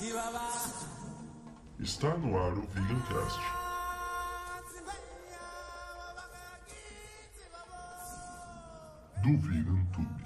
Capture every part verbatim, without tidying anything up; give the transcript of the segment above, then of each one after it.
Está no ar o VeganCast. Do VeganTube.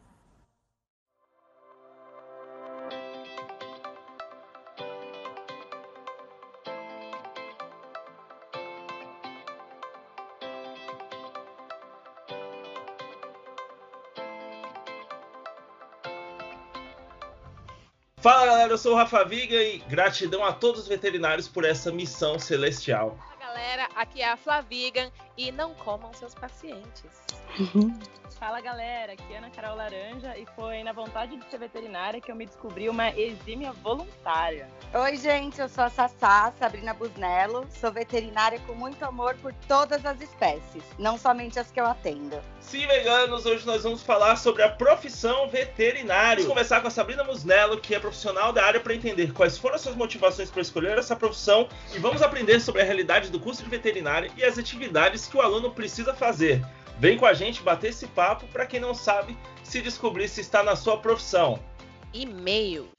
Fala galera, eu sou o Rafa Viga e gratidão a todos os veterinários por essa missão celestial. Fala galera, aqui é a Flavigan e não comam seus pacientes. Fala galera, aqui é Ana Carol Laranja e foi na vontade de ser veterinária que eu me descobri uma exímia voluntária. Oi gente, eu sou a Sassá, Sabrina Busnello, sou veterinária com muito amor por todas as espécies, não somente as que eu atendo. Sim, veganos, hoje nós vamos falar sobre a profissão veterinário. Vamos conversar com a Sabrina Busnello, que é profissional da área, para entender quais foram as suas motivações para escolher essa profissão e vamos aprender sobre a realidade do curso de veterinária e as atividades que o aluno precisa fazer. Vem com a gente bater esse papo para quem não sabe se descobrir se está na sua profissão. E-mail.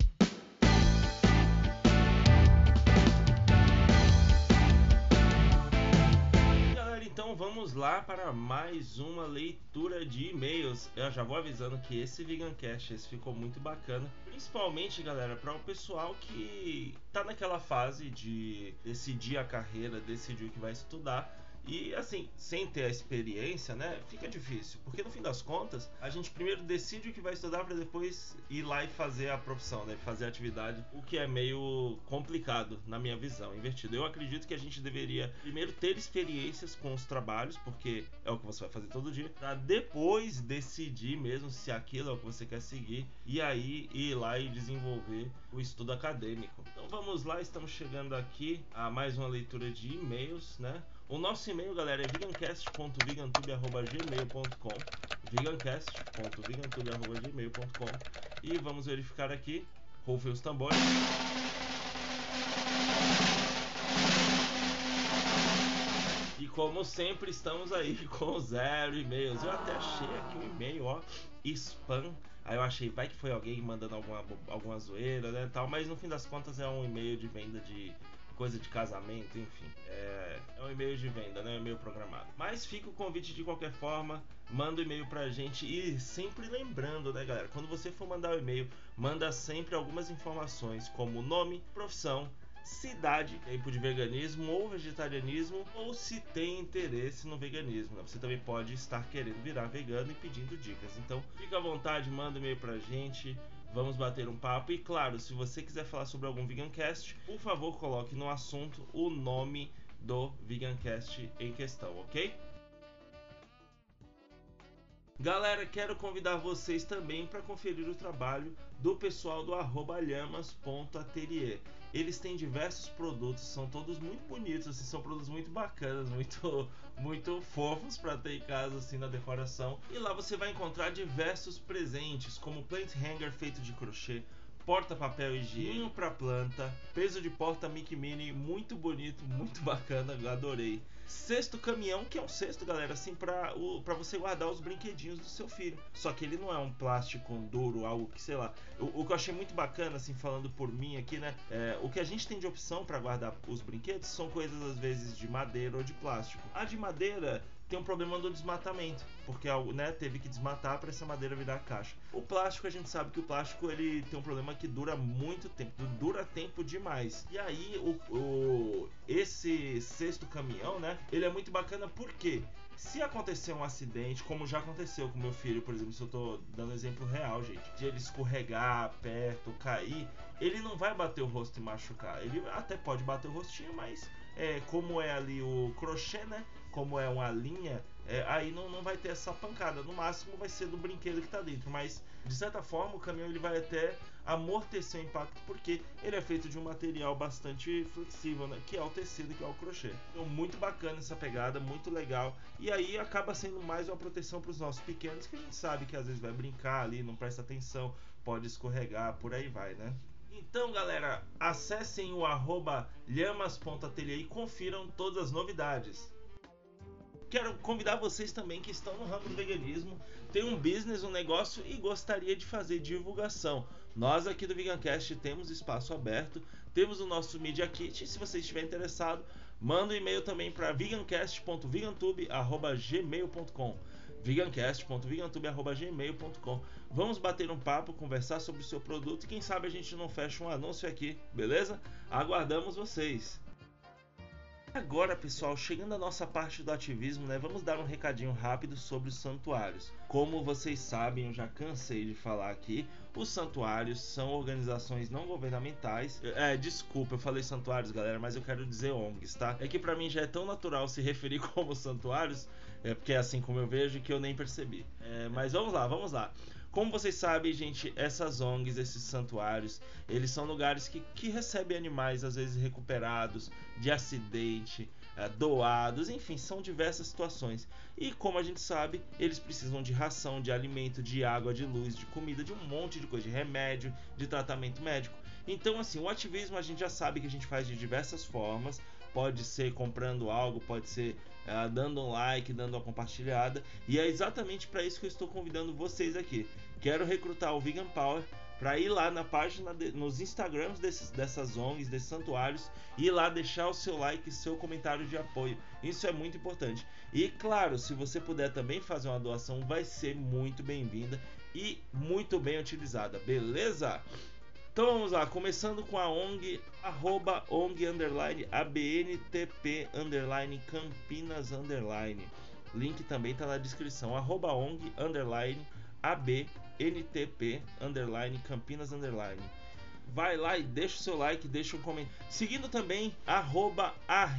Galera, então vamos lá para mais uma leitura de e-mails. Eu já vou avisando que esse VeganCast esse ficou muito bacana. Principalmente, galera, para o pessoal que tá naquela fase de decidir a carreira, decidir o que vai estudar. E assim, sem ter a experiência, né, fica difícil, porque no fim das contas, a gente primeiro decide o que vai estudar para depois ir lá e fazer a profissão, né, fazer a atividade, o que é meio complicado na minha visão, invertido. Eu acredito que a gente deveria primeiro ter experiências com os trabalhos, porque é o que você vai fazer todo dia, para depois decidir mesmo se aquilo é o que você quer seguir e aí ir lá e desenvolver o estudo acadêmico. Então vamos lá, estamos chegando aqui a mais uma leitura de e-mails, né? O nosso e-mail, galera, é vegancast ponto vegantube arroba gmail ponto com vegancast ponto vegantube arroba gmail ponto com e vamos verificar aqui, rufem os tambores. E como sempre, estamos aí com zero e-mails. Eu até achei aqui um e-mail, ó, spam. Aí eu achei, vai que foi alguém mandando alguma, alguma zoeira, né, tal. Mas no fim das contas é um e-mail de venda de coisa de casamento, enfim. É, é um e-mail de venda, né? Um e-mail programado. Mas fica o convite de qualquer forma. Manda o e-mail pra gente. E sempre lembrando, né, galera? Quando você for mandar o e-mail, manda sempre algumas informações, como nome, profissão, cidade, tempo de veganismo ou vegetarianismo, ou se tem interesse no veganismo, né? Você também pode estar querendo virar vegano e pedindo dicas. Então, fica à vontade, manda um e-mail pra gente. Vamos bater um papo e, claro, se você quiser falar sobre algum VeganCast, por favor, coloque no assunto o nome do VeganCast em questão, ok? Galera, quero convidar vocês também para conferir o trabalho do pessoal do arroba lhamas ponto atelier. Eles têm diversos produtos, são todos muito bonitos, assim, são produtos muito bacanas, muito, muito fofos para ter em casa assim, na decoração. E lá você vai encontrar diversos presentes, como plant hanger feito de crochê, porta-papel higiênico para planta, peso de porta Mickey Mini, muito bonito, muito bacana, eu adorei. Cesto caminhão, que é um cesto, galera, assim, para para você guardar os brinquedinhos do seu filho. Só que ele não é um plástico duro, algo que, sei lá. O, o que eu achei muito bacana, assim, falando por mim aqui, né, é, o que a gente tem de opção para guardar os brinquedos são coisas, às vezes, de madeira ou de plástico. A de madeira tem um problema do desmatamento, porque, né, teve que desmatar para essa madeira virar caixa. O plástico, a gente sabe que o plástico ele tem um problema que dura muito tempo, dura tempo demais. E aí, o, o, esse cesto caminhão, né, ele é muito bacana porque se acontecer um acidente, como já aconteceu com meu filho, por exemplo, se eu tô dando exemplo real, gente, de ele escorregar perto, cair, ele não vai bater o rosto e machucar. Ele até pode bater o rostinho, mas é, como é ali o crochê, né, como é uma linha, é, aí não, não vai ter essa pancada. No máximo vai ser do brinquedo que tá dentro, mas de certa forma o caminhão ele vai até amortecer o impacto, porque ele é feito de um material bastante flexível, né, que é o tecido, que é o crochê. Então muito bacana essa pegada, muito legal. E aí acaba sendo mais uma proteção para os nossos pequenos, que a gente sabe que às vezes vai brincar ali, não presta atenção, pode escorregar, por aí vai, né? Então, galera, acessem o arroba lhamas ponto atelier e confiram todas as novidades. quero convidar vocês também que estão no ramo do veganismo, tem um business, um negócio e gostaria de fazer divulgação. Nós aqui do VeganCast temos espaço aberto, temos o nosso Media Kit, se você estiver interessado, manda um e-mail também para vegancast ponto vegantube arroba gmail ponto com vegancast ponto vegantube arroba gmail ponto com. Vamos bater um papo, conversar sobre o seu produto e quem sabe a gente não fecha um anúncio aqui, beleza? Aguardamos vocês! Agora, pessoal, chegando à nossa parte do ativismo, né, vamos dar um recadinho rápido sobre os santuários. Como vocês sabem, eu já cansei de falar aqui, os santuários são organizações não governamentais. É, desculpa, eu falei santuários, galera, mas eu quero dizer O N Gs, tá? É que pra mim já é tão natural se referir como santuários, é porque é assim como eu vejo que eu nem percebi. É, mas vamos lá, vamos lá. Como vocês sabem, gente, essas O N Gs, esses santuários, eles são lugares que, que recebem animais, às vezes recuperados de acidente, é, doados, enfim, são diversas situações. E como a gente sabe, eles precisam de ração, de alimento, de água, de luz, de comida, de um monte de coisa, de remédio, de tratamento médico. Então, assim, o ativismo a gente já sabe que a gente faz de diversas formas. Pode ser comprando algo, pode ser uh, dando um like, dando uma compartilhada. E é exatamente para isso que eu estou convidando vocês aqui. Quero recrutar o Vegan Power para ir lá na página, de, nos Instagrams desses, dessas O N Gs, desses santuários, e ir lá deixar o seu like, seu comentário de apoio. Isso é muito importante. E claro, se você puder também fazer uma doação, vai ser muito bem-vinda e muito bem utilizada, beleza? Então vamos lá, começando com a O N G, arroba O N G underline A B N T P underline Campinas underline. Link também está na descrição, arroba O N G underline A B N T P underline Campinas underline. Vai lá e deixa o seu like, deixa um comentário. Seguindo também, arroba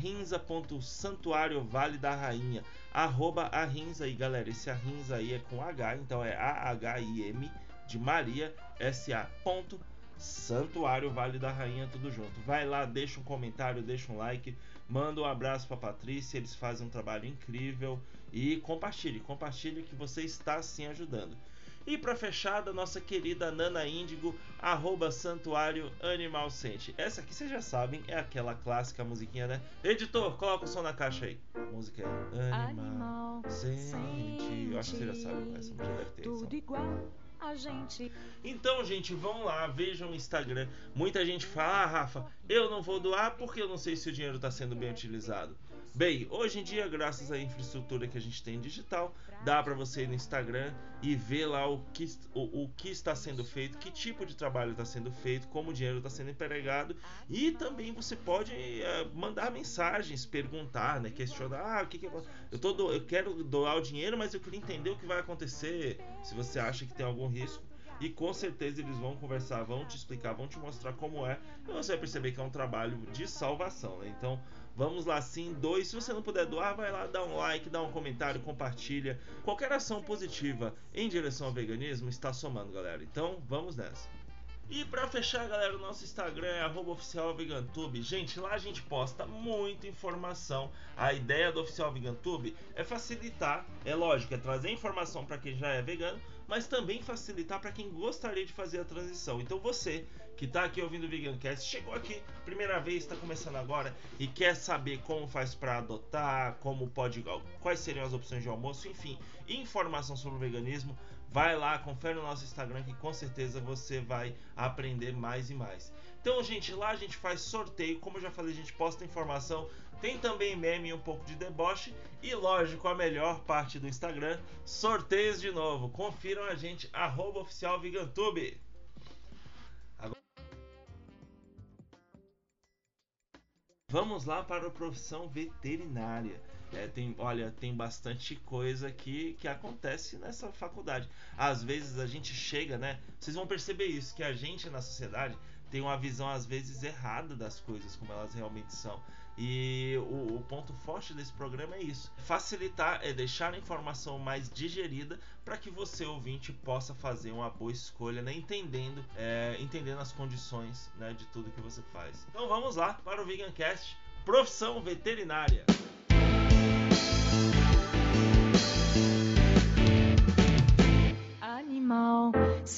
arrinza.santuário Vale da Rainha. Arroba arrinza aí, galera, esse arrinza aí é com H, então é A H I M de Maria, S A ponto Santuário Vale da Rainha, tudo junto. Vai lá, deixa um comentário, deixa um like, manda um abraço para Patrícia, eles fazem um trabalho incrível e compartilhe, compartilhe que você está sim ajudando. E para fechar, da nossa querida Nana Índigo, arroba Santuário Animal Sente. Essa aqui vocês já sabem, é aquela clássica musiquinha, né? Editor, coloca o som na caixa aí. A música é Animal, Animal Sente. Sente. Eu acho que vocês já sabem, essa já deve ter. Tudo igual. A gente. Então, gente, vão lá, vejam o Instagram. Muita gente fala, ah, Rafa, eu não vou doar porque eu não sei se o dinheiro está sendo bem utilizado. Bem, hoje em dia, graças à infraestrutura que a gente tem digital, dá para você ir no Instagram e ver lá o que, o, o que está sendo feito, que tipo de trabalho está sendo feito, como o dinheiro está sendo empregado. E também você pode uh, mandar mensagens, perguntar, né, questionar, ah, o que, que eu, eu, tô do, eu quero doar o dinheiro, mas eu queria entender o que vai acontecer, se você acha que tem algum risco. E com certeza eles vão conversar, vão te explicar, vão te mostrar como é. E você vai perceber que é um trabalho de salvação, né? Então, vamos lá sim, dois. Se você não puder doar, vai lá, dá um like, dá um comentário, compartilha. Qualquer ação positiva em direção ao veganismo está somando, galera. Então, vamos nessa. E pra fechar, galera, o nosso Instagram é arroba oficial vegantube. Gente, lá a gente posta muita informação. A ideia do Oficial Vegantube é facilitar, é lógico, é trazer informação para quem já é vegano, mas também facilitar para quem gostaria de fazer a transição. Então você que está aqui ouvindo o VeganCast, chegou aqui, primeira vez, está começando agora e quer saber como faz para adotar, como pode, quais seriam as opções de almoço, enfim, informação sobre o veganismo, vai lá, confere no nosso Instagram que com certeza você vai aprender mais e mais. Então, gente, lá a gente faz sorteio, como eu já falei, a gente posta informação, tem também meme e um pouco de deboche e, lógico, a melhor parte do Instagram, sorteios de novo. Confiram a gente, arroba oficial Vegantube. Agora... Vamos lá para a profissão veterinária. É, tem, olha, tem bastante coisa que, que acontece nessa faculdade. Às vezes a gente chega, né? Vocês vão perceber isso, que a gente na sociedade tem uma visão às vezes errada das coisas, como elas realmente são. E o, o ponto forte desse programa é isso: facilitar, é deixar a informação mais digerida para que você, ouvinte, possa fazer uma boa escolha, né? Entendendo, é, entendendo as condições, né, de tudo que você faz. Então vamos lá para o VeganCast, profissão veterinária. Animal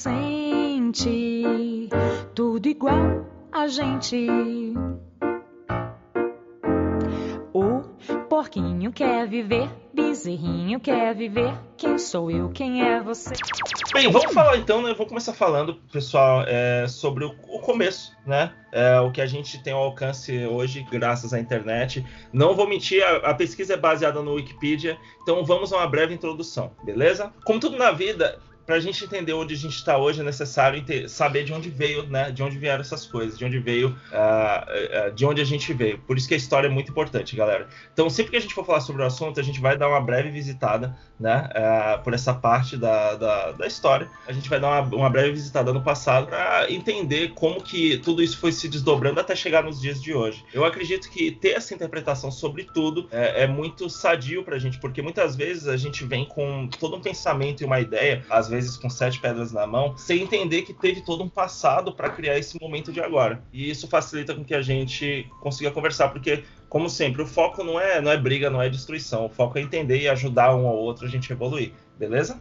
sente tudo igual a gente. O porquinho quer viver bis Becerrinho quer viver. Quem sou eu? Quem é você? Bem, vamos falar então, né? Vou começar falando, pessoal, é, sobre o, o começo, né? É, o que a gente tem ao alcance hoje, graças à internet. Não vou mentir, a, a pesquisa é baseada no Wikipedia, então vamos a uma breve introdução, beleza? Como tudo na vida, para a gente entender onde a gente está hoje, é necessário ente- saber de onde veio, né? De onde vieram essas coisas, de onde veio, uh, uh, de onde a gente veio. Por isso que a história é muito importante, galera. Então, sempre que a gente for falar sobre o assunto, a gente vai dar uma breve visitada, né? Uh, por essa parte da, da, da história. A gente vai dar uma, uma breve visitada no passado para entender como que tudo isso foi se desdobrando até chegar nos dias de hoje. Eu acredito que ter essa interpretação sobre tudo é, é muito sadio pra gente, porque muitas vezes a gente vem com todo um pensamento e uma ideia, às vezes com sete pedras na mão, sem entender que teve todo um passado para criar esse momento de agora. E isso facilita com que a gente consiga conversar, porque, como sempre, o foco não é, não é briga, não é destruição. O foco é entender e ajudar um ao outro a gente evoluir, beleza?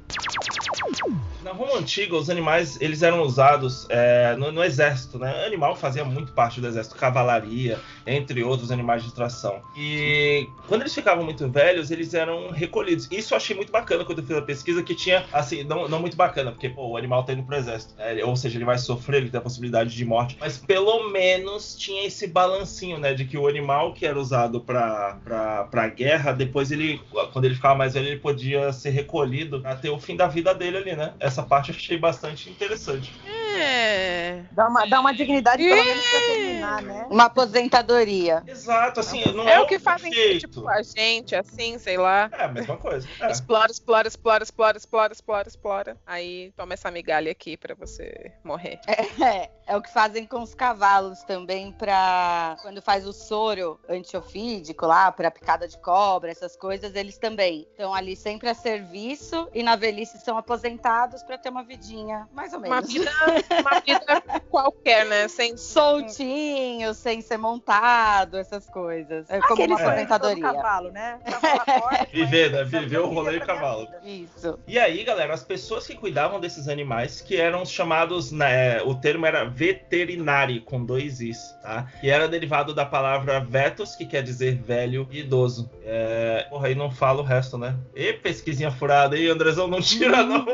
Na Roma Antiga, os animais eles eram usados é, no, no exército, né? O animal fazia muito parte do exército, cavalaria, entre outros animais de tração. E quando eles ficavam muito velhos, eles eram recolhidos. Isso eu achei muito bacana quando eu fiz a pesquisa, que tinha, assim, não, não muito bacana, porque pô, o animal tá indo pro exército, é, ou seja, ele vai sofrer, ele tem a possibilidade de morte, mas pelo menos tinha esse balancinho, né? De que o animal que era usado pra, pra, pra guerra, depois ele, quando ele ficava mais velho, ele podia ser recolhido até o fim da vida dele ali, né? Essa parte eu achei bastante interessante. É. Dá uma, dá uma dignidade pelo menos pra terminar, né? Uma aposentadoria. Exato, assim, não É é o que fazem perfeito. tipo a gente, assim, sei lá. É a mesma coisa. É. Explora, explora, explora, explora, explora, explora, explora. Aí toma essa migalha aqui pra você morrer. É, é o que fazem com os cavalos também pra... Quando faz o soro antiofídico lá, pra picada de cobra, essas coisas, eles também estão ali sempre a serviço e na velhice são aposentados pra ter uma vidinha, mais ou Uma menos. vida, uma vida qualquer, né? Sem Soltinho, sem ser montado, essas coisas. É como Aquele uma sonho do aposentadoria. cavalo, né? Cavalo acorda, Viver, né? vai- Viver o rolê de cavalo. Isso. E aí, galera, as pessoas que cuidavam desses animais, que eram chamados, né, o termo era veterinário, com dois is, tá? E era derivado da palavra vetus, que quer dizer velho e idoso. É... Porra, aí não fala o resto, né? E pesquisinha furada aí, Andrezão, não tira não.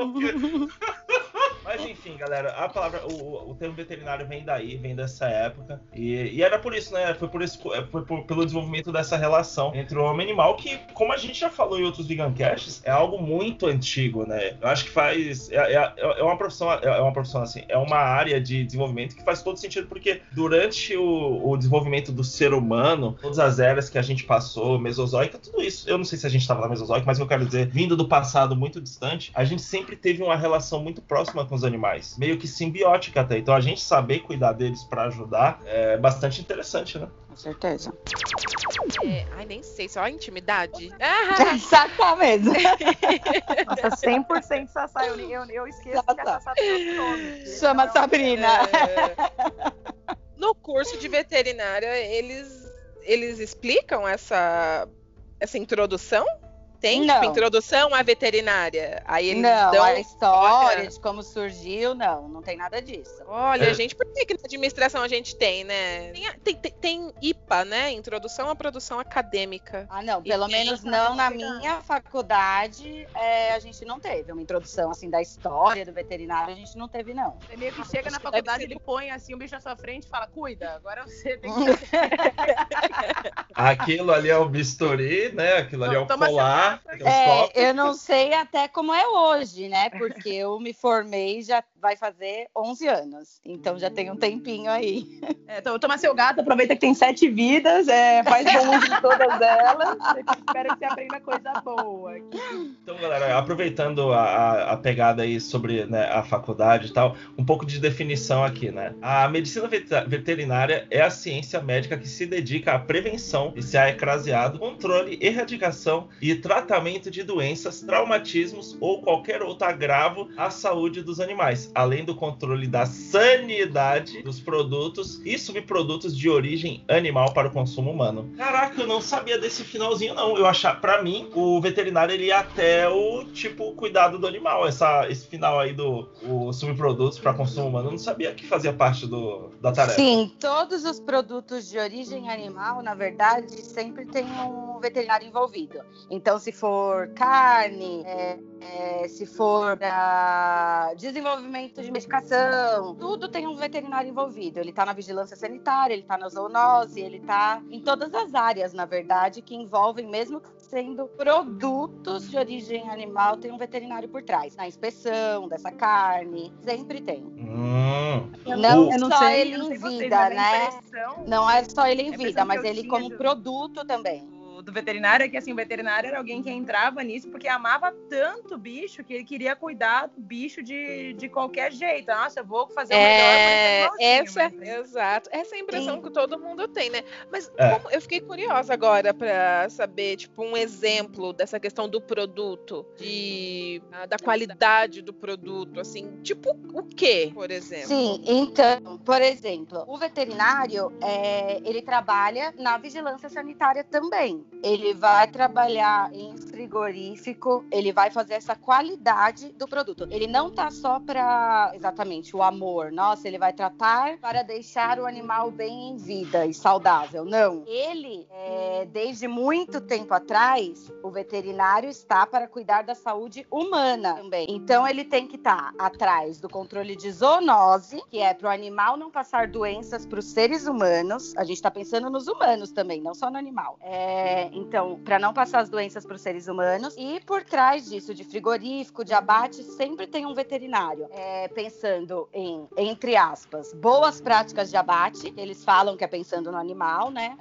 Mas enfim, galera, a palavra, o, o termo veterinário vem daí, vem dessa época. E, e era por isso, né? Foi, por isso, foi por, pelo desenvolvimento dessa relação entre o homem e animal, que, como a gente já falou em outros vegancasts, é algo muito antigo, né? Eu acho que faz. É, é, é uma profissão, é uma profissão assim, é uma área de desenvolvimento que faz todo sentido, porque durante o, o desenvolvimento do ser humano, todas as eras que a gente passou, mesozoica, tudo isso, eu não sei se a gente estava na mesozoica, mas eu quero dizer, vindo do passado muito distante, a gente sempre teve uma relação muito próxima com os animais, meio que simbiótica até. Então a gente saber cuidar deles pra ajudar é bastante interessante, né? Com certeza. É, ai, nem sei, só a intimidade. Ah, Exatamente. Nossa, cem por cento Sassá. Eu, eu, eu esqueço que a Sassá tem outro nome. Chama Não, Sabrina. é. No curso de veterinária, eles, eles explicam essa, essa introdução? Tem, Não. tipo, introdução à veterinária? Aí eles Não, dão... a história Olha. de como surgiu, não, não tem nada disso. Olha, É. gente, por que que na administração a gente tem, né? Tem, tem, tem- tem I P A, né? Introdução à Produção Acadêmica. Ah, não, E pelo tem- menos não na minha faculdade, é, a gente não teve uma introdução assim da história do veterinário, a gente não teve não. Você meio que chega na Acho que faculdade, deve ser- ele põe assim o bicho à sua frente e fala, cuida, agora você tem que... Aquilo ali é o bisturi, né? Aquilo ali é o Toma colar, essa é o É, copo. eu não sei até como é hoje, né? Porque eu me formei já vai fazer onze anos, então já tem um tempinho aí. É, então, toma seu gato, aproveita que tem sete vidas, é, faz bom uso de todas elas. Espero que você aprenda coisa boa. Então, galera, aproveitando a, a- a pegada aí sobre, né, a faculdade e tal, um pouco de definição aqui, né? A medicina veta- veterinária é a ciência médica que se dedica à prevenção de C A ecrasiado, controle, erradicação e tratamento de doenças, traumatismos ou qualquer outro agravo à saúde dos animais, além do controle da sanidade dos produtos e subprodutos de origem animal para o consumo humano. Caraca, eu não sabia desse finalzinho, não. Eu achava, pra mim, o veterinário ele ia até o, tipo, cuidado do animal. Essa, esse final aí do o subprodutos para consumo humano, eu não sabia que fazia parte do, da tarefa. Sim, todos os produtos de origem animal, na verdade, sempre tem um, um veterinário envolvido. Então, se for carne, é, é, se for para desenvolvimento de medicação, tudo tem um veterinário envolvido. Ele está na vigilância sanitária, ele está na zoonose, ele está em todas as áreas, na verdade, que envolvem, mesmo sendo produtos de origem animal, tem um veterinário por trás. Na inspeção dessa carne, sempre tem. Hum. Não, Eu não só sei, ele eu não sei em vocês, vida, mas a né? impressão- Não é só ele em a vida, impressão mas que eu ele tinha como de- produto também. do- do veterinário é que assim, o veterinário era alguém que entrava nisso porque amava tanto o bicho que ele queria cuidar do bicho de, de qualquer jeito. Nossa, eu vou fazer o melhor É, pra ele essa, igualzinho, mas- exato. Essa é a impressão Sim. que todo mundo tem, né? Mas É. como- eu fiquei curiosa agora pra saber, tipo, um exemplo dessa questão do produto, de, ah, da qualidade do produto, assim, tipo o quê, por exemplo? Sim, então, por exemplo, o veterinário, é, ele trabalha na vigilância sanitária também. Ele vai trabalhar em frigorífico, ele vai fazer essa qualidade do produto. Ele não tá só para exatamente o amor, nossa, ele vai tratar para deixar o animal bem em vida e saudável. Não. Ele, é, desde muito tempo atrás, o veterinário está para cuidar da saúde humana também. Então, ele tem que estar atrás do controle de zoonose, que é para o animal não passar doenças para os seres humanos. A gente está pensando nos humanos também, não só no animal. É, então, para não passar as doenças para os seres humanos. E por trás disso, de frigorífico, de abate, sempre tem um veterinário. É, pensando em, entre aspas, boas práticas de abate. Eles falam que é pensando no animal, né?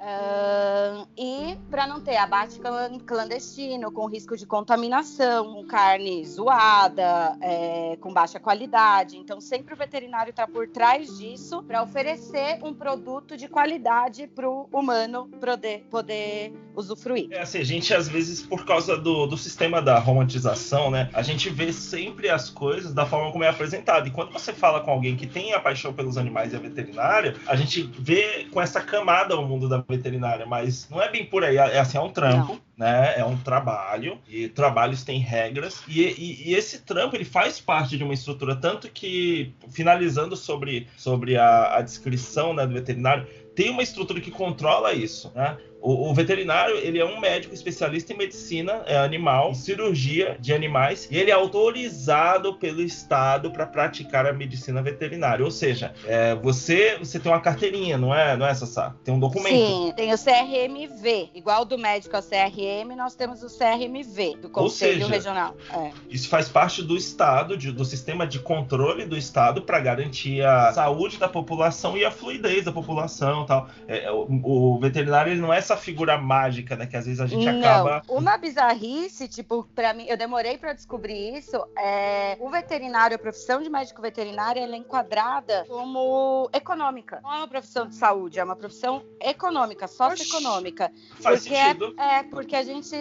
Uh, e para não ter abate clandestino, com risco de contaminação, com carne zoada, é, com baixa qualidade. Então, sempre o veterinário está por trás disso para oferecer um produto de qualidade para o humano poder, poder usufruir. É assim, a gente às vezes, por causa do, do sistema da romantização, né, a gente vê sempre as coisas da forma como é apresentado. E quando você fala com alguém que tem a paixão pelos animais e a veterinária, a gente vê com essa camada o mundo da veterinária, mas não é bem por aí. É assim, é um trampo. Não. Né? É um trabalho, e trabalhos têm regras, e, e, e esse trampo ele faz parte de uma estrutura, tanto que, finalizando sobre, sobre a, a descrição, né, do veterinário, tem uma estrutura que controla isso, né? O, o veterinário, ele é um médico especialista em medicina é, animal, cirurgia de animais, e ele é autorizado pelo Estado para praticar a medicina veterinária. Ou seja, é, você, você tem uma carteirinha, não é, não é, Sassá? Tem um documento. Sim, tem o C R M V. Igual do médico ao C R M, nós temos o C R M V, do Conselho seja, Regional. É. Isso faz parte do Estado, de, do sistema de controle do Estado para garantir a saúde da população e a fluidez da população. Tal. É, o, o veterinário ele não é essa figura mágica, né? Que às vezes a gente não, acaba... Uma bizarrice, tipo, pra mim, eu demorei pra descobrir isso, é, o veterinário, a profissão de médico veterinário, ela é enquadrada como econômica. Não é uma profissão de saúde, é uma profissão econômica, socioeconômica. Faz porque sentido. É, é, porque a gente,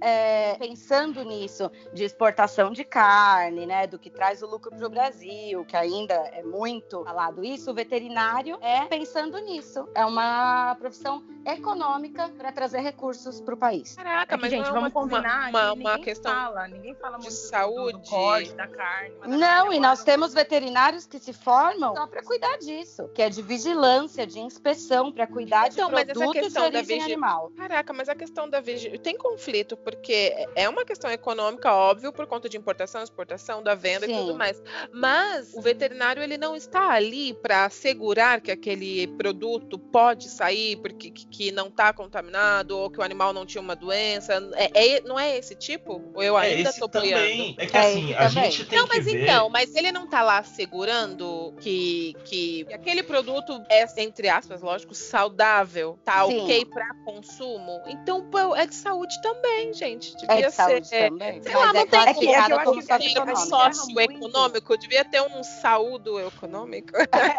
é, pensando nisso, de exportação de carne, né, do que traz o lucro pro Brasil, que ainda é muito falado isso, o veterinário é pensando nisso. É uma profissão econômica para trazer recursos para o país. Caraca, É que, mas gente, não é vamos uma, combinar uma, que uma ninguém questão fala, ninguém fala de muito do- saúde. do, do corte, da carne. mas da Não, carne e agora nós não- temos veterinários que se formam só para cuidar disso, que é de vigilância, de inspeção, para cuidar Então, de mas essa produtos de questão da origem vigi- animal. Caraca, mas a questão da vigilância tem conflito, porque é uma questão econômica, óbvio, por conta de importação, exportação, da venda Sim. e tudo mais. Mas o veterinário, ele não está ali para assegurar que aquele produto pode sair porque que, que não está contaminado ou que o animal não tinha uma doença. É, é- não é esse tipo? Ou eu É ainda esse tô também. boiando? É que É assim, esse a também. gente tem Não, que mas ver... então, mas ele não tá lá assegurando que, que que aquele produto é, entre aspas, lógico, saudável, tá Sim. ok pra consumo. Então, pô, é de saúde também, gente. É Devia de saúde ser. também. Sei Mas lá, não é tem classificado como- é que eu como acho que- é que Tem um socioeconômico. sócio-econômico, devia ter um saúdo econômico.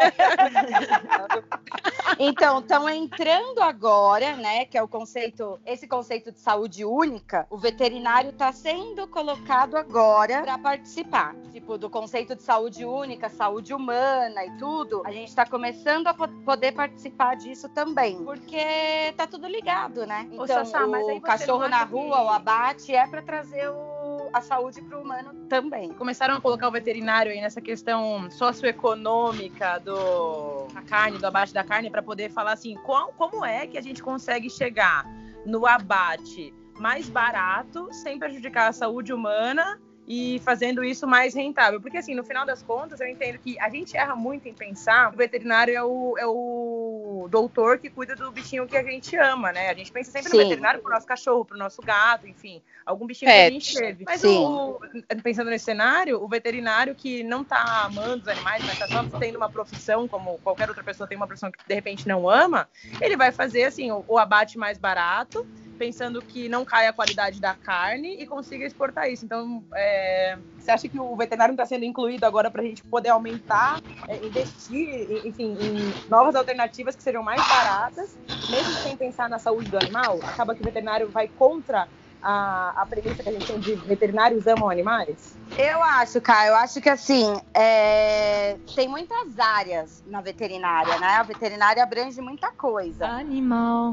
Então, estão entrando agora, né, que é o conceito, esse conceito de saúde única, o veterinário está sendo colocado agora para participar. Tipo, do conceito de saúde única, saúde humana e tudo, a gente está começando a po- poder participar disso também, porque tá tudo ligado, né? Ô, Então, Sassá, mas aí o você cachorro não na acha que- rua, o abate, é para trazer o- a saúde para o humano também. Começaram a colocar o veterinário aí nessa questão socioeconômica do, da carne, do abate da carne, para poder falar assim, qual, como é que a gente consegue chegar no abate mais barato, sem prejudicar a saúde humana e fazendo isso mais rentável. Porque, assim, no final das contas, eu entendo que a gente erra muito em pensar que o veterinário é o, é o doutor que cuida do bichinho que a gente ama, né? A gente pensa sempre Sim. no veterinário pro nosso cachorro, pro nosso gato, enfim, algum bichinho Pet. que a gente teve. Mas, Sim. o, pensando nesse cenário, o veterinário que não tá amando os animais, mas tá só tendo uma profissão, como qualquer outra pessoa tem uma profissão que, de repente, não ama, ele vai fazer, assim, o, o abate mais barato, pensando que não cai a qualidade da carne e consiga exportar isso. Então, é, você acha que o veterinário não está sendo incluído agora para a gente poder aumentar, é, investir, enfim, em novas alternativas que sejam mais baratas, mesmo sem pensar na saúde do animal? Acaba que o veterinário vai contra a, a premissa que a gente tem de veterinários amam animais? Eu acho, Caio, eu acho que assim, é... tem muitas áreas na veterinária, né? A veterinária abrange muita coisa. Animal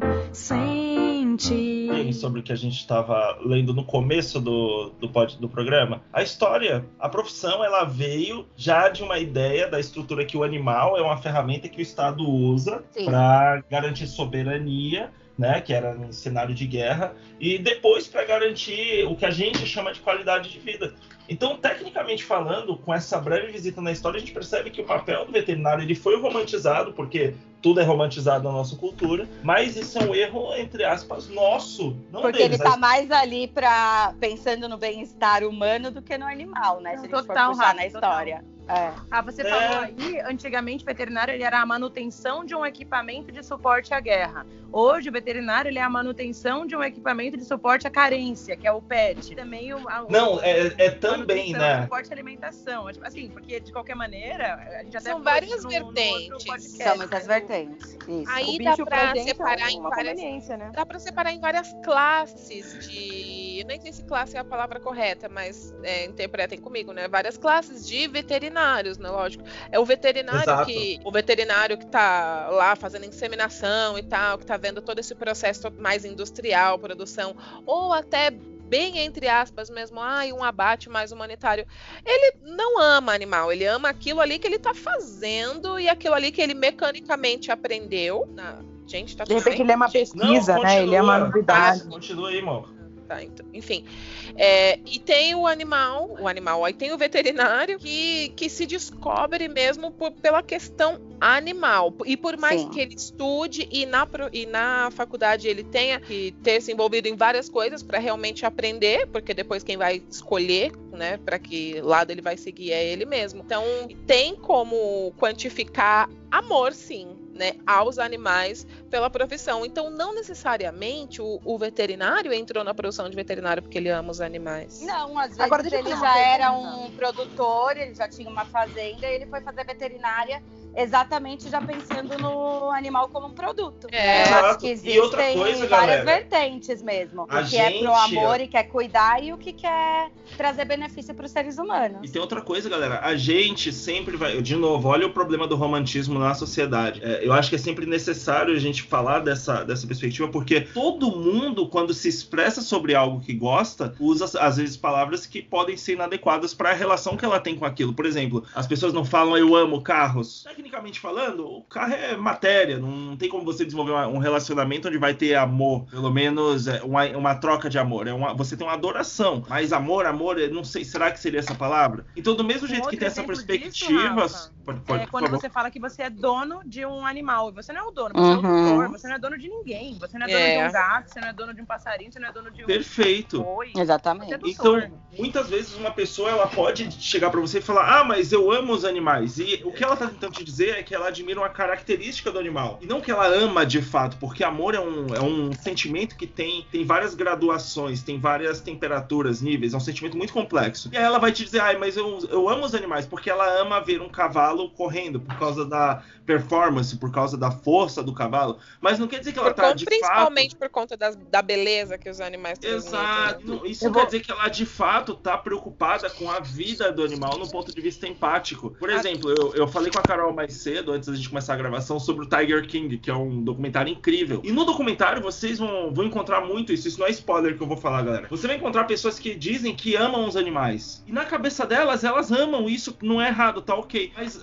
sente. Sobre o que a gente estava lendo no começo do, do, pod, do programa, a história, a profissão, ela veio já de uma ideia da estrutura que o animal é uma ferramenta que o Estado usa para garantir soberania, né, que era em cenário de guerra, e depois para garantir o que a gente chama de qualidade de vida. Então, tecnicamente falando, com essa breve visita na história, a gente percebe que o papel do veterinário ele foi romantizado, porque tudo é romantizado na nossa cultura, mas isso é um erro, entre aspas, nosso, não Porque deles. ele tá mais ali pra, pensando no bem-estar humano do que no animal, né? Não, se a gente total, for puxar Rafa, na total. história. É. Ah, você É. falou aí, antigamente o veterinário ele era a manutenção de um equipamento de suporte à guerra. Hoje o veterinário ele é a manutenção de um equipamento de suporte à carência, que é o P E T. Também o, a, Não, o, é, é também, manutenção, né? Suporte à alimentação. Assim, porque de qualquer maneira, a gente até São falou várias isso no- no outro vertentes. podcast, São muitas né? vertentes. Isso. Aí O dá bicho pra gente separar é em uma várias conveniência, né? Dá para separar em várias classes de. Eu nem sei se classe é a palavra correta, mas é, interpretem comigo, né? Várias classes de veterinários, né? Lógico. É o veterinário Exato. que. O veterinário que tá lá fazendo inseminação e tal, que tá vendo todo esse processo mais industrial, produção, ou até bem entre aspas mesmo, ai, um abate mais humanitário. Ele não ama animal, ele ama aquilo ali que ele tá fazendo e aquilo ali que ele mecanicamente aprendeu. Na... Gente, tá De tudo repente bem? ele é uma pesquisa, Não, né? Ele é uma continua. novidade. Continua aí, amor. Tá, então, enfim. É, e tem o animal, o animal, aí tem o veterinário que, que se descobre mesmo por, pela questão animal. E por mais Sim. que ele estude e na, pro- e na faculdade ele tenha que ter se envolvido em várias coisas para realmente aprender, porque depois quem vai escolher, né, para que lado ele vai seguir é ele mesmo. Então tem como quantificar amor, sim, né, aos animais pela profissão. Então, não necessariamente o, o veterinário entrou na produção de veterinário porque ele ama os animais. Não, às vezes Agora, deixa eu ele fazer já uma era pergunta. um produtor, ele já tinha uma fazenda e ele foi fazer veterinária exatamente já pensando no animal como um produto. É. Eu acho Exato. que E existem outra coisa, várias galera, vertentes mesmo. a O que é gente- pro amor e quer cuidar e o que quer trazer benefício para os seres humanos. E tem outra coisa, galera. A gente sempre vai... De novo, olha o problema do romantismo na sociedade. É, eu acho que é sempre necessário a gente falar dessa, dessa perspectiva, porque todo mundo, quando se expressa sobre algo que gosta, usa, às vezes, palavras que podem ser inadequadas para a relação que ela tem com aquilo. Por exemplo, as pessoas não falam eu amo carros. Tecnicamente falando, o carro é matéria. Não tem como você desenvolver uma- um relacionamento onde vai ter amor. Pelo menos é, uma, uma troca de amor. É uma, você tem uma adoração. Mas amor, amor, eu não sei, será que seria essa palavra? Então, do mesmo Um jeito que outro tem essa exemplo disso, perspectiva... Rafa, pode, pode, É por quando favor. você fala que você é dono de um animal. E você não é o dono, você é o Uhum. tutor, você não é dono de ninguém. Você não é dono É. de um gato, você não é dono de um passarinho, você não é dono de um Perfeito. boi. Exatamente. Você é Então, tutor. muitas vezes uma pessoa ela pode chegar pra você e falar: ah, mas eu amo os animais. E o que ela tá tentando te dizer é que ela admira uma característica do animal. E não que ela ama de fato, porque amor é um, é um sentimento que tem, tem várias graduações, tem várias temperaturas, níveis, é um sentimento muito complexo. E aí ela vai te dizer: ah, mas eu, eu amo os animais, porque ela ama ver um cavalo correndo, por causa da performance, por causa da força do cavalo. Mas não quer dizer que ela Por tá con- de principalmente fato... por conta das- da beleza que os animais transmitem. Exato. Não, Isso Eu quer vou- dizer que ela de fato tá preocupada com a vida do animal no ponto de vista empático. Por exemplo, eu, eu falei com a Carol mais cedo, antes da gente começar a gravação, sobre o Tiger King, que é um documentário incrível. E no documentário vocês vão, vão encontrar muito isso. Isso não é spoiler que eu vou falar, galera. Você vai encontrar pessoas que dizem que amam os animais. E na cabeça delas, elas amam isso, não é errado, tá ok. Mas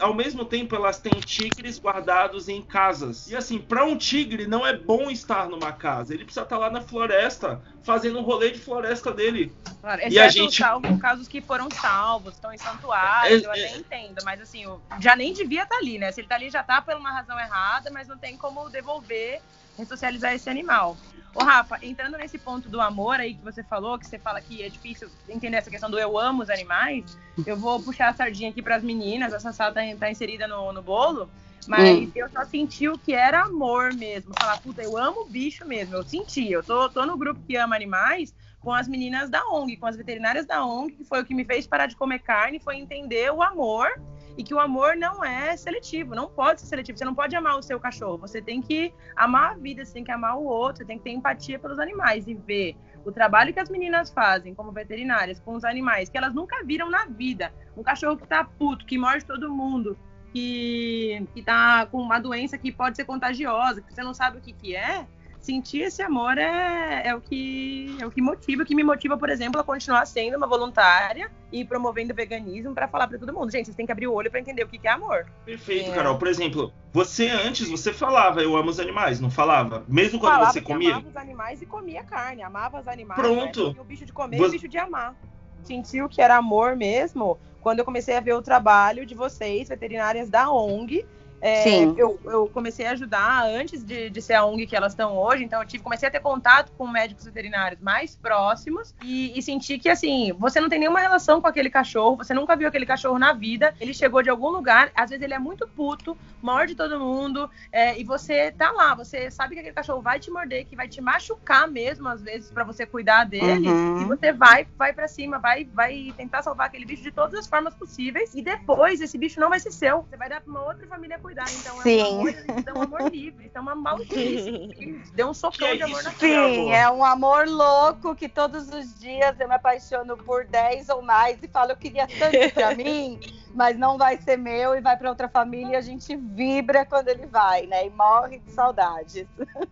ao mesmo tempo, elas têm tigres guardados em casas. E assim, para um tigre não é bom estar numa casa. Ele precisa estar lá na floresta, fazendo um rolê de floresta dele. Claro, e a exceto gente... salvo casos que foram salvos, estão em santuários, É, eu é... até entendo. Mas assim, já nem devia estar ali, né? Se ele tá ali, já tá por uma razão errada, mas não tem como devolver, ressocializar esse animal. Ô, Rafa, entrando nesse ponto do amor aí que você falou, que você fala que é difícil entender essa questão do eu amo os animais, eu vou puxar a sardinha aqui pras meninas, a Sassá tá, tá inserida no, no bolo, mas hum. eu só senti o que era amor mesmo. Falar, puta, eu amo o bicho mesmo, eu senti. Eu tô, tô no grupo que ama animais com as meninas da O N G, com as veterinárias da O N G, que foi o que me fez parar de comer carne, foi entender o amor. E que o amor não é seletivo, não pode ser seletivo. Você não pode amar o seu cachorro, você tem que amar a vida, você tem que amar o outro, você tem que ter empatia pelos animais e ver o trabalho que as meninas fazem como veterinárias com os animais, que elas nunca viram na vida. Um cachorro que tá puto, que morde todo mundo, que, que tá com uma doença que pode ser contagiosa, que você não sabe o que que é. Sentir esse amor é, é, o que, é o que motiva, o que me motiva, por exemplo, a continuar sendo uma voluntária e promovendo o veganismo para falar para todo mundo. Gente, vocês têm que abrir o olho para entender o que, que é amor. Perfeito, é. Carol. Por exemplo, você antes, você falava, eu amo os animais, não falava? Mesmo quando falava você que comia? amava os animais e comia carne, amava os animais. Pronto. Né? E o bicho de comer você... e o bicho de amar. Senti o que era amor mesmo quando eu comecei a ver o trabalho de vocês, veterinárias da O N G. É, Sim. Eu, eu comecei a ajudar antes de, de ser a O N G que elas estão hoje, então eu tive, comecei a ter contato com médicos veterinários mais próximos e, e senti que, assim, você não tem nenhuma relação com aquele cachorro, você nunca viu aquele cachorro na vida, ele chegou de algum lugar, às vezes ele é muito puto, morde todo mundo, é, e você tá lá, você sabe que aquele cachorro vai te morder, que vai te machucar mesmo, às vezes, pra você cuidar dele, Uhum. e você vai, vai pra cima, vai, vai tentar salvar aquele bicho de todas as formas possíveis, e depois esse bicho não vai ser seu, você vai dar pra uma outra família cuidar. Então Sim. é um amor, eles dão um amor livre, então é uma maluquice. Deu um socão Que de amor isso, na Sim, amor. é um amor louco que todos os dias eu me apaixono por dez ou mais e falo, eu queria tanto pra mim, mas não vai ser meu e vai pra outra família e a gente vibra quando ele vai, né? E morre de saudades.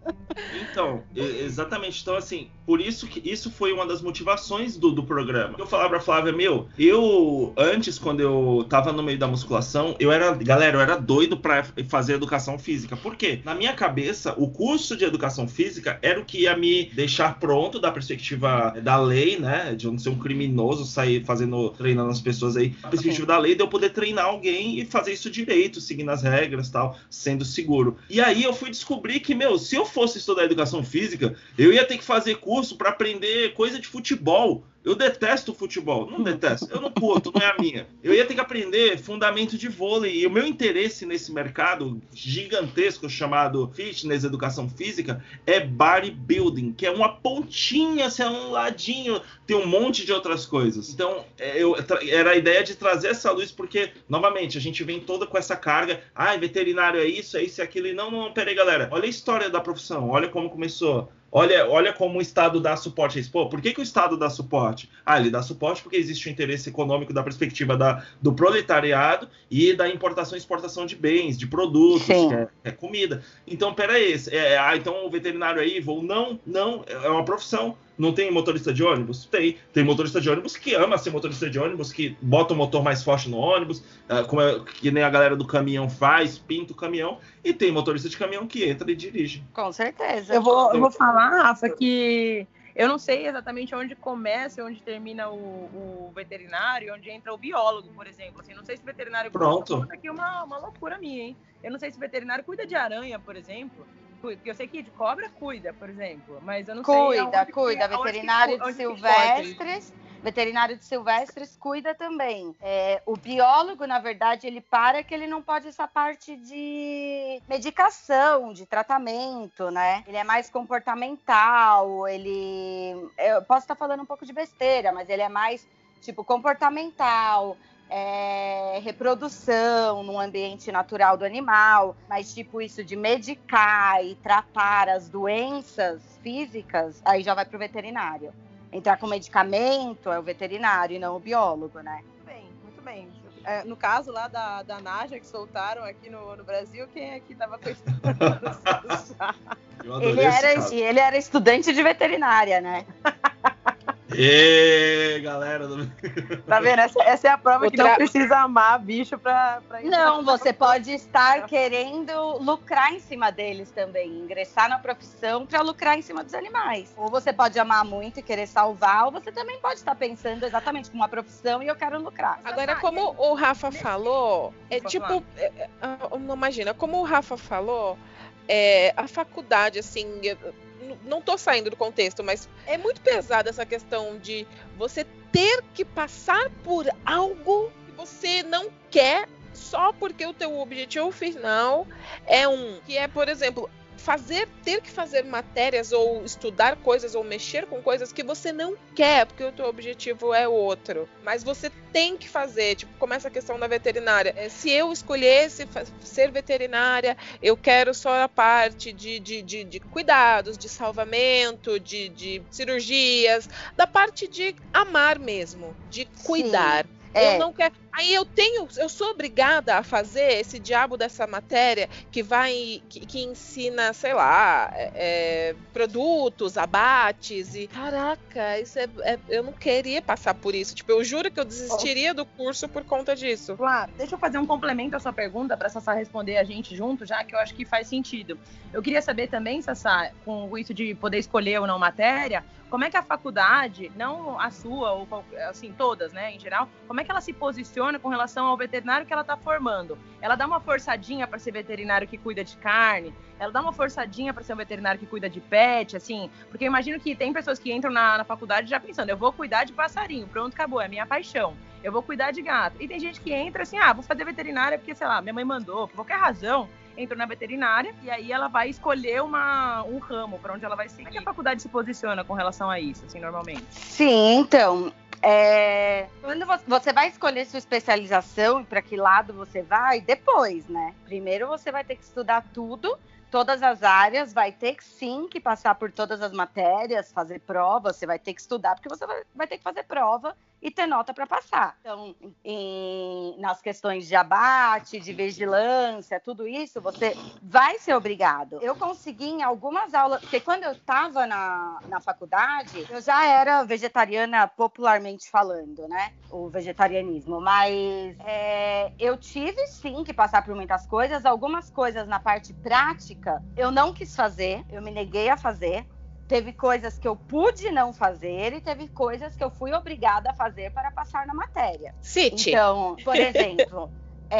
Então, exatamente. Então, assim, por isso que isso foi uma das motivações do, do programa. Eu falava pra Flávia, meu, eu, antes, quando eu tava no meio da musculação, eu era, galera, eu era doido pra fazer educação física. Por quê? Na minha cabeça, o curso de educação física era o que ia me deixar pronto da perspectiva da lei, né? De eu não ser um criminoso, sair fazendo, treinando as pessoas aí. A perspectiva da lei de eu poder treinar alguém e fazer isso direito, seguindo as regras e tal, sendo seguro. E aí eu fui descobrir que, meu, se eu fosse estudar educação física, eu ia ter que fazer curso para aprender coisa de futebol. Eu detesto futebol, não detesto, eu não curto, não é a minha. Eu ia ter que aprender fundamento de vôlei. E o meu interesse nesse mercado gigantesco chamado fitness, educação física, é bodybuilding, que é uma pontinha, assim, é um ladinho, tem um monte de outras coisas. Então, eu, era a ideia de trazer essa luz, porque, novamente, a gente vem toda com essa carga, ah, veterinário é isso, é isso, é aquilo, e não, não, peraí, galera, olha a história da profissão, olha como começou. Olha, olha como o Estado dá suporte a isso. Pô, por que, que o Estado dá suporte? Ah, ele dá suporte porque existe o interesse econômico da perspectiva da, do proletariado e da importação e exportação de bens, de produtos, que é, que é comida. Então, peraí, é, ah, então o veterinário aí, vou, não, não, é uma profissão. Não tem motorista de ônibus? Tem. Tem motorista de ônibus que ama ser motorista de ônibus, que bota o motor mais forte no ônibus, uh, como é, que nem a galera do caminhão faz, pinta o caminhão. E tem motorista de caminhão que entra e dirige. Com certeza. Eu vou, eu vou falar, Rafa, que eu não sei exatamente onde começa e onde termina o, o veterinário, onde entra o biólogo, por exemplo. Assim, não sei se o veterinário... Pronto. Isso aqui é uma, uma loucura minha, hein? Eu não sei se o veterinário cuida de aranha, por exemplo. Porque eu sei que de cobra cuida, por exemplo, mas eu não cuida, sei... Cuida, cuida. Que, veterinário que, de silvestres... Veterinário de silvestres cuida também. É, o biólogo, na verdade, ele para que ele não pode essa parte de medicação, de tratamento, né? Ele é mais comportamental, ele... Eu posso estar falando um pouco de besteira, mas ele é mais, tipo, comportamental... É, reprodução no ambiente natural do animal, mas tipo isso de medicar e tratar as doenças físicas, aí já vai pro veterinário. Entrar com medicamento é o veterinário e não o biólogo, né? Muito bem, muito bem. É, no caso lá da, da Naja que soltaram aqui no, no Brasil, quem aqui tava questionando? ele, era, ele era estudante de veterinária, né? Ê, galera. Tá vendo? Essa, essa é a prova Outra... que não precisa amar bicho pra, pra ir. Não, você pode estar querendo lucrar em cima deles também. Ingressar na profissão pra lucrar em cima dos animais. Ou você pode amar muito e querer salvar, ou você também pode estar pensando exatamente como uma profissão e eu quero lucrar. Agora, como o Rafa falou, é tipo... É, é, imagina, como o Rafa falou, é, a faculdade, assim... Não tô saindo do contexto, mas é muito pesada essa questão de você ter que passar por algo que você não quer só porque o teu objetivo final é um, que é, por exemplo, fazer, ter que fazer matérias ou estudar coisas ou mexer com coisas que você não quer, porque o teu objetivo é outro. Mas você tem que fazer, tipo, começa a questão da veterinária. Se eu escolhesse ser veterinária, eu quero só a parte de, de, de, de cuidados, de salvamento, de, de cirurgias, da parte de amar mesmo, de cuidar. Sim. É. Eu não quero. Aí eu tenho, eu sou obrigada a fazer esse diabo dessa matéria que vai, que, que ensina, sei lá, é, produtos, abates e caraca, isso é, é, eu não queria passar por isso. Tipo, eu juro que eu desistiria do curso por conta disso. Claro, deixa eu fazer um complemento à sua pergunta para Sassá responder a gente junto, já que eu acho que faz sentido. Eu queria saber também, Sassá, com isso de poder escolher ou não matéria, como é que a faculdade, não a sua, ou assim, todas, né, em geral, como é que ela se posiciona com relação ao veterinário que ela está formando? Ela dá uma forçadinha para ser veterinário que cuida de carne? Ela dá uma forçadinha para ser um veterinário que cuida de pet, assim? Porque eu imagino que tem pessoas que entram na, na faculdade já pensando, eu vou cuidar de passarinho, pronto, acabou, é minha paixão. Eu vou cuidar de gato. E tem gente que entra assim, ah, vou fazer veterinária porque, sei lá, minha mãe mandou, por qualquer razão, entrou na veterinária e aí ela vai escolher uma, um ramo para onde ela vai seguir. Como é que a faculdade se posiciona com relação a isso, assim, normalmente? Sim, então, é... quando você vai escolher sua especialização e para que lado você vai, depois, né? Primeiro você vai ter que estudar tudo, todas as áreas, vai ter que sim que passar por todas as matérias, fazer prova, você vai ter que estudar, porque você vai, vai ter que fazer prova e ter nota para passar. Então, em, nas questões de abate, de vigilância, tudo isso, você vai ser obrigado. Eu consegui em algumas aulas, porque quando eu estava na, na faculdade, eu já era vegetariana popularmente falando, né? O vegetarianismo, mas é, eu tive sim que passar por muitas coisas, algumas coisas na parte prática eu não quis fazer, eu me neguei a fazer. Teve coisas que eu pude não fazer e teve coisas que eu fui obrigada a fazer para passar na matéria. Cite. Então, por exemplo,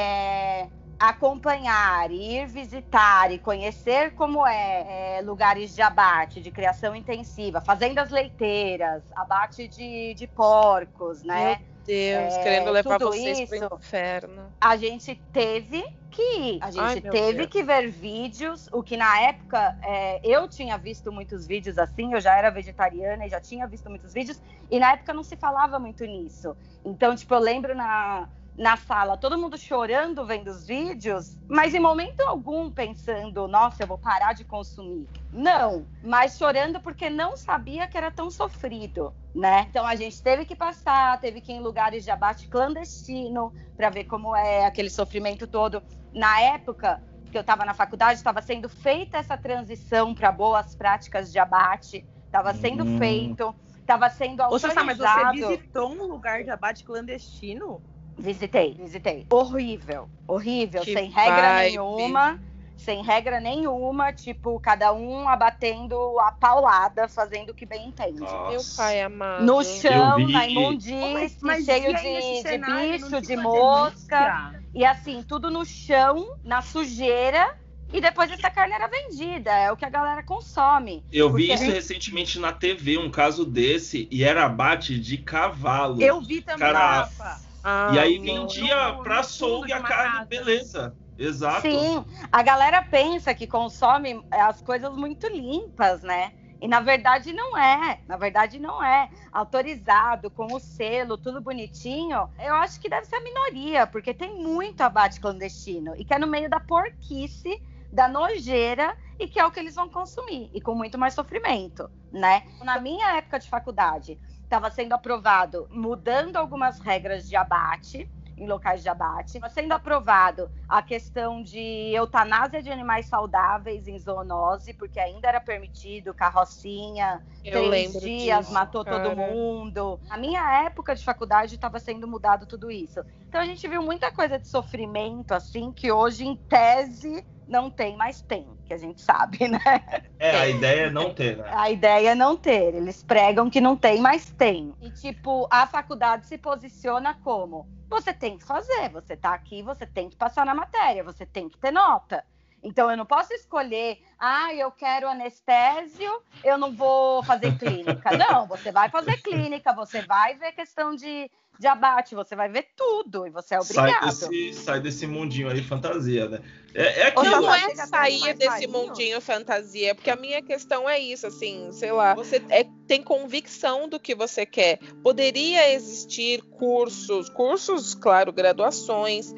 é, acompanhar, ir visitar e conhecer como é, é lugares de abate, de criação intensiva, fazendas leiteiras, abate de, de porcos, né? Meu Deus, é, querendo levar vocês isso, pro inferno. A gente teve que ir, a gente Ai, teve Deus. que ver vídeos, o que na época é, eu tinha visto muitos vídeos assim, eu já era vegetariana e já tinha visto muitos vídeos, e na época não se falava muito nisso. Então, tipo, eu lembro na, na sala, todo mundo chorando vendo os vídeos, mas em momento algum pensando, nossa, eu vou parar de consumir. Não, mas chorando porque não sabia que era tão sofrido, né? Então a gente teve que passar, teve que ir em lugares de abate clandestino para ver como é aquele sofrimento todo. Na época que eu estava na faculdade, estava sendo feita essa transição para boas práticas de abate, estava sendo hum. feito, estava sendo autorizado. Ô, mas você visitou um lugar de abate clandestino? Visitei, visitei. Horrível, horrível, Que sem regra vibe. nenhuma. Sem regra nenhuma, tipo, cada um abatendo a paulada, fazendo o que bem entende. Nossa. Meu pai amado. No chão, vi. na imundície, mas, mas cheio e aí, de, de cenário, bicho, de não mosca. E assim, tudo no chão, na sujeira. E depois essa carne era vendida, é o que a galera consome. Eu vi Porque isso a gente... recentemente na T V, um caso desse, e era abate de cavalo. Eu vi também, Cara, Rafa. Ah, e aí não. vendia no- pra no açougue fundo a de uma carne, casa. beleza. Exato. Sim, a galera pensa que consome as coisas muito limpas, né? E na verdade não é, na verdade não é. Autorizado, com o selo, tudo bonitinho, eu acho que deve ser a minoria, porque tem muito abate clandestino, e que é no meio da porquice, da nojeira, e que é o que eles vão consumir, e com muito mais sofrimento, né? Na minha época de faculdade, estava sendo aprovado, mudando algumas regras de abate, em locais de abate. Está sendo aprovado a questão de eutanásia de animais saudáveis em zoonose, porque ainda era permitido, carrocinha, Eu três lembro dias, disso, matou cara. todo mundo. Na minha época de faculdade estava sendo mudado tudo isso. Então a gente viu muita coisa de sofrimento, assim, que hoje, em tese, não tem, mas tem, que a gente sabe, né? É, a ideia é não ter, né? A ideia é não ter. Eles pregam que não tem, mas tem. E, tipo, a faculdade se posiciona como: você tem que fazer, você tá aqui, você tem que passar na matéria, você tem que ter nota. Então, eu não posso escolher, ah, eu quero anestésio, eu não vou fazer clínica. Não, você vai fazer clínica, você vai ver questão de, de abate, você vai ver tudo e você é Sai obrigado. desse, sai desse mundinho aí, fantasia, né? É, é Ou aquilo. não é Chega até sair mais desse marinho. mundinho fantasia, porque a minha questão é isso, assim, sei lá, você é- tem convicção do que você quer. Poderia existir cursos, cursos, claro, graduações,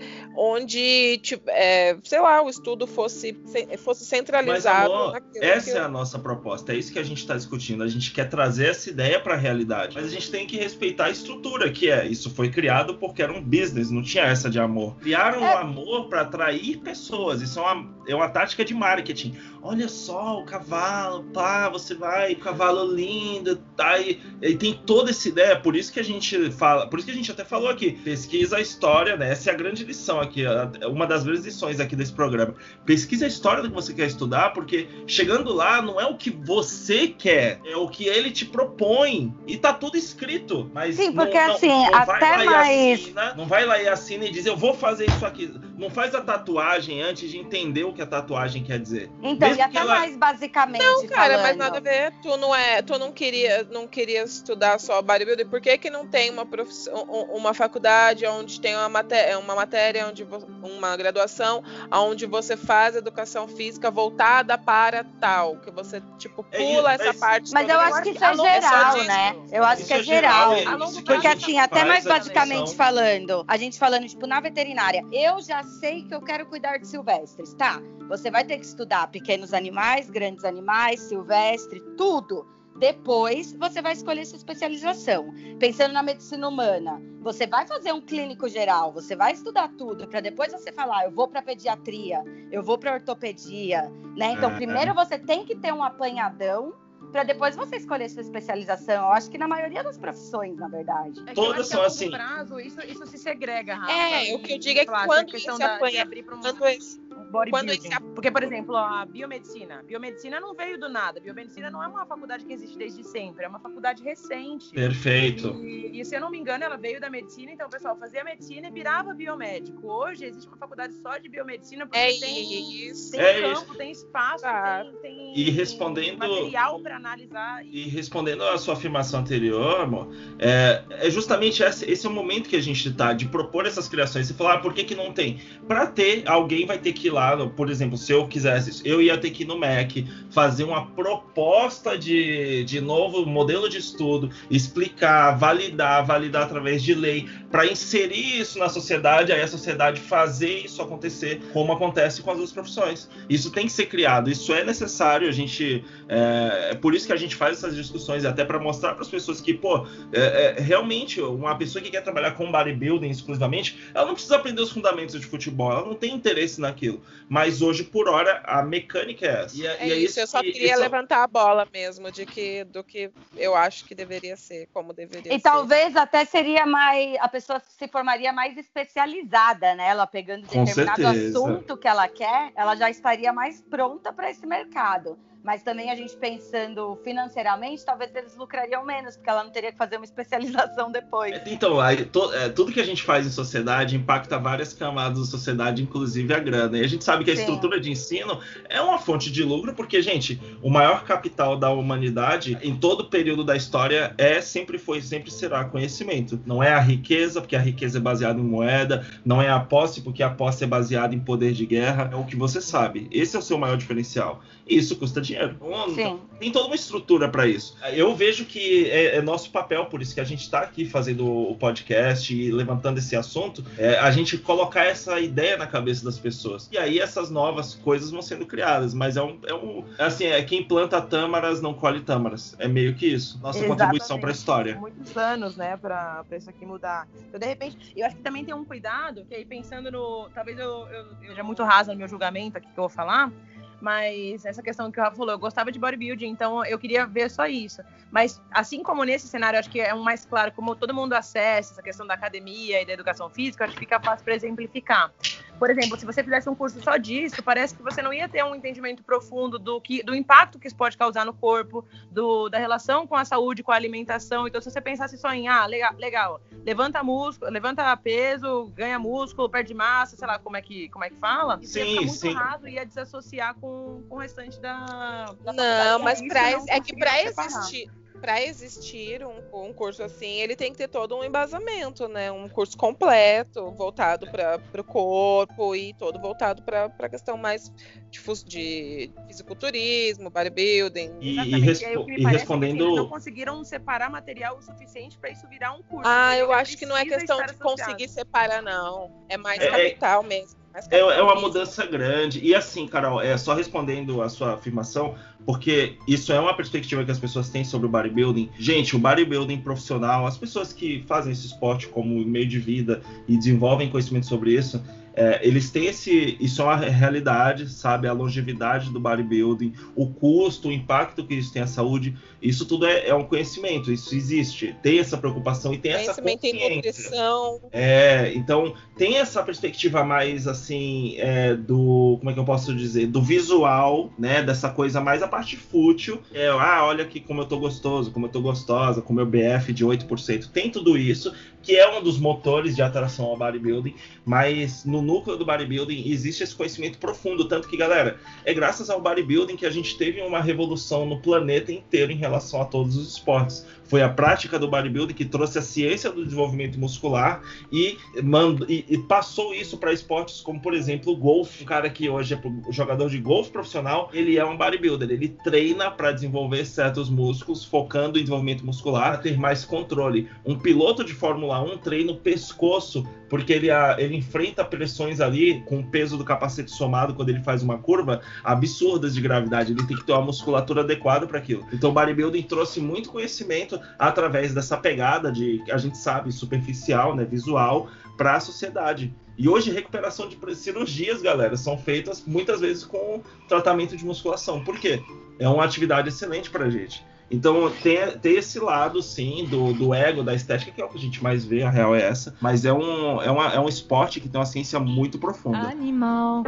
onde, tipo, é, sei lá, o estudo fosse, se- fosse Mas, centralizado amor, naquilo essa que é eu... a nossa proposta, é isso que a gente está discutindo. A gente quer trazer essa ideia para a realidade, mas a gente tem que respeitar a estrutura, que é, isso foi criado porque era um business, não tinha essa de amor. Criaram É. o amor para atrair pessoas, isso é uma, é uma tática de marketing. Olha só, o cavalo, pá, você vai, o cavalo lindo, tá, e, e tem toda essa ideia, por isso que a gente fala, por isso que a gente até falou aqui, pesquisa a história, né? Essa é a grande lição aqui, a- uma das grandes lições aqui desse programa. Pesquisa a história do que você quer estudar, porque chegando lá não é o que você quer, é o que ele te propõe. E tá tudo escrito. Mas Sim, não- porque, não, assim, não vai até lá e mais- assina, não vai lá e assina e diz, eu vou fazer isso aqui. Não faz a tatuagem antes de entender o que a tatuagem quer dizer. Então, Mesmo e até que ela- mais basicamente Não, cara, falando. mas nada a ver. Tu não é, tu não queria, não queria estudar só bodybuilding. Por que que não tem uma profissão, um- uma faculdade onde tem uma matéria, uma matéria onde vo- uma graduação onde você faz educação física voltada para tal, que você tipo É pula isso, essa mas- parte. Mas toda eu que- acho que isso a é longo prazo, geral, disso. né? Eu acho Isso que é é geral, geral. é A longo isso que Porque a gente assim, até faz mais a basicamente discussão. falando, a gente falando, tipo, na veterinária, eu já sei que eu quero cuidar de silvestres, tá? Você vai ter que estudar pequenos animais, grandes animais, silvestre, tudo. Depois, você vai escolher sua especialização. Pensando na medicina humana, você vai fazer um clínico geral, você vai estudar tudo, para depois você falar, eu vou para pediatria, eu vou para ortopedia, né? Então, É. primeiro você tem que ter um apanhadão, para depois você escolher sua especialização. Eu acho que na maioria das profissões, na verdade. É que eu Todas acho que são a longo assim. prazo, isso, isso se segrega, Rafa. É, o que eu digo é que Eu acho, quando a questão esse da- de apanha- abrir pra um- Quando esse, bodybuilding. quando esse Porque, por exemplo, a biomedicina. Biomedicina não veio do nada. Biomedicina não é uma faculdade que existe desde sempre, é uma faculdade recente. Perfeito. E, e, se eu não me engano, ela veio da medicina, então o pessoal fazia medicina e virava biomédico. Hoje existe uma faculdade só de biomedicina porque é tem, isso. tem É campo, tem espaço, Exato. tem, tem E respondendo- material para analisar. E respondendo à sua afirmação anterior, amor, é, é justamente esse, esse é o momento que a gente está de propor essas criações e falar, ah, por que que não tem? Para ter, alguém vai ter que ir lá, por exemplo, se eu quisesse isso, eu ia ter que ir no M E C, fazer uma proposta de, de novo modelo de estudo, explicar, validar, validar através de lei, para inserir isso na sociedade, aí a sociedade fazer isso acontecer, como acontece com as outras profissões. Isso tem que ser criado, isso é necessário, a gente, é, é por isso que a gente faz essas discussões, até para mostrar para as pessoas que, pô, é, é, realmente, uma pessoa que quer trabalhar com bodybuilding exclusivamente, ela não precisa aprender os fundamentos de futebol, ela não tem interesse naquilo. Mas hoje, por hora, a mecânica é essa. E É e isso, eu só que- queria esse é o- levantar a bola mesmo de que, do que eu acho que deveria ser, como deveria E ser. talvez até seria mais. A pessoa se formaria mais especializada, né? Ela pegando Com determinado certeza. assunto que ela quer, ela já estaria mais pronta para esse mercado. Mas também a gente pensando financeiramente, talvez eles lucrariam menos, porque ela não teria que fazer uma especialização depois. É, Então, aí, to- é, tudo que a gente faz em sociedade impacta várias camadas da sociedade, inclusive a grana. E a gente sabe que a Sim. estrutura de ensino é uma fonte de lucro, porque, gente, o maior capital da humanidade em todo o período da história é, sempre foi, sempre será conhecimento. Não é a riqueza, porque a riqueza é baseada em moeda, não é a posse, porque a posse é baseada em poder de guerra. É o que você sabe. Esse é o seu maior diferencial. E isso custa dinheiro. dinheiro. Então, Sim. tem toda uma estrutura para isso. Eu vejo que é, é nosso papel, por isso que a gente está aqui fazendo o podcast e levantando esse assunto, é a gente colocar essa ideia na cabeça das pessoas. E aí essas novas coisas vão sendo criadas, mas é um, é um assim, é quem planta tâmaras não colhe tâmaras. É meio que isso. Nossa Exatamente. Contribuição para a história. Muitos anos, né, pra, pra isso aqui mudar. Então, de repente, eu acho que também tem um cuidado, que aí pensando no... Talvez eu, eu, eu já muito rasa no meu julgamento aqui que eu vou falar, mas essa questão que o Rafa falou, eu gostava de bodybuilding, então eu queria ver só isso. Mas assim como nesse cenário, acho que é um mais claro, como todo mundo acessa essa questão da academia e da educação física, acho que fica fácil para exemplificar. Por exemplo, se você fizesse um curso só disso, parece que você não ia ter um entendimento profundo do, que, do impacto que isso pode causar no corpo, do, da relação com a saúde, com a alimentação. Então, se você pensasse só em, ah, legal, legal levanta músculo, levanta peso, ganha músculo, perde massa, sei lá como é que, como é que fala, isso ia ficar muito sim. raso e ia desassociar com, com o restante da... da Não, mas pra, não é que para separar. existir... Para existir um, um curso assim, ele tem que ter todo um embasamento, né? Um curso completo, voltado para o corpo e todo voltado para a questão mais de, de fisiculturismo, bodybuilding. E, e, Exatamente. respo- aí, o que me e parece é que, respondendo... eles não conseguiram separar material o suficiente para isso virar um curso. Ah, Então, eu ele acho que não é precisa questão estar de conseguir associado. separar, não. É mais É- capital mesmo. mais É, capital é uma mesmo. mudança grande. E assim, Carol, é só respondendo a sua afirmação, porque isso é uma perspectiva que as pessoas têm sobre o bodybuilding. Gente, o bodybuilding profissional, as pessoas que fazem esse esporte como meio de vida e desenvolvem conhecimento sobre isso, é, eles têm esse... Isso é uma realidade, sabe? A longevidade do bodybuilding, o custo, o impacto que isso tem à saúde, isso tudo é, é um conhecimento, isso existe. Tem essa preocupação e tem essa Conhecimento em consciência. nutrição. É, então tem essa perspectiva mais assim, é, do, como é que eu posso dizer, do visual, né, dessa coisa mais a parte fútil, é, ah, olha aqui como eu tô gostoso, como eu tô gostosa, com meu B F de oito por cento, tem tudo isso, que é um dos motores de atração ao bodybuilding, mas no núcleo do bodybuilding existe esse conhecimento profundo, tanto que, galera, é graças ao bodybuilding que a gente teve uma revolução no planeta inteiro em relação a todos os esportes. Foi a prática do bodybuilding que trouxe a ciência do desenvolvimento muscular e, mand- e, e passou isso para esportes como, por exemplo, o golfe. Um cara que hoje é jogador de golfe profissional, ele é um bodybuilder. Ele treina para desenvolver certos músculos, focando em desenvolvimento muscular, ter mais controle. Um piloto de Fórmula um treina o pescoço, porque ele, a, ele enfrenta pressões ali com o peso do capacete somado quando ele faz uma curva, absurdas de gravidade. Ele tem que ter uma musculatura adequada para aquilo. Então o bodybuilding trouxe muito conhecimento através dessa pegada de, a gente sabe, superficial, né, visual, para a sociedade. E hoje recuperação de cirurgias, galera, são feitas muitas vezes com tratamento de musculação. Por quê? É uma atividade excelente pra gente. Então tem, tem esse lado, sim, do, do ego, da estética, que é o que a gente mais vê, a real é essa. Mas é um, é uma, é um esporte que tem uma ciência muito profunda. Animal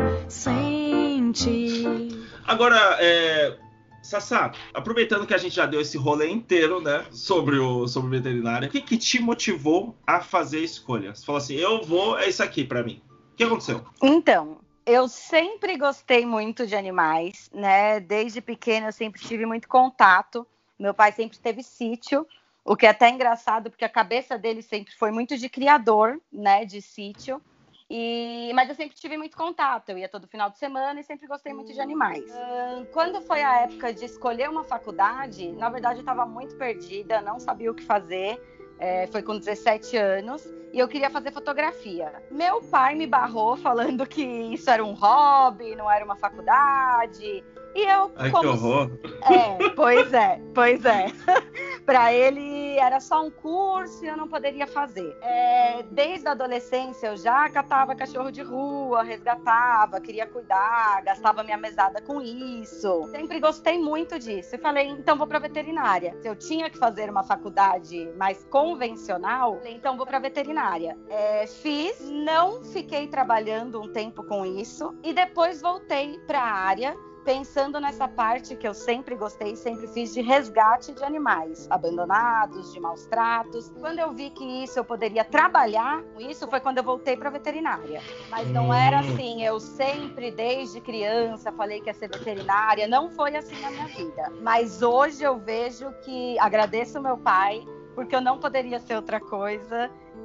sente. Agora, é... Sassá, aproveitando que a gente já deu esse rolê inteiro, né, sobre o sobre veterinária, o que, que te motivou a fazer a escolha? Você falou assim, eu vou, é isso aqui pra mim. O que aconteceu? Então, eu sempre gostei muito de animais, né? Desde pequena eu sempre tive muito contato. Meu pai sempre teve sítio, o que é até engraçado, porque a cabeça dele sempre foi muito de criador, né, de sítio. E, mas eu sempre tive muito contato, eu ia todo final de semana e sempre gostei muito de animais. Uh, quando foi a época de escolher uma faculdade, na verdade eu estava muito perdida, não sabia o que fazer, é, foi com dezessete anos, e eu queria fazer fotografia. Meu pai me barrou falando que isso era um hobby, não era uma faculdade. E eu, Ai, como... que horror. É, pois é, pois é. Para ele era só um curso e eu não poderia fazer. É, desde a adolescência eu já catava cachorro de rua, resgatava, queria cuidar, gastava minha mesada com isso. Sempre gostei muito disso. E falei, então vou para veterinária. Se eu tinha que fazer uma faculdade mais convencional, falei, então vou para veterinária. É, fiz, não fiquei trabalhando um tempo com isso e depois voltei para a área, pensando nessa parte que eu sempre gostei, sempre fiz de resgate de animais abandonados, de maus tratos. Quando eu vi que isso eu poderia trabalhar com isso, foi quando eu voltei para veterinária. Mas não era assim, eu sempre, desde criança, falei que ia ser veterinária, não foi assim na minha vida. Mas hoje eu vejo que, agradeço meu pai, porque eu não poderia ser outra coisa.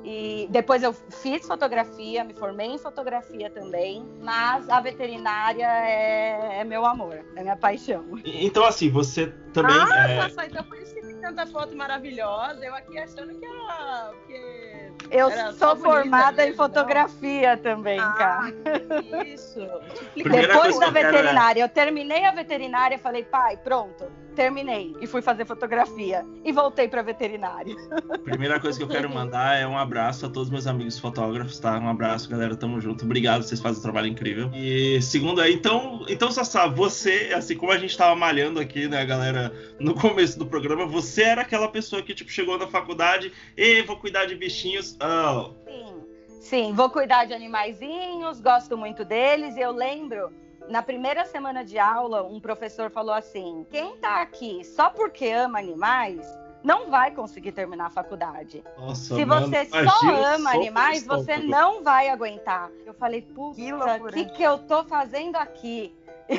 E depois eu fiz fotografia, me formei em fotografia também, mas a veterinária é, é meu amor, é minha paixão. Então, assim, você também... Ah, é... Sassá, então por isso que tem tanta foto maravilhosa. Eu aqui achando que era... Que eu era sou formada mesmo, em fotografia não. também, Ah, cara. Isso. Primeira Depois coisa da que eu quero é- veterinária, eu terminei a veterinária, falei, pai, pronto, terminei. E fui fazer fotografia. E voltei pra veterinária. Primeira coisa que eu quero mandar é um abraço a todos meus amigos fotógrafos, tá? Um abraço, galera, tamo junto. Obrigado, vocês fazem um trabalho incrível. E segundo aí, então, então Sassá, você, assim como a gente tava malhando aqui, né, galera, no começo do programa, você era aquela pessoa que, tipo, chegou na faculdade e vou cuidar de bichinhos. Oh. Sim, sim, vou cuidar de animaizinhos, gosto muito deles. E eu lembro, na primeira semana de aula, um professor falou assim, quem tá aqui só porque ama animais, não vai conseguir terminar a faculdade. Nossa, Se mano, você imagina só o ama soco animais, no você estômago. não vai aguentar. Eu falei, puta, Que o loucura. que, que eu tô fazendo aqui?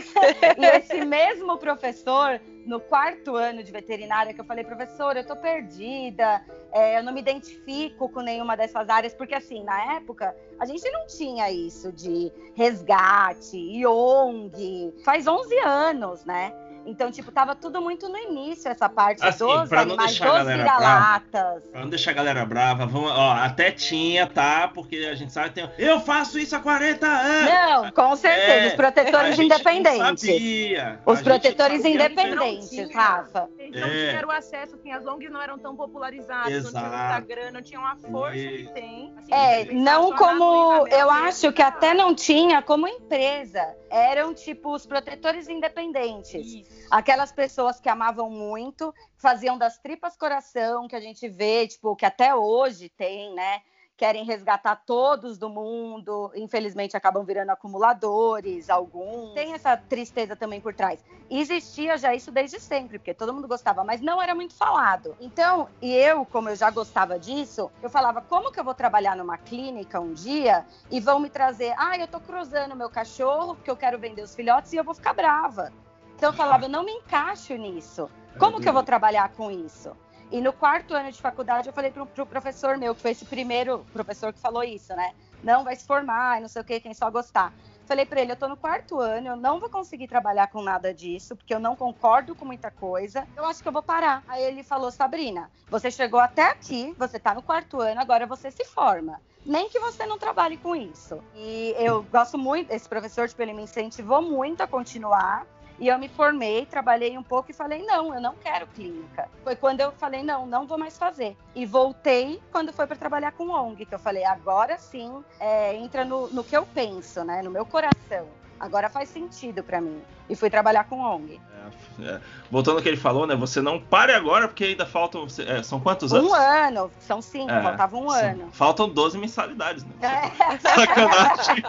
E esse mesmo professor, no quarto ano de veterinária, que eu falei, professor, eu tô perdida, é, eu não me identifico com nenhuma dessas áreas, porque assim, na época, a gente não tinha isso de resgate, I O N G, faz onze anos, né? Então, tipo, tava tudo muito no início, essa parte Assim, dos pra não animais, deixar a dos galera vira-latas. Pra não deixar a galera brava, vamos, ó, até tinha, tá? Porque a gente sabe que tem... Eu faço isso há quarenta anos! Não, com certeza, É, os protetores a gente independentes. Não sabia. Os A protetores gente não sabia. independentes, Não tinha. Rafa. Não É. tinha o acesso, assim, as O N Gs não eram tão popularizadas, não tinha o Exato. Instagram, não tinha uma força E- que tem. Assim, É, você não pensar só na como, Rita eu mesmo, acho que ah, até não tinha como empresa. Eram, tipo, os protetores independentes. Isso. Aquelas pessoas que amavam muito, faziam das tripas coração, que a gente vê, tipo, que até hoje tem, né? Querem resgatar todos do mundo, infelizmente acabam virando acumuladores, alguns. Tem essa tristeza também por trás. Existia já isso desde sempre, porque todo mundo gostava, mas não era muito falado. Então, e eu, como eu já gostava disso, eu falava, como que eu vou trabalhar numa clínica um dia e vão me trazer, ah, eu tô cruzando meu cachorro, porque eu quero vender os filhotes e eu vou ficar brava. Então eu falava, eu não me encaixo nisso. Como que eu vou trabalhar com isso? E no quarto ano de faculdade eu falei pro, pro professor meu, que foi esse primeiro professor que falou isso, né? Não vai se formar e não sei o que, quem só gostar. Falei pra ele, eu tô no quarto ano, eu não vou conseguir trabalhar com nada disso, porque eu não concordo com muita coisa, eu acho que eu vou parar. Aí ele falou, Sabrina, você chegou até aqui, você tá no quarto ano, agora você se forma. Nem que você não trabalhe com isso. E eu gosto muito, esse professor, tipo, ele me incentivou muito a continuar. E eu me formei, trabalhei um pouco e falei, não, eu não quero clínica. Foi quando eu falei, não, não vou mais fazer. E voltei quando foi para trabalhar com O N G, que eu falei, agora sim, é, entra no, no que eu penso, né, no meu coração. Agora faz sentido para mim. E fui trabalhar com O N G. É, é. Voltando ao que ele falou, né? Você não pare agora, porque ainda faltam... É, são quantos anos? Um ano, são cinco, É, faltava um são- ano. Faltam doze mensalidades, né? É. Sacanagem.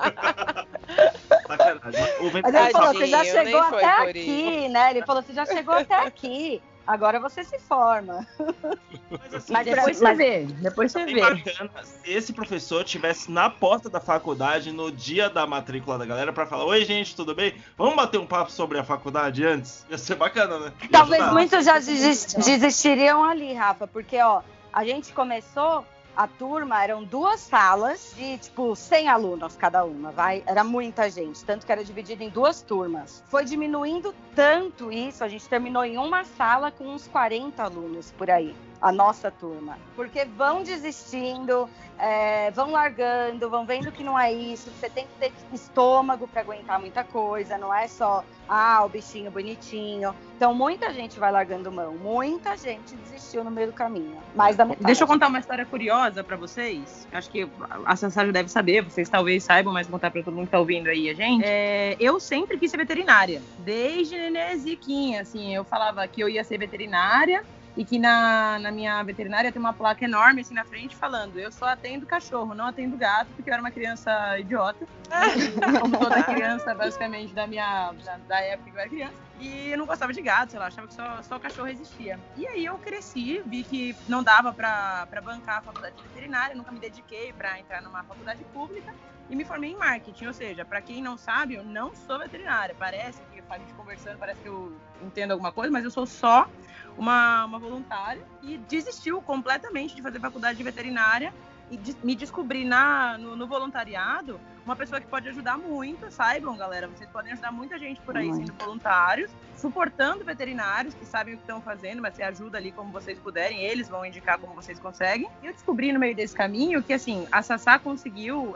Sacanagem. O Mas Ventura ele falou, falou- você já Tadinho, chegou nem foi até por aqui, né? Ele falou, você já chegou até aqui. Agora você se forma. Mas, assim, Mas Depois você Mas- vê, depois você bem vê. bacana se esse professor tivesse na porta da faculdade no dia da matrícula da galera pra falar, oi gente, tudo bem? Vamos bater um papo sobre a faculdade antes? Ia ser bacana, né? Ia Talvez ajudar. muitos já desis- desistiriam ali, Rafa, porque, ó, a gente começou, a turma, eram duas salas de, tipo, cem alunos cada uma, vai? Era muita gente, tanto que era dividido em duas turmas. Foi diminuindo tanto isso, a gente terminou em uma sala com uns quarenta alunos por aí, a nossa turma. Porque vão desistindo, é, vão largando, vão vendo que não é isso, que você tem que ter estômago para aguentar muita coisa, não é só, ah, o bichinho bonitinho. Então, muita gente vai largando mão, muita gente desistiu no meio do caminho. Mais da metade. Deixa eu contar uma história curiosa pra vocês. Acho que a Sassá já deve saber, vocês talvez saibam, mas vou contar pra todo mundo que tá ouvindo aí a gente. É, eu sempre quis ser veterinária, desde neneziquinha, assim, eu falava que eu ia ser veterinária e que na, na minha veterinária tem uma placa enorme assim na frente falando, eu só atendo cachorro, não atendo gato, porque eu era uma criança idiota, como toda criança, basicamente, da minha da, da época que eu era criança. E eu não gostava de gato, sei lá, achava que só, só cachorro existia. E aí eu cresci, vi que não dava pra, pra bancar a faculdade de veterinária, nunca me dediquei pra entrar numa faculdade pública e me formei em marketing. Ou seja, pra quem não sabe, eu não sou veterinária. Parece que a gente conversando, parece que eu entendo alguma coisa, mas eu sou só uma, uma voluntária e desistiu completamente de fazer faculdade de veterinária e de, me descobri na, no, no voluntariado uma pessoa que pode ajudar muito. Saibam, galera, vocês podem ajudar muita gente por aí Muito. sendo voluntários, suportando veterinários que sabem o que estão fazendo, mas você ajuda ali como vocês puderem, eles vão indicar como vocês conseguem. E eu descobri no meio desse caminho que, assim, a Sassá conseguiu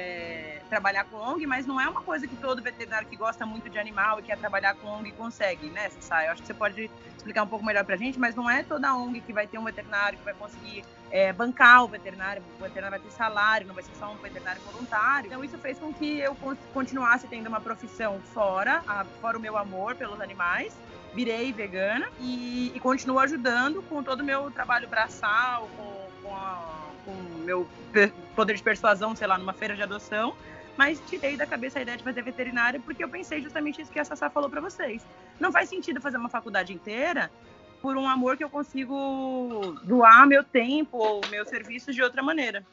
é, trabalhar com O N G, mas não é uma coisa que todo veterinário que gosta muito de animal e quer trabalhar com O N G consegue, né, Sassá? Eu acho que você pode explicar um pouco melhor pra gente, mas não é toda O N G que vai ter um veterinário que vai conseguir é, bancar o veterinário, o veterinário vai ter salário, não vai ser só um veterinário voluntário. Então isso fez com que eu continuasse tendo uma profissão fora, a, fora o meu amor pelos animais. Virei vegana e, e continuo ajudando com todo o meu trabalho braçal, com, com, a, com o meu poder de persuasão, sei lá, numa feira de adoção. Mas tirei da cabeça a ideia de fazer veterinária porque eu pensei justamente isso que a Sassá falou para vocês. Não faz sentido fazer uma faculdade inteira por um amor que eu consigo doar meu tempo ou meu serviço de outra maneira.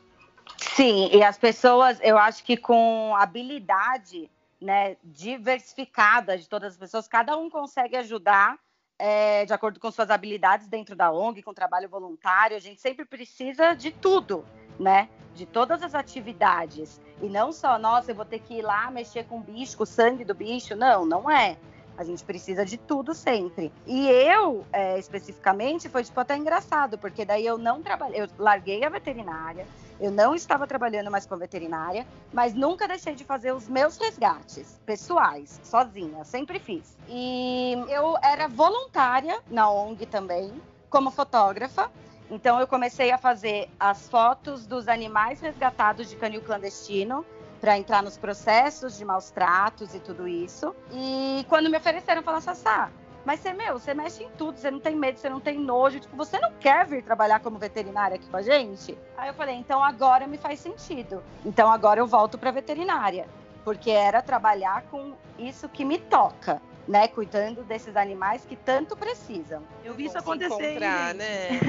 Sim, e as pessoas, eu acho que com habilidade, né, diversificada de todas as pessoas, cada um consegue ajudar é, de acordo com suas habilidades dentro da O N G, com trabalho voluntário. A gente sempre precisa de tudo, né? De todas as atividades. E não só, nossa, eu vou ter que ir lá mexer com o bicho, com o sangue do bicho. Não, não é. A gente precisa de tudo sempre. E eu, é, especificamente, foi tipo até engraçado, porque daí eu não trabalhei, eu larguei a veterinária, eu não estava trabalhando mais com veterinária, mas nunca deixei de fazer os meus resgates pessoais, sozinha, sempre fiz. E eu era voluntária na O N G também, como fotógrafa. Então eu comecei a fazer as fotos dos animais resgatados de canil clandestino, para entrar nos processos de maus tratos e tudo isso. E quando me ofereceram, falaram, Sassá, mas você, meu, você mexe em tudo, você não tem medo, você não tem nojo, tipo, você não quer vir trabalhar como veterinária aqui com a gente? Aí eu falei, então agora me faz sentido. Então agora eu volto para veterinária, porque era trabalhar com isso que me toca, né, cuidando desses animais que tanto precisam. Eu vi isso Vamos se acontecer, encontrar, hein, né?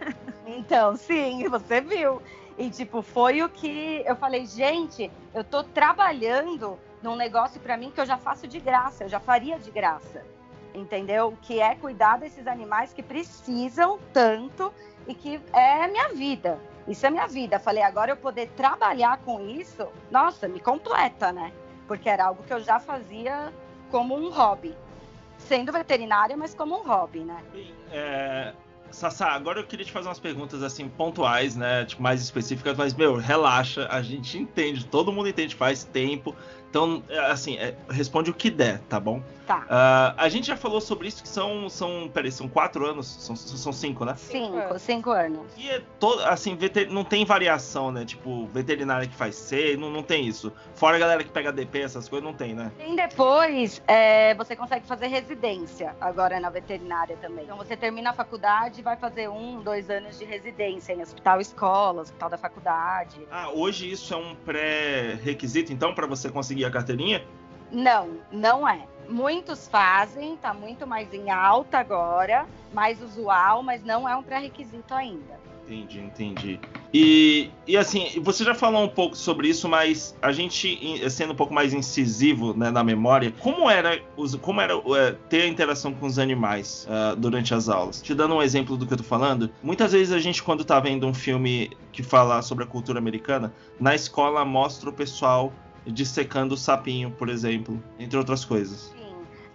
Então, sim, você viu. E, tipo, foi o que eu falei, gente, eu tô trabalhando num negócio pra mim que eu já faço de graça, eu já faria de graça, entendeu? Que é cuidar desses animais que precisam tanto e que é minha vida. Isso é minha vida. Falei, agora eu poder trabalhar com isso, nossa, me completa, né? Porque era algo que eu já fazia como um hobby. Sendo veterinária, mas como um hobby, né? É... Sassá, agora eu queria te fazer umas perguntas assim pontuais, né, tipo mais específicas, mas meu, relaxa, a gente entende, todo mundo entende, faz tempo, então assim, é, responde o que der, tá bom? Tá. Uh, a gente já falou sobre isso que são, são, peraí, são quatro anos, são, são cinco, né? Cinco, cinco anos. E é todo, assim, veter, não tem variação, né? Tipo, veterinária que faz C, não, não tem isso. Fora a galera que pega D P, essas coisas, não tem, né? E depois, é, você consegue fazer residência agora na veterinária também. Então você termina a faculdade e vai fazer um, dois anos de residência em hospital escola, hospital da faculdade. Ah, hoje isso é um pré-requisito, então, para você conseguir a carteirinha? Não, não é. Muitos fazem, tá muito mais em alta agora, mais usual, mas não é um pré-requisito ainda. Entendi, entendi. E, e assim, você já falou um pouco sobre isso, mas a gente, sendo um pouco mais incisivo, né, na memória, como era, como era é, ter a interação com os animais uh, durante as aulas? Te dando um exemplo do que eu tô falando, muitas vezes a gente, quando tá vendo um filme que fala sobre a cultura americana, na escola mostra o pessoal dissecando o sapinho, por exemplo, entre outras coisas. Sim.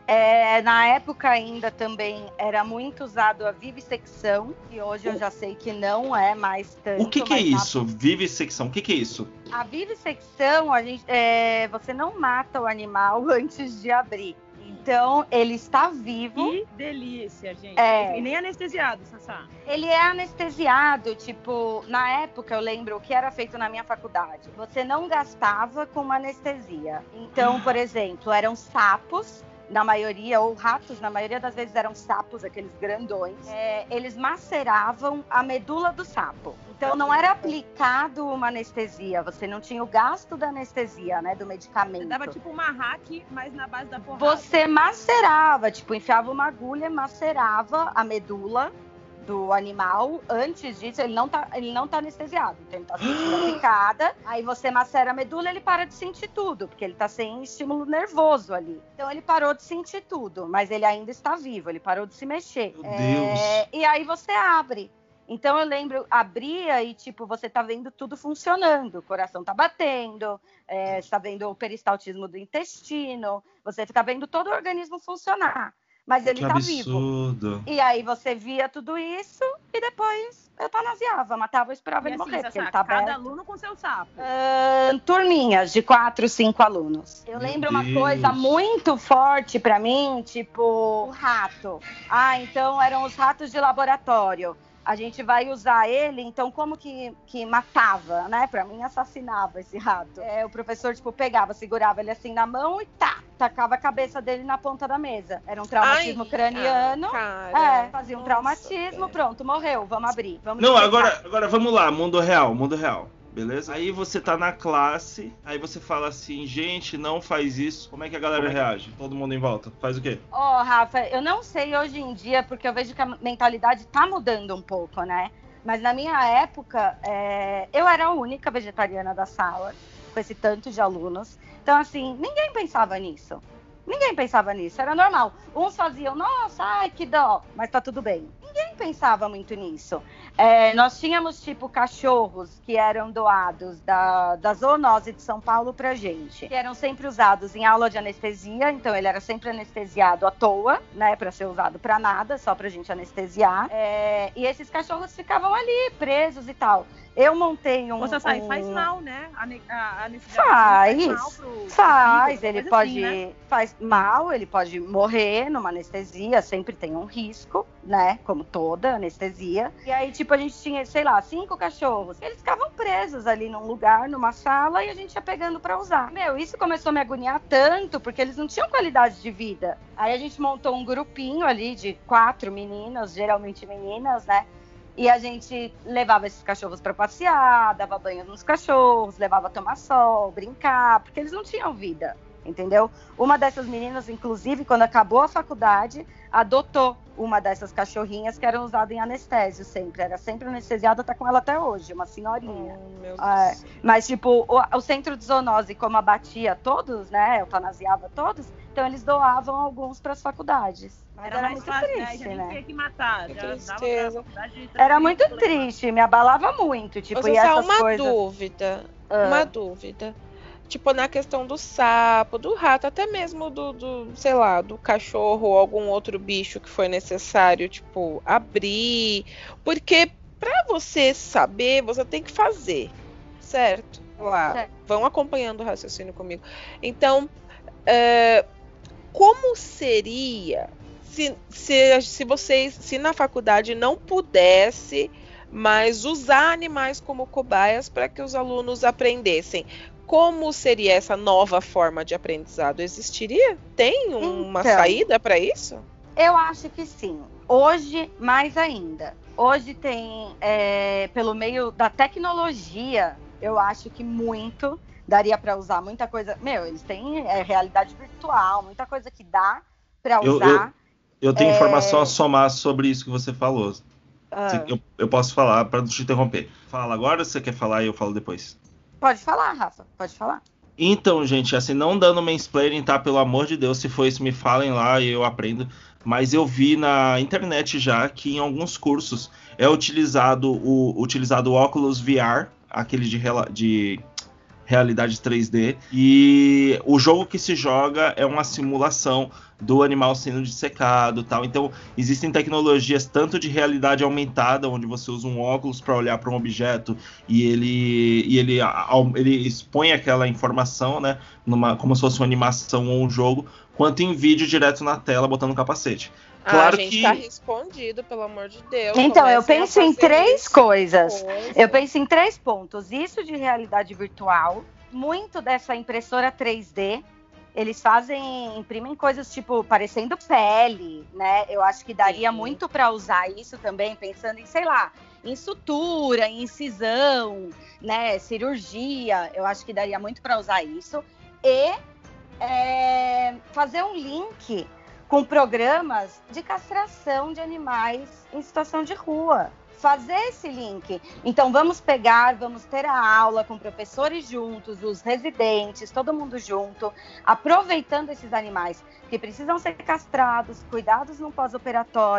É, na época ainda também era muito usado a vivissecção, e hoje eu já sei que não é mais tanto. O que, que é isso? Na... Vivissecção, o que, que é isso? A vivissecção, a gente, é, você não mata o animal antes de abrir. Então, ele está vivo. Que delícia, gente. É. E nem anestesiado, Sassá. Ele é anestesiado, tipo, na época eu lembro o que era feito na minha faculdade. Você não gastava com uma anestesia. Então, por exemplo, eram sapos, na maioria, ou ratos, na maioria das vezes eram sapos, aqueles grandões. É, eles maceravam a medula do sapo. Então não era aplicado uma anestesia, você não tinha o gasto da anestesia, né, do medicamento. Você dava tipo uma hack, mas na base da porrada. Você macerava, tipo, enfiava uma agulha, macerava a medula do animal. Antes disso, ele não tá, ele não tá anestesiado, então ele tá sentindo a picada. Aí você macera a medula, ele para de sentir tudo, porque ele tá sem estímulo nervoso ali. Então ele parou de sentir tudo, mas ele ainda está vivo, ele parou de se mexer. Meu Deus! É, e aí você abre. Então eu lembro, abria e tipo, você tá vendo tudo funcionando, o coração tá batendo, é, você tá vendo o peristaltismo do intestino, você fica vendo todo o organismo funcionar, mas ele Que tá absurdo. vivo. E aí você via tudo isso e depois eutanasiava, matava e esperava E ele assim, morrer, Sassá, porque ele tá cada aberto. aluno com seu sapo. Ah, turminhas de quatro, cinco alunos. Eu Meu lembro uma Deus. coisa muito forte pra mim, tipo o rato. Ah, então eram os ratos de laboratório. A gente vai usar ele, então como que, que matava, né? Pra mim, assassinava esse rato. É, o professor, tipo, pegava, segurava ele assim na mão e tá, tacava a cabeça dele na ponta da mesa. Era um traumatismo Ai, craniano. ah, É, cara. fazia um Nossa, traumatismo, velho. pronto, morreu, vamos abrir, vamos Não, dissecar. agora, agora vamos lá, mundo real, mundo real. Beleza? Aí você tá na classe, aí você fala assim, gente, não faz isso. Como é que a galera Como é que- reage? Todo mundo em volta. Faz o quê? Ó, Rafa, eu não sei hoje em dia, porque eu vejo que a mentalidade tá mudando um pouco, né? Mas na minha época, é, eu era a única vegetariana da sala, com esse tanto de alunos. Então, assim, ninguém pensava nisso. Ninguém pensava nisso, era normal. Uns faziam, nossa, ai, que dó, mas tá tudo bem. Ninguém pensava muito nisso. É, nós tínhamos, tipo, cachorros que eram doados da, da zoonose de São Paulo pra gente. Que eram sempre usados em aula de anestesia, então ele era sempre anestesiado à toa, né, pra ser usado pra nada, só pra gente anestesiar. É, e esses cachorros ficavam ali, presos e tal. Eu montei um... Ô, Sassá, e um... faz mal, né? A, ne- a, a necessidade Faz, mal pro- pro faz, fígado, ele coisa pode, assim, né? faz mal, ele pode morrer numa anestesia, sempre tem um risco, né, como toda anestesia. E aí, tipo, a gente tinha, sei lá, cinco cachorros, eles ficavam presos ali num lugar, numa sala, e a gente ia pegando pra usar. Meu, isso começou a me agoniar tanto, porque eles não tinham qualidade de vida. Aí a gente montou um grupinho ali de quatro meninas, geralmente meninas, né, e a gente levava esses cachorros para passear, dava banho nos cachorros, levava a tomar sol, brincar, porque eles não tinham vida, entendeu? Uma dessas meninas, inclusive, quando acabou a faculdade, adotou uma dessas cachorrinhas que eram usadas em anestésio sempre. Era sempre anestesiada, tá com ela até hoje, uma senhorinha. Oh, meu É, Deus. mas, tipo, o, o centro de zoonose, como abatia todos, né, eutanasiava todos, então eles doavam alguns para as faculdades. Mas Era, era mais muito fácil, né? triste, Já nem né? tinha que matar. Que Já dava tristeza. pra faculdade de Era tranquilo, muito levar. triste, me abalava muito, tipo, Ô, e Sassá, essas uma coisas. dúvida. Ah. Uma dúvida. Tipo, na questão do sapo, do rato, até mesmo do, do, sei lá, do cachorro ou algum outro bicho que foi necessário, tipo, abrir. Porque pra você saber, você tem que fazer, certo? Lá, Certo. vão acompanhando o raciocínio comigo. Então, é, como seria se, se, se vocês, se na faculdade não pudesse mais usar animais como cobaias para que os alunos aprendessem? Como seria essa nova forma de aprendizado? Existiria? Tem uma Então. saída para isso? Eu acho que sim. Hoje, mais ainda. Hoje tem, é, pelo meio da tecnologia, eu acho que muito daria para usar muita coisa. Meu, eles têm é, realidade virtual, muita coisa que dá para Eu, usar. eu, eu tenho É. informação a somar sobre isso que você falou. Ah, Eu, eu posso falar para não te interromper. Fala agora ou você quer falar e eu falo depois? pode falar, Rafa, pode falar. Então, gente, assim, não dando mansplaining, tá? Pelo amor de Deus, se for isso, me falem lá e eu aprendo. Mas eu vi na internet já que em alguns cursos é utilizado o, utilizado o óculos V R, aquele de, rela- de realidade três D, e o jogo que se joga é uma simulação do animal sendo dissecado, tal. Então existem tecnologias tanto de realidade aumentada, onde você usa um óculos para olhar para um objeto e ele e ele, ele expõe aquela informação, né, numa, como se fosse uma animação ou um jogo, quanto em vídeo direto na tela botando um capacete. Claro ah, gente, que tá respondido, pelo amor de Deus. Então, eu Comecem a penso em fazer três isso. coisas. Coisa. Eu penso em três pontos. Isso de realidade virtual, muito dessa impressora três D. Eles fazem, imprimem coisas tipo parecendo pele, né? Eu acho que daria Sim. muito para usar isso também, pensando em, sei lá, em sutura, em incisão, né? Cirurgia. Eu acho que daria muito para usar isso. E é, fazer um link com programas de castração de animais em situação de rua. Fazer esse link. Então, vamos pegar, vamos ter a aula com professores juntos, os residentes, todo mundo junto, aproveitando esses animais que precisam ser castrados, cuidados no pós-operatório,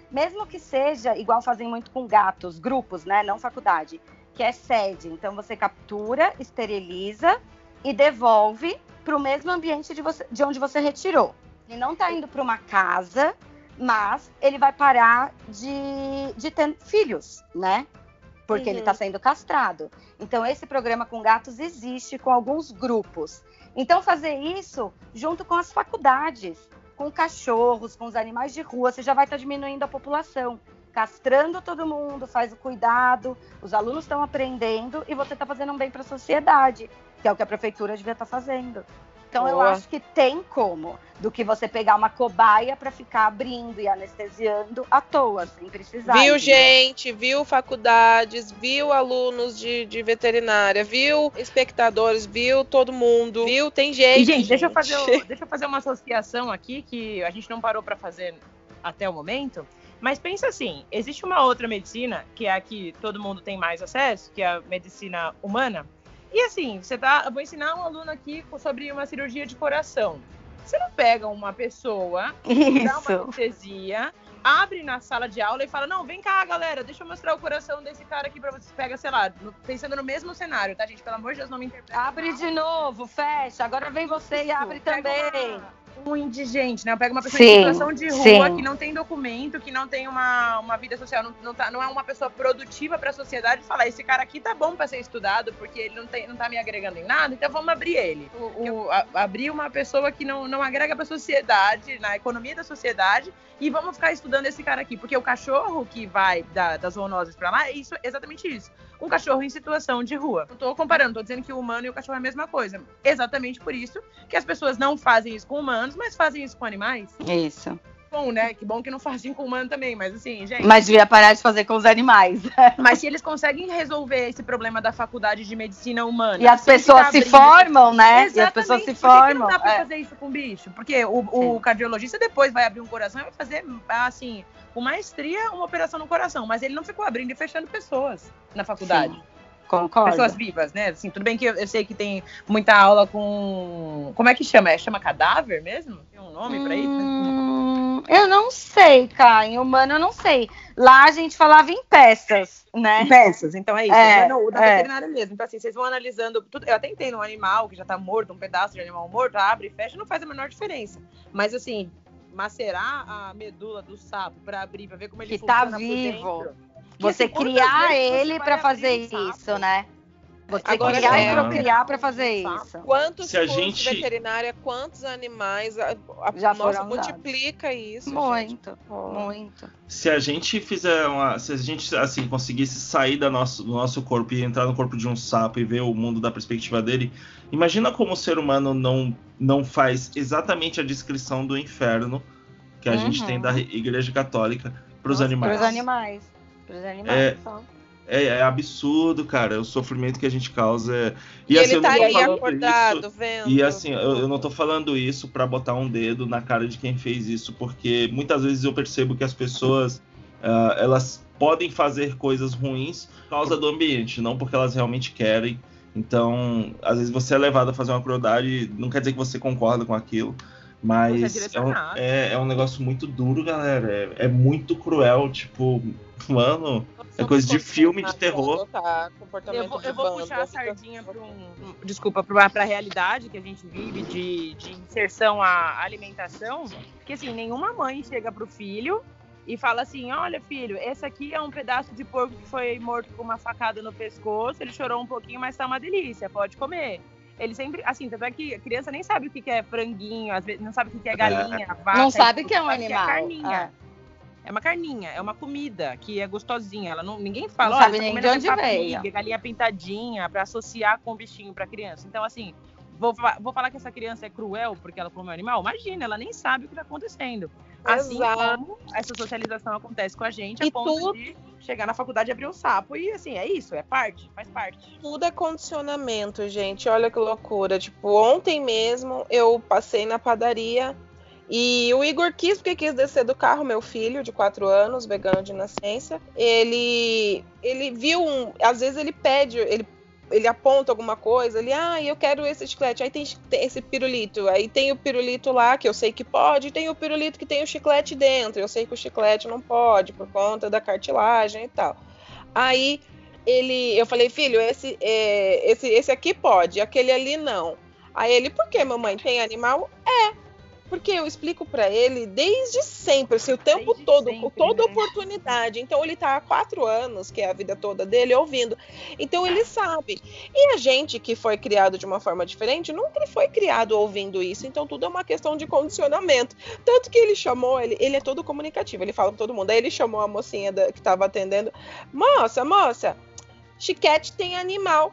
mesmo que seja igual fazem muito com gatos, grupos, né? Não faculdade, que é sede. Então você captura, esteriliza e devolve para o mesmo ambiente de, você, de onde você retirou. Ele não está indo para uma casa, mas ele vai parar de, de ter filhos, né? Porque uhum. ele está sendo castrado. Então, esse programa com gatos existe com alguns grupos. Então, fazer isso junto com as faculdades, com cachorros, com os animais de rua, você já vai estar tá diminuindo a população. Castrando todo mundo, faz o cuidado, os alunos estão aprendendo e você está fazendo um bem para a sociedade, que é o que a prefeitura devia estar tá fazendo. Então, Boa. eu acho que tem como, do que você pegar uma cobaia para ficar abrindo e anestesiando à toa, sem precisar. Viu, gente? Viu faculdades, viu alunos de, de veterinária, viu espectadores, viu todo mundo, viu? Tem gente. E, gente, gente. Deixa, eu fazer, deixa eu fazer uma associação aqui que a gente não parou para fazer até o momento. Mas pensa assim, existe uma outra medicina, que é a que todo mundo tem mais acesso, que é a medicina humana. E assim, você tá, eu vou ensinar um aluno aqui sobre uma cirurgia de coração. Você não pega uma pessoa, Isso. dá uma anestesia, abre na sala de aula e fala, não, vem cá, galera, deixa eu mostrar o coração desse cara aqui pra vocês. Pega, sei lá, no, pensando no mesmo cenário, tá, gente? Pelo amor de Deus, não me interpreta. Abre de novo, fecha, agora vem você Isso, e abre também. Uma... um indigente, né? Eu pego uma pessoa sim, em situação de rua, sim. que não tem documento, que não tem uma, uma vida social, não, não, tá, não é uma pessoa produtiva para a sociedade, e falar, esse cara aqui tá bom para ser estudado, porque ele não, tem, não tá me agregando em nada, então vamos abrir ele. O, o, a, abrir uma pessoa que não, não agrega para a sociedade, na economia da sociedade, e vamos ficar estudando esse cara aqui, porque o cachorro que vai da, das zoonoses para lá, é isso, exatamente isso. Um cachorro em situação de rua. Não tô comparando, tô dizendo que o humano e o cachorro é a mesma coisa. Exatamente por isso que as pessoas não fazem isso com humanos, mas fazem isso com animais. Isso. Bom, né? Que bom que não fazem com humano também, mas assim, gente... Mas devia parar de fazer com os animais. Mas se eles conseguem resolver esse problema da faculdade de medicina humana... E as pessoas se formam, né? Exatamente. E as pessoas se Por que formam. que não dá pra é. fazer isso com bicho? Porque o, o cardiologista depois vai abrir um coração e vai fazer, assim, com maestria, uma operação no coração. Mas ele não ficou abrindo e fechando pessoas na faculdade. Sim. Concordo. Pessoas vivas, né? Assim, tudo bem que eu, eu sei que tem muita aula com... Como é que chama? É, chama cadáver mesmo? Tem um nome pra isso? Hum, eu não sei, cara. Em humano eu não sei. Lá a gente falava em peças, né? Em peças, então é isso. É, não, o da é. veterinária mesmo. Então assim, vocês vão analisando... Tudo. Eu até entendo um animal que já tá morto, um pedaço de animal morto, abre e fecha, não faz a menor diferença. Mas assim, macerar a medula do sapo pra abrir, pra ver como ele que tá funciona vivo. por dentro... Você assim, criar ele você para fazer um isso, né? Você Agora, criar é, e procriar para fazer isso. Quantos Se a cursos gente- de veterinária, quantos animais, a, a, Já nossa, foram dados. multiplica isso, gente. Muito, Pô. muito. Se a gente fizer uma. Se a gente assim, conseguisse sair da nosso, do nosso corpo e entrar no corpo de um sapo e ver o mundo da perspectiva dele, imagina como o ser humano não, não faz exatamente a descrição do inferno que a Uhum. gente tem da Igreja Católica para os Para animais. os animais. Para os animais. É, só. É, é absurdo, cara, o sofrimento que a gente causa. É... E, assim, ele eu não tá tô aí falando acordado, isso- vendo. E assim, eu, eu não tô falando isso pra botar um dedo na cara de quem fez isso, porque muitas vezes eu percebo que as pessoas, ah, elas podem fazer coisas ruins por causa do ambiente, não porque elas realmente querem. Então, às vezes você é levado a fazer uma crueldade, não quer dizer que você concorda com aquilo, mas Você é é, um, direcionado. é, é um negócio muito duro, galera. É, é muito cruel, tipo, mano, é coisa de filme de terror. Tá, comportamento Eu vou, de eu vou bando, puxar a fica- sardinha para um, um- desculpa, para a realidade que a gente vive de, de inserção à alimentação, que assim, nenhuma mãe chega pro filho e fala assim, olha filho, esse aqui é um pedaço de porco que foi morto com uma facada no pescoço, ele chorou um pouquinho, mas tá uma delícia, pode comer. Ele sempre, assim, tanto é que a criança nem sabe o que que é franguinho, às vezes não sabe o que que é galinha, vaca. Não sabe e que é um sabe animal. Que é carninha. É. É uma carninha, é uma comida que é gostosinha. Ela não, ninguém fala, Não olha, sabe tá nem comendo de onde Peppa veio. Pig, galinha pintadinha, pra associar com o bichinho pra criança. Então, assim, vou, fa- vou falar que essa criança é cruel porque ela comeu animal? Imagina, ela nem sabe o que tá acontecendo. Assim Exato. como essa socialização acontece com a gente, E a ponto tudo- de chegar na faculdade e abrir um sapo. E assim, é isso, é parte, faz parte. Tudo é condicionamento, gente. Olha que loucura. Tipo, ontem mesmo eu passei na padaria e o Igor quis, porque quis descer do carro, meu filho de quatro anos, vegano de nascença. Ele, ele viu um. Às vezes ele pede, ele ele aponta alguma coisa, ele, ah, eu quero esse chiclete, aí tem, tem esse pirulito, aí tem o pirulito lá, que eu sei que pode, e tem o pirulito que tem o chiclete dentro, eu sei que o chiclete não pode, por conta da cartilagem e tal. Aí, ele, eu falei, filho, esse, é, esse, esse aqui pode, aquele ali não. Aí ele, por que, mamãe, tem animal? É. Porque eu explico pra ele desde sempre, assim, o tempo Desde todo, sempre, toda né? oportunidade. Então ele tá há quatro anos, que é a vida toda dele, ouvindo. Então ele sabe. E a gente que foi criado de uma forma diferente, nunca foi criado ouvindo isso. Então tudo é uma questão de condicionamento. Tanto que ele chamou, ele, ele é todo comunicativo, ele fala com todo mundo. Aí ele chamou a mocinha da, que tava atendendo. Moça, moça, chiquete tem animal.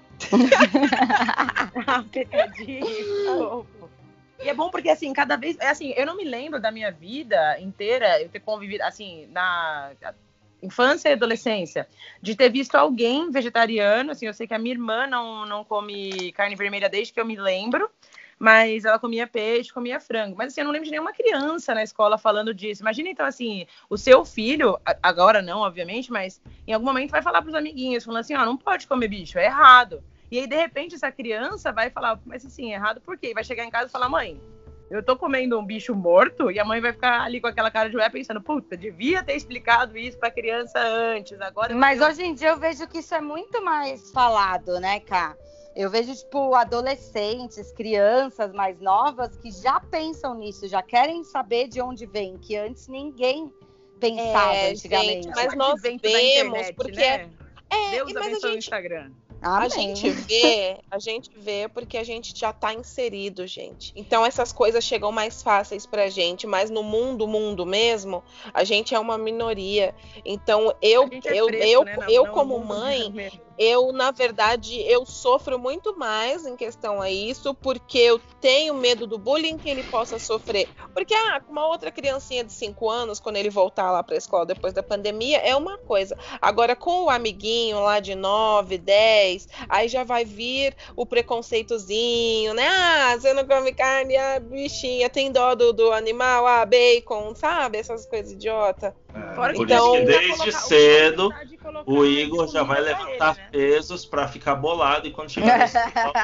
Tadinho. E é bom porque, assim, cada vez... É assim, eu não me lembro da minha vida inteira, eu ter convivido, assim, na infância e adolescência, de ter visto alguém vegetariano. Assim, eu sei que a minha irmã não, não come carne vermelha desde que eu me lembro, mas ela comia peixe, comia frango. Mas, assim, eu não lembro de nenhuma criança na escola falando disso. Imagina, então, assim, o seu filho, agora não, obviamente, mas em algum momento vai falar pros amiguinhos, falando assim, ó, não pode comer bicho, é errado. E aí, de repente, essa criança vai falar, mas assim, errado por quê? E vai chegar em casa e falar, mãe, eu tô comendo um bicho morto, e a mãe vai ficar ali com aquela cara de ué, pensando, puta, devia ter explicado isso pra criança antes, agora... Mas hoje em dia eu vejo que isso é muito mais falado, né, Ká? Eu vejo, tipo, adolescentes, crianças mais novas que já pensam nisso, já querem saber de onde vem, que antes ninguém pensava É, antigamente. gente, mas O nós advento da vemos, internet, porque... né? É, Deus mas a abençoe o gente... Instagram. Amém. A gente vê, a gente vê porque a gente já tá inserido, gente. Então essas coisas chegam mais fáceis pra gente, mas no mundo, mundo mesmo, a gente é uma minoria. Então eu, A gente é eu, preto, eu, né? Não- eu não como no mundo mãe, mesmo. eu na verdade eu sofro muito mais em questão a isso, porque eu tenho medo do bullying que ele possa sofrer. Porque ah, com uma outra criancinha de cinco anos, quando ele voltar lá pra escola depois da pandemia, é uma coisa. Agora com o amiguinho lá de nove, dez, aí já vai vir o preconceitozinho, né? Ah, você não come carne, ah, bichinha, tem dó do, do animal, ah, bacon, sabe? Essas coisas idiota. É, por Então- isso que desde cedo o Igor já vai comida pra levantar ele, né? pesos pra ficar bolado e quando chegar nesse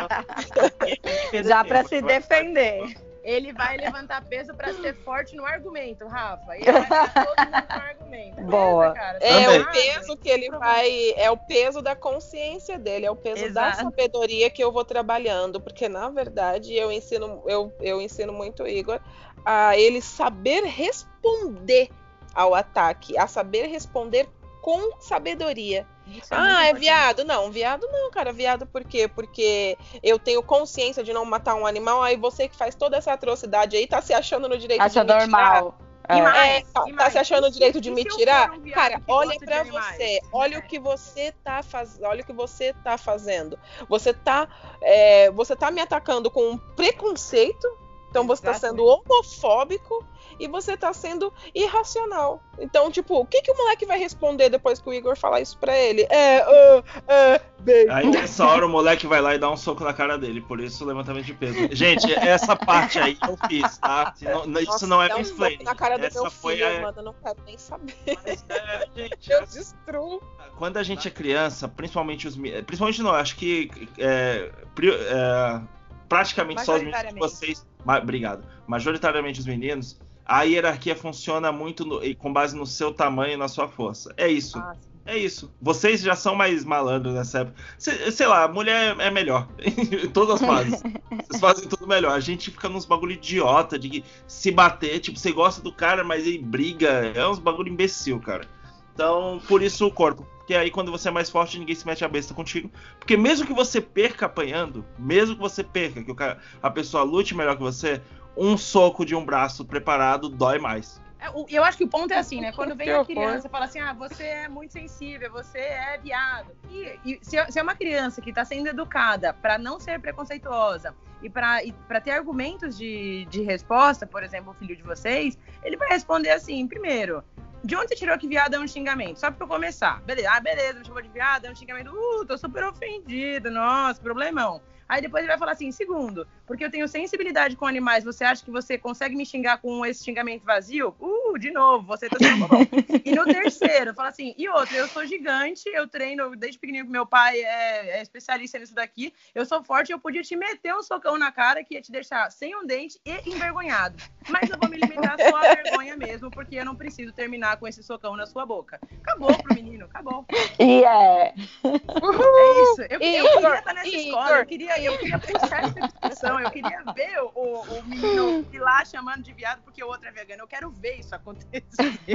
Já pra se defender. Ele vai levantar peso pra ser forte no argumento, Rafa. E ele vai ganhar todo mundo no argumento. Boa. Beleza, cara? É Também. o peso que ele vai, é o peso da consciência dele, é o peso da Exato. sabedoria que eu vou trabalhando, porque na verdade eu ensino, eu, eu ensino muito o Igor a ele saber responder ao ataque, a saber responder com sabedoria. Isso é muito Ah, é importante. viado? Não, viado não, cara. Viado por quê? Porque eu tenho consciência de não matar um animal, aí você que faz toda essa atrocidade aí tá se achando no direito Acha de me tirar. normal. E É. mais, É, tá, e tá mais. se achando E o direito se- de e me se eu tirar? for um viado Cara, que olha gosta de pra animais? você, olha o que você tá fazendo, olha o que você tá fazendo. Você tá, é, você tá me atacando com um preconceito, então você tá sendo homofóbico e você tá sendo irracional. Então, tipo, o que que o moleque vai responder depois que o Igor falar isso pra ele? É, é, é, bem. Aí nessa hora o moleque vai lá e dá um soco na cara dele, por isso o levantamento de peso. Gente, essa parte aí eu fiz, tá? Se não- isso Nossa, não é dá um mansplaining. soco na cara do Essa meu foi filho, a- mano, eu não quero nem saber. Mas, é, gente, Eu destruo. quando a gente é criança, principalmente os mi- principalmente não, acho que é, pri- é, praticamente só os meninos de Majoritariamente. vocês, ma- obrigado, majoritariamente os meninos, a hierarquia funciona muito no- e com base no seu tamanho e na sua força. É isso. Ah, sim. É isso. Vocês já são mais malandros nessa época. Sei, sei lá, mulher é melhor. Em todas as fases. Vocês fazem tudo melhor. A gente fica nos bagulho idiota de se bater. Tipo, você gosta do cara, mas ele briga. É uns bagulho imbecil, cara. Então, por isso o corpo. Porque aí quando você é mais forte, ninguém se mete a besta contigo. Porque mesmo que você perca apanhando, mesmo que você perca, que o cara, a pessoa lute melhor que você, um soco de um braço preparado dói mais. É, o- Eu acho que o ponto é assim, né? Quando vem Que a horror. criança e fala assim, ah, você é muito sensível, você é viado. E, e se, é- se é uma criança que está sendo educada para não ser preconceituosa e para e pra ter argumentos de, de resposta, por exemplo, o filho de vocês, ele vai responder assim, primeiro, de onde você tirou que viado é um xingamento? Só pra eu começar. Beleza, ah, beleza, me chamou de viado, é um xingamento. Uh, tô super ofendido, nossa, problemão. Aí depois ele vai falar assim, segundo, porque eu tenho sensibilidade com animais, você acha que você consegue me xingar com esse xingamento vazio? Uh, de novo, você tá sendo bobão. E no terceiro, fala assim, e outro, eu sou gigante, eu treino desde pequenininho, meu pai é, é especialista nisso daqui, eu sou forte, eu podia te meter um socão na cara que ia te deixar sem um dente e envergonhado. Mas eu vou me limitar só à vergonha mesmo, porque eu não preciso terminar com esse socão na sua boca. Acabou pro menino, acabou. E é. É isso. Eu, eu Igor, queria estar nessa Igor. escola, eu queria, eu queria puxar essa discussão, eu queria ver o, o menino ir lá chamando de viado porque o outro é vegano. Eu quero ver isso acontecer.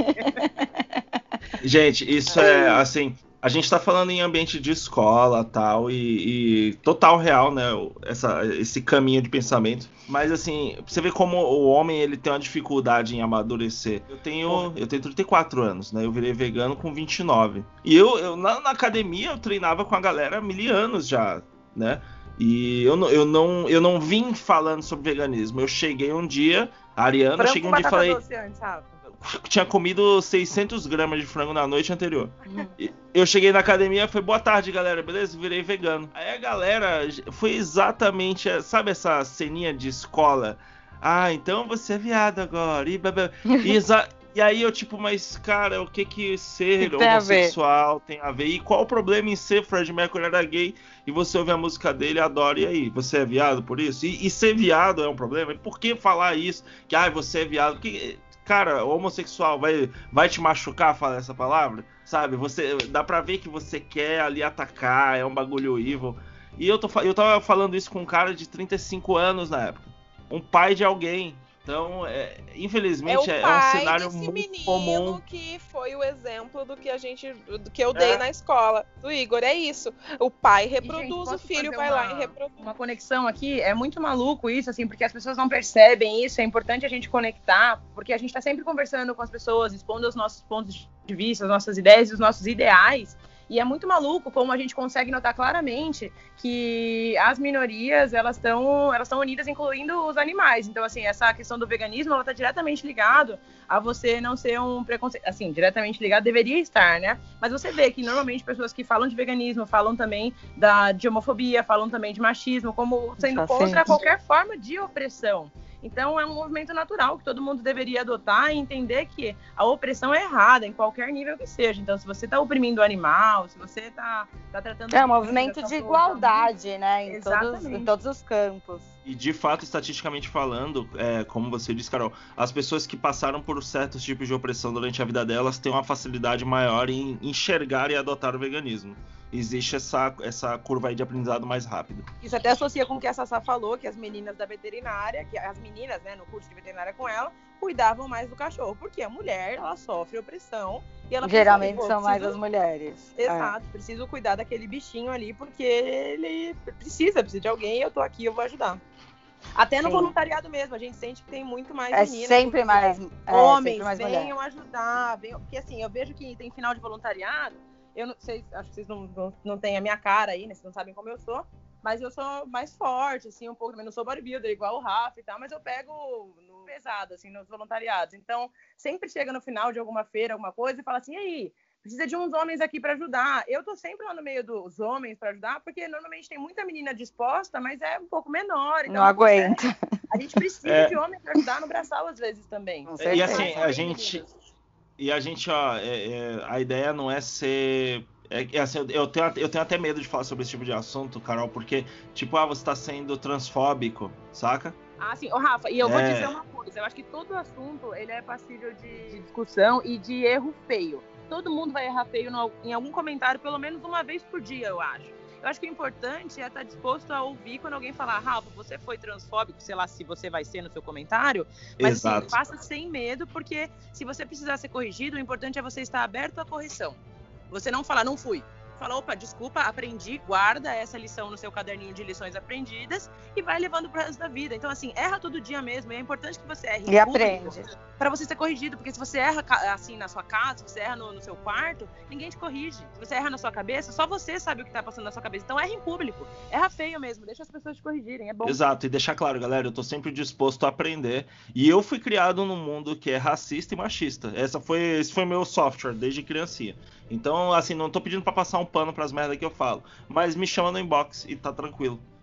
Gente, isso é assim. A gente tá falando em ambiente de escola tal, e, e total real, né? Essa, esse caminho de pensamento. Mas assim, você vê como o homem ele tem uma dificuldade em amadurecer. Eu tenho, eu tenho trinta e quatro anos, né? Eu virei vegano com vinte e nove. E eu, eu na, na academia, eu treinava com a galera há mil anos já, né? E eu, não- eu, não, eu não vim falando sobre veganismo. Eu cheguei um dia, a Ariana, eu Frango cheguei com um dia e batata falei. doce antes, Rafa. Tinha comido seiscentos gramas de frango na noite anterior. E eu cheguei na academia e falei, boa tarde, galera, beleza? Virei vegano. Aí a galera, foi exatamente, sabe essa ceninha de escola? Ah, então você é viado agora. E, blá, blá. E, exa- e aí eu tipo, mas cara, o que que ser Que tem a ver? homossexual tem a ver? E qual o problema em ser Fred Mercury era gay e você ouve a música dele e adora? E aí, você é viado por isso? E, e ser viado é um problema? E por que falar isso? Que, ah, você é viado? Porque... Cara, homossexual vai, vai te machucar falar essa palavra? Sabe? Você, dá pra ver que você quer ali atacar, é um bagulho evil. E eu, tô, fa- eu tava falando isso com um cara de trinta e cinco anos na época. Um pai de alguém. Então, é, É o infelizmente, é, é um pai cenário desse muito menino comum. que foi o exemplo do que a gente, do que eu dei É. na escola, do Igor. É isso. O pai E, reproduz, gente, o posso filho fazer vai uma- lá e reproduz. Uma conexão aqui, é muito maluco isso, assim, porque as pessoas não percebem isso, é importante a gente conectar, porque a gente tá sempre conversando com as pessoas, expondo os nossos pontos de vista, as nossas ideias e os nossos ideais, e é muito maluco como a gente consegue notar claramente que as minorias, elas estão elas estão unidas, incluindo os animais. Então, assim, essa questão do veganismo, ela tá diretamente ligado a você não ser um preconceito, assim, diretamente ligado, deveria estar, né? Mas você vê que normalmente pessoas que falam de veganismo falam também da, de homofobia, falam também de machismo, como sendo Fascista. contra qualquer forma de opressão. Então é um movimento natural que todo mundo deveria adotar e entender que a opressão é errada em qualquer nível que seja. Então, se você está oprimindo o animal, se você está tá tratando... É um de movimento vida, de tá igualdade, né? Em todos, Exatamente. em todos os campos. E de fato, estatisticamente falando, é, como você disse, Carol, as pessoas que passaram por certos tipos de opressão durante a vida delas têm uma facilidade maior em enxergar e adotar o veganismo. Existe essa, essa curva aí de aprendizado mais rápido. Isso até associa com o que a Sassá falou, que as meninas da veterinária, que as meninas, né, no curso de veterinária com ela, cuidavam mais do cachorro, porque a mulher, ela sofre opressão e ela Geralmente pensa, "Pô, são mais preciso- as mulheres. É. Exato, preciso cuidar daquele bichinho ali, porque ele precisa, precisa de alguém, eu tô aqui, eu vou ajudar. Até no Sim. voluntariado mesmo, a gente sente que tem muito mais É meninas. sempre do que mais, é, homens, sempre mais mulher. venham ajudar, venham, porque assim, eu vejo que tem final de voluntariado, eu não sei, acho que vocês não, não, não têm a minha cara aí, né, vocês não sabem como eu sou, mas eu sou mais forte, assim, um pouco, também não sou bodybuilder, igual o Rafa e tal, mas eu pego no pesado, assim, nos voluntariados, então sempre chega no final de alguma feira, alguma coisa, e fala assim, e aí, precisa de uns homens aqui para ajudar. Eu tô sempre lá no meio dos homens para ajudar, porque normalmente tem muita menina disposta, mas é um pouco menor, então Não aguenta. consegue. A gente precisa É. de homem para ajudar no braçal às vezes também. Com E certeza. assim, São a bem gente, meninas. e a gente, ó, é- é, a ideia não é ser. É, é assim, eu, eu tenho, eu tenho até medo de falar sobre esse tipo de assunto, Carol, porque, tipo, ah, você tá sendo transfóbico, saca? Ah, sim. Ô, Rafa, e eu vou É. dizer uma coisa. Eu acho que todo assunto, ele é passível de, de discussão e de erro feio. Todo mundo vai errar feio no- em algum comentário, pelo menos uma vez por dia, eu acho. Eu acho que o importante é estar disposto a ouvir quando alguém falar, Rafa, você foi transfóbico, sei lá se você vai ser no seu comentário, mas Exato. assim, faça sem medo, porque se você precisar ser corrigido, o importante é você estar aberto à correção. Você não falar, não fui. Fala, opa, desculpa, aprendi, guarda essa lição no seu caderninho de lições aprendidas e vai levando pro resto da vida. Então, assim, erra todo dia mesmo. E é importante que você erre em E público aprende. pra você ser corrigido. Porque se você erra ca- assim na sua casa, se você erra no, no seu quarto, ninguém te corrige. Se você erra na sua cabeça, só você sabe o que tá passando na sua cabeça. Então, erra em público. Erra feio mesmo. Deixa as pessoas te corrigirem. É bom. Exato, e deixar claro, galera, eu tô sempre disposto a aprender. E eu fui criado num mundo que é racista e machista. Essa foi, esse foi meu software desde criancinha. Então, assim, não tô pedindo pra passar um pano pras merdas que eu falo. Mas me chama no inbox e tá tranquilo.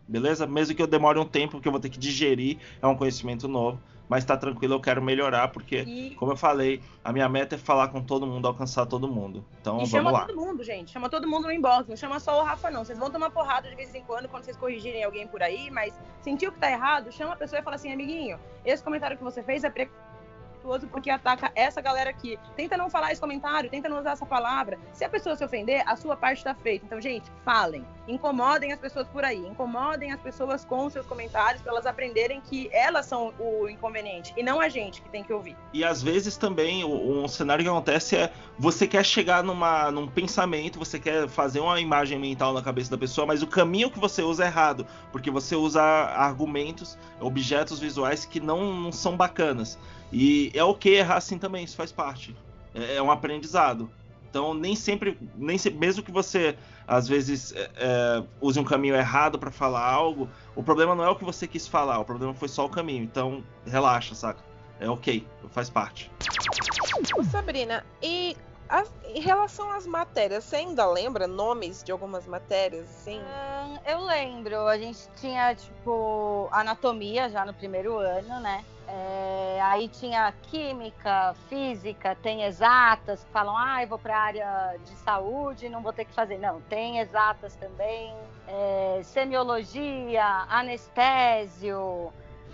beleza? Mesmo que eu demore um tempo, porque eu vou ter que digerir, é um conhecimento novo, mas tá tranquilo, eu quero melhorar, porque, E- como eu falei, a minha meta é falar com todo mundo, alcançar todo mundo. Então, E vamos chama lá. todo mundo, gente. Chama todo mundo no inbox. Não chama só o Rafa, não. Vocês vão tomar porrada de vez em quando, quando vocês corrigirem alguém por aí, mas sentiu que tá errado, chama a pessoa e fala assim, amiguinho, esse comentário que você fez é preconceituoso porque ataca essa galera aqui. Tenta não falar esse comentário, tenta não usar essa palavra. Se a pessoa se ofender, a sua parte tá feita. Então, gente, falem. Incomodem as pessoas por aí. Incomodem as pessoas com os seus comentários para elas aprenderem que elas são o inconveniente e não a gente que tem que ouvir. E às vezes também o- um cenário que acontece é você quer chegar numa, num pensamento, você quer fazer uma imagem mental na cabeça da pessoa, mas o caminho que você usa é errado, porque você usa argumentos, objetos visuais que não, não são bacanas. E é ok errar assim também, isso faz parte. É, é um aprendizado. Então nem sempre, nem se- mesmo que você às vezes é, é, use um caminho errado para falar algo, o problema não é o que você quis falar, o problema foi só o caminho. Então relaxa, saca? É ok, faz parte. Ô, Sabrina, e as- em relação às matérias, você ainda lembra nomes de algumas matérias, assim? Hum, eu lembro, a gente tinha, tipo, anatomia já no primeiro ano, né? É, aí tinha química, física, tem exatas, que falam, ah, eu vou para a área de saúde, não vou ter que fazer. Não, tem exatas também. É, semiologia, anestésio,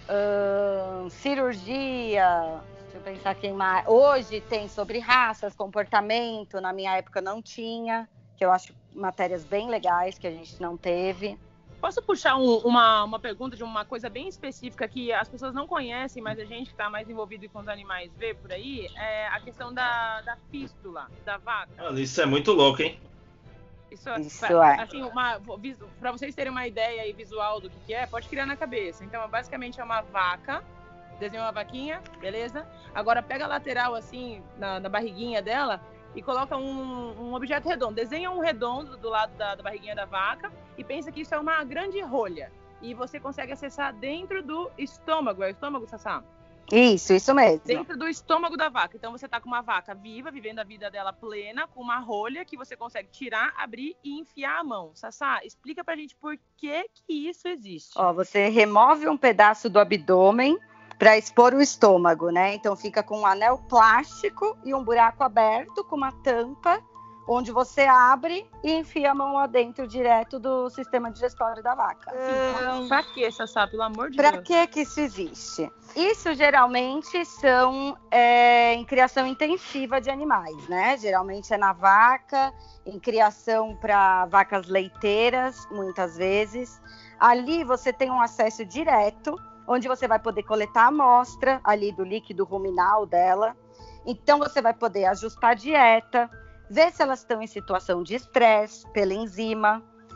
hum, cirurgia, deixa eu pensar quem mais. Hoje tem sobre raças, comportamento, na minha época não tinha, que eu acho matérias bem legais que a gente não teve. Posso puxar um- uma, uma pergunta de uma coisa bem específica que as pessoas não conhecem, mas a gente que está mais envolvido com os animais vê por aí? É a questão da, da fístula, da vaca. Mano, isso é muito louco, hein? Isso, Isso pra, é. assim, uma, para vocês terem uma ideia aí visual do que, que é, pode criar na cabeça. Então, basicamente é uma vaca, desenha uma vaquinha, beleza? Agora pega a lateral assim, na, na barriguinha dela e coloca um, um objeto redondo. Desenha um redondo do lado da, da barriguinha da vaca e pensa que isso é uma grande rolha. E você consegue acessar dentro do estômago. É o estômago, Sassá? Isso, isso mesmo. Dentro do estômago da vaca. Então você tá com uma vaca viva, vivendo a vida dela plena, com uma rolha que você consegue tirar, abrir e enfiar a mão. Sassá, explica pra gente por que que isso existe. Ó, você remove um pedaço do abdômen para expor o estômago, né? Então fica com um anel plástico e um buraco aberto com uma tampa, onde você abre e enfia a mão lá dentro direto do sistema digestório da vaca. Hum, pra que, Sassá? Pelo amor de Para Deus. que que isso existe? Isso geralmente são é, em criação intensiva de animais, né? Geralmente é na vaca, em criação para vacas leiteiras, muitas vezes. Ali você tem um acesso direto, onde você vai poder coletar a amostra ali do líquido ruminal dela. Então você vai poder ajustar a dieta, ver se elas estão em situação de estresse pela enzima.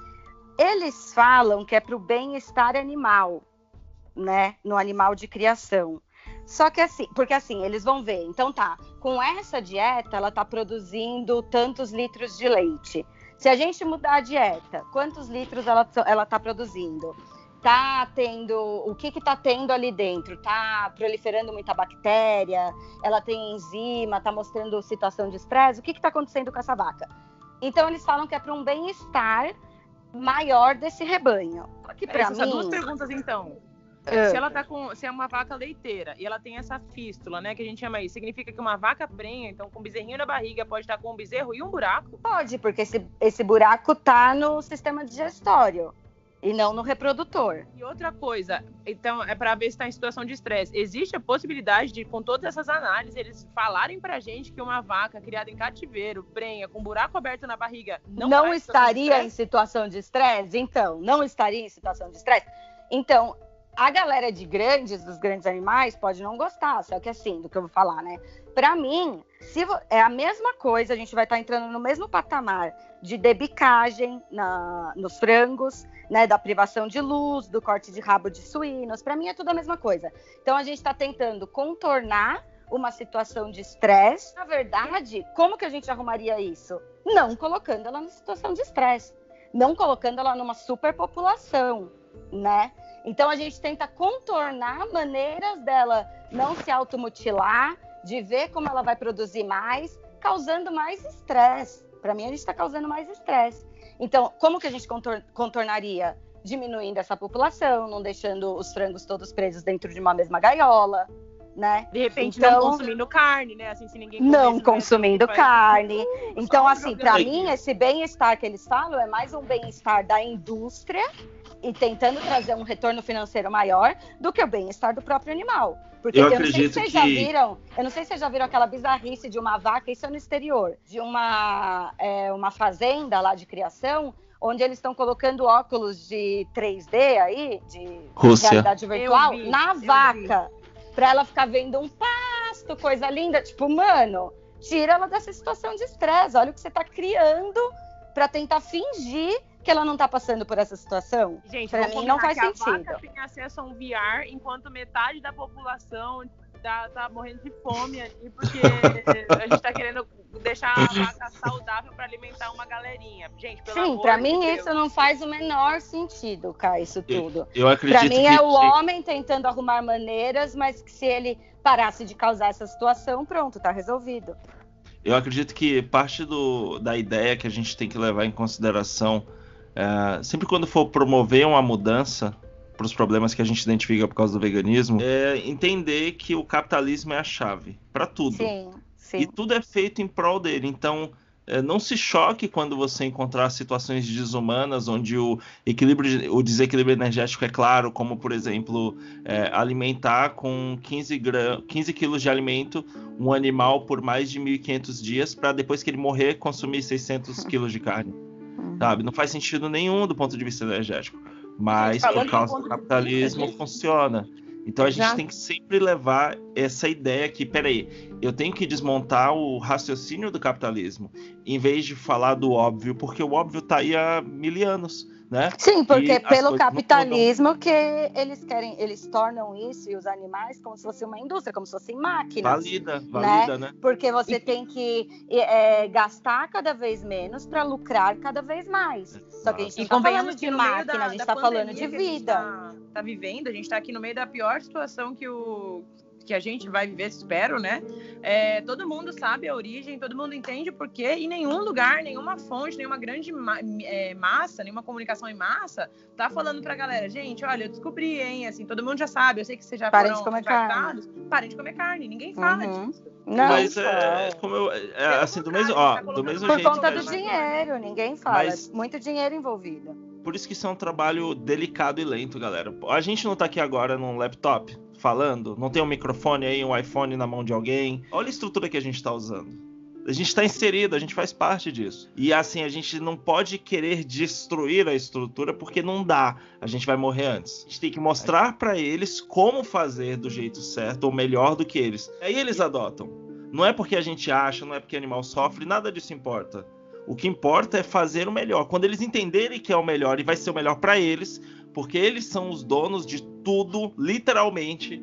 Eles falam que é para o bem-estar animal, né, no animal de criação. Só que assim, porque assim, eles vão ver, então tá, com essa dieta ela tá produzindo tantos litros de leite. Se a gente mudar a dieta, quantos litros ela, ela tá produzindo? Tá tendo, o que que tá tendo ali dentro? Tá proliferando muita bactéria, ela tem enzima, tá mostrando situação de estresse, o que que tá acontecendo com essa vaca? Então eles falam que é para um bem-estar maior desse rebanho. Aqui para Essas mim, duas perguntas então. Ah. Se ela tá com, se é uma vaca leiteira e ela tem essa fístula, né, que a gente chama aí, significa que uma vaca prenha, então com um bezerrinho na barriga pode estar com um bezerro e um buraco? pode, porque esse, esse buraco tá no sistema digestório e não no reprodutor. E outra coisa, então é para ver se está em situação de estresse. Existe a possibilidade de, com todas essas análises, eles falarem pra gente que uma vaca criada em cativeiro, prenha, com um buraco aberto na barriga, não, Não, tá em situação de estaria em estresse? situação de estresse? Então, não estaria em situação de estresse? Então, a galera de grandes, dos grandes animais, pode não gostar, só que assim, do que eu vou falar, né? Pra mim, se vo- é a mesma coisa, a gente vai estar entrando no mesmo patamar de debicagem na, nos frangos, né? Da privação de luz, do corte de rabo de suínos. Pra mim é tudo a mesma coisa. Então a gente está tentando contornar uma situação de estresse. Na verdade, como que a gente arrumaria isso? Não colocando ela na situação de estresse, não colocando ela numa superpopulação, né? Então a gente tenta contornar maneiras dela não se automutilar, de ver como ela vai produzir mais, causando mais estresse. Para mim, a gente está causando mais estresse. Então, como que a gente contor- contornaria? diminuindo essa população, não deixando os frangos todos presos dentro de uma mesma gaiola, né? De repente Então, não consumindo carne, né? Assim, se ninguém não comesse, consumindo faz- carne. Então, Só assim, um para problema. mim, esse bem-estar que eles falam é mais um bem-estar da indústria e tentando trazer um retorno financeiro maior do que o bem-estar do próprio animal. Porque Eu eu, não sei acredito se vocês que- já viram, eu não sei se vocês já viram aquela bizarrice de uma vaca, isso é no exterior, de uma, é, uma fazenda lá de criação, onde eles estão colocando óculos de três D aí, de Rússia. realidade virtual, vi, na eu vaca, pra ela ficar vendo um pasto, coisa linda. Tipo, mano, tira ela dessa situação de estresse. Olha o que você tá criando pra tentar fingir que ela não tá passando por essa situação. Gente, Pra vamos mim não combinar faz que a sentido. vaca tem acesso a um V R, enquanto metade da população tá, tá morrendo de fome ali, porque a gente tá querendo deixar a vaca saudável para alimentar uma galerinha. Gente, pelo Sim, amor pra de mim Deus. isso não faz o menor sentido, Kai, isso tudo. Eu acredito Pra mim que é o homem tentando arrumar maneiras, mas que se ele parasse de causar essa situação, pronto, tá resolvido. Eu acredito que parte do, da ideia que a gente tem que levar em consideração, é, sempre quando for promover uma mudança para os problemas que a gente identifica por causa do veganismo, é entender que o capitalismo é a chave para tudo. Sim, sim. E tudo é feito em prol dele. Então, é, não se choque quando você encontrar situações desumanas, onde o, equilíbrio, o desequilíbrio energético é claro, como, por exemplo, é, alimentar com quinze, gram, quinze quilos de alimento um animal por mais de mil e quinhentos dias, para depois que ele morrer, consumir seiscentos quilos de carne. Sabe? Não faz sentido nenhum do ponto de vista energético. Mas, Falando por causa do do ponto de capitalismo, vista, funciona. Então a gente Exato. tem que sempre levar essa ideia que, peraí, eu tenho que desmontar o raciocínio do capitalismo, em vez de falar do óbvio, porque o óbvio tá aí há mil anos, né? Sim, porque E as pelo coisas não capitalismo que eles querem, eles tornam isso e os animais como se fosse uma indústria, como se fossem máquinas. Valida, valida, né? Porque você tem que é, gastar cada vez menos para lucrar cada vez mais. Só que a gente E não tá convenhamos falando que de no meio máquina, da, a gente da tá falando pandemia de que a gente vida. Tá, tá vivendo, a gente tá aqui no meio da pior situação que o que a gente vai viver, espero, né? É, todo mundo sabe a origem, todo mundo entende o porquê, e nenhum lugar, nenhuma fonte, nenhuma grande ma é, massa, nenhuma comunicação em massa tá falando pra galera, gente, olha, eu descobri, hein, assim, todo mundo já sabe, eu sei que vocês já Parem foram de comer infectados, parem de comer carne, ninguém fala Uhum. disso. Não, Mas é, como eu, é, assim, do mesmo, ó, do mesmo por jeito, conta que a do gente- dinheiro, ninguém fala. Mas- É muito dinheiro envolvido. por isso que isso é um trabalho delicado e lento, galera. A gente não tá aqui agora num laptop falando, não tem um microfone aí, um iPhone na mão de alguém. Olha a estrutura que a gente tá usando. A gente tá inserido, a gente faz parte disso. E assim, a gente não pode querer destruir a estrutura porque não dá. A gente vai morrer antes. A gente tem que mostrar pra eles como fazer do jeito certo ou melhor do que eles. Aí eles adotam. Não é porque a gente acha, não é porque o animal sofre, nada disso importa. O que importa é fazer o melhor. Quando eles entenderem que é o melhor e vai ser o melhor pra eles, porque eles são os donos de tudo, literalmente,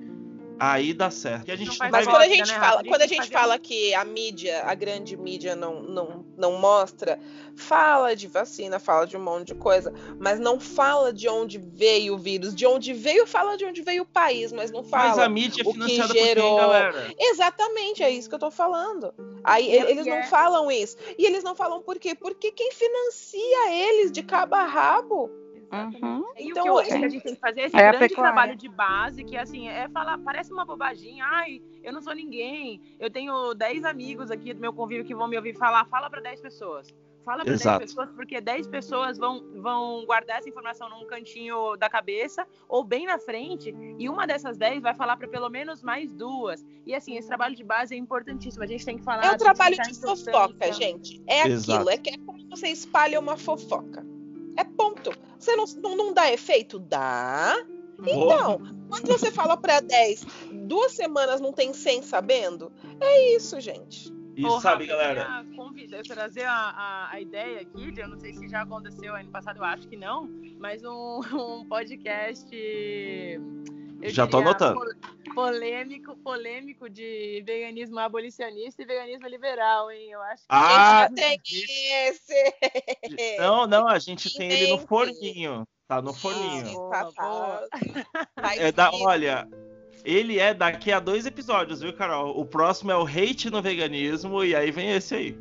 aí dá certo. E a gente Não não faz vai Mas Mas quando a bosta, gente né, fala, Rafa? quando a A gente gente faz- fala que a mídia, a grande mídia não, não, não mostra, fala de vacina, fala de um monte de coisa, mas não fala de onde veio o vírus. De onde veio, fala de onde veio o país, mas não fala. Mas a mídia é o que financiada gerou- por quem, galera? Exatamente, é isso que eu tô falando. Aí E é- eles e não é- falam isso. E eles não falam por quê? Porque quem financia eles de cabo a rabo? Uhum. E Então, o que eu acho que a gente tem que fazer é esse É a grande pecuária. trabalho de base, que assim, é falar, parece uma bobaginha, ai, eu não sou ninguém, eu tenho dez amigos aqui do meu convívio que vão me ouvir falar, fala para dez pessoas. Fala para dez Exato. pessoas, porque dez pessoas vão, vão guardar essa informação num cantinho da cabeça ou bem na frente, e uma dessas dez vai falar para pelo menos mais duas. E assim, esse trabalho de base é importantíssimo. A gente tem que falar. É um trabalho explicar de a importância. fofoca, gente. É Exato. aquilo. É, que é como você espalha uma fofoca. É ponto. Você não, não, não dá efeito? Dá. Então, quando você fala para dez, duas semanas não tem cem sabendo? É isso, gente. E Ô, sabe, Rafa, galera? Eu queria convidar, trazer a, a, a ideia aqui, de, eu não sei se já aconteceu ano passado, eu acho que não, mas um, um podcast. eu Já tô diria, anotando. po- Polêmico, polêmico de veganismo abolicionista e veganismo liberal, hein? Eu acho que. Ah, Gente, tem esse. não, não, a gente tem ele no Gente. forninho. Tá no forninho. Isso, Boa, tá, tá. boa. Vai É da, vir. olha, ele é daqui a dois episódios, viu, Carol? O próximo é o hate no veganismo e aí vem esse aí.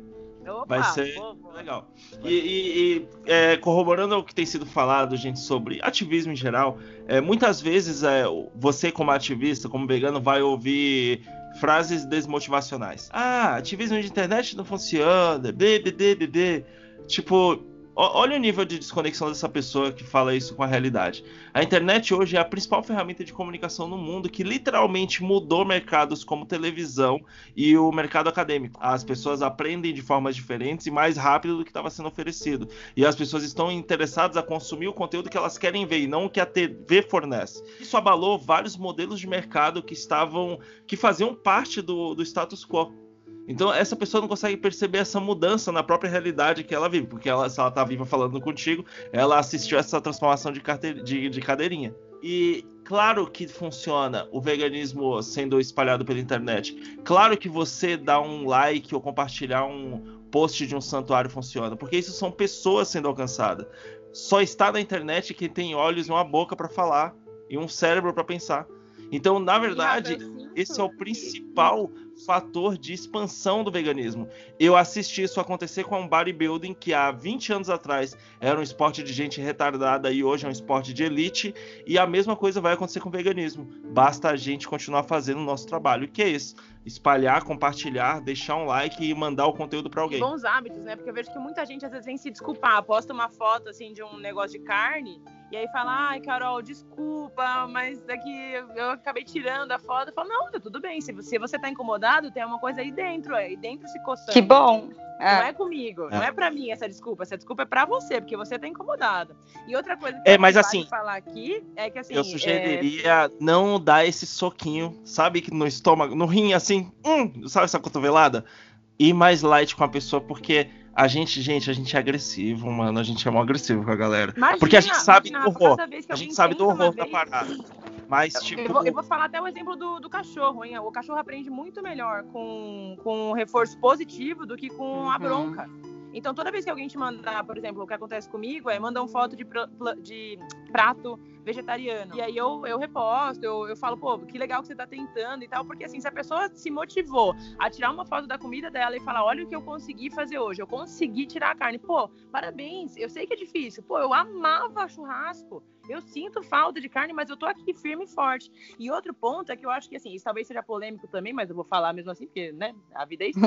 Opa, Vai ser boa, boa. legal. E, e- e, é, corroborando o que tem sido falado, gente, sobre ativismo em geral, é, muitas vezes é, você, como ativista, como vegano, vai ouvir frases desmotivacionais. Ah, ativismo de internet não funciona, bbb, bbb. Tipo, ó- olha o nível de desconexão dessa pessoa que fala isso com a realidade. A internet hoje é a principal ferramenta de comunicação no mundo que literalmente mudou mercados como televisão e o mercado acadêmico. As pessoas aprendem de formas diferentes e mais rápido do que estava sendo oferecido. E as pessoas estão interessadas a consumir o conteúdo que elas querem ver e não o que a T V fornece. Isso abalou vários modelos de mercado que estavam, que faziam parte do, do status quo. Então essa pessoa não consegue perceber essa mudança na própria realidade que ela vive, porque ela, se ela tá viva falando contigo, ela assistiu essa transformação de, carte... de, de cadeirinha. E claro que funciona o veganismo sendo espalhado pela internet. Claro que você dar um like ou compartilhar um post de um santuário funciona, porque isso são pessoas sendo alcançadas. Só está na internet quem tem olhos e uma boca para falar e um cérebro para pensar. Então, na verdade, esse é o principal fator de expansão do veganismo. Eu assisti isso acontecer com um bodybuilding que há vinte anos atrás era um esporte de gente retardada e hoje é um esporte de elite, e a mesma coisa vai acontecer com o veganismo. Basta a gente continuar fazendo o nosso trabalho, que é isso: espalhar, compartilhar, deixar um like e mandar o conteúdo para alguém. Bons hábitos, né? Porque eu vejo que muita gente às vezes vem se desculpar, posta uma foto assim de um negócio de carne e aí fala: ai, Carol, desculpa, mas daqui eu acabei tirando a foto. Eu falo: não, tá tudo bem, se você, você tá incomodado, tem uma coisa aí dentro, aí dentro se coçando. Que bom. Não É. é comigo, É. não é pra mim essa desculpa, essa desculpa é pra você, porque você tá incomodado. E outra coisa que É, eu mas vale assim, falar aqui é que assim, Eu sugeriria não dar esse soquinho, sabe, que no estômago, no rim, assim, hum, sabe essa cotovelada? Ir mais light com a pessoa, porque a gente, gente, a gente é agressivo, mano, a gente é mó agressivo com a galera. Imagina, porque a gente sabe imagina, do horror, cada vez que a alguém gente sabe do tenta uma horror da vez- parada. Mas, tipo, Eu vou, eu vou falar até o exemplo do, do cachorro, hein? O cachorro aprende muito melhor com, com um reforço positivo do que com a Uhum. bronca. Então, toda vez que alguém te mandar, por exemplo, o que acontece comigo é mandar uma foto de, pra- pla- de prato vegetariano. E aí eu, eu reposto, eu, eu falo, pô, que legal que você tá tentando e tal. Porque assim, se a pessoa se motivou a tirar uma foto da comida dela e falar: olha o que eu consegui fazer hoje, eu consegui tirar a carne. Pô, parabéns, eu sei que é difícil. Pô, eu amava churrasco. Eu sinto falta de carne, mas eu tô aqui firme e forte. E outro ponto é que eu acho que, assim, isso talvez seja polêmico também, mas eu vou falar mesmo assim, porque, né, a vida é isso.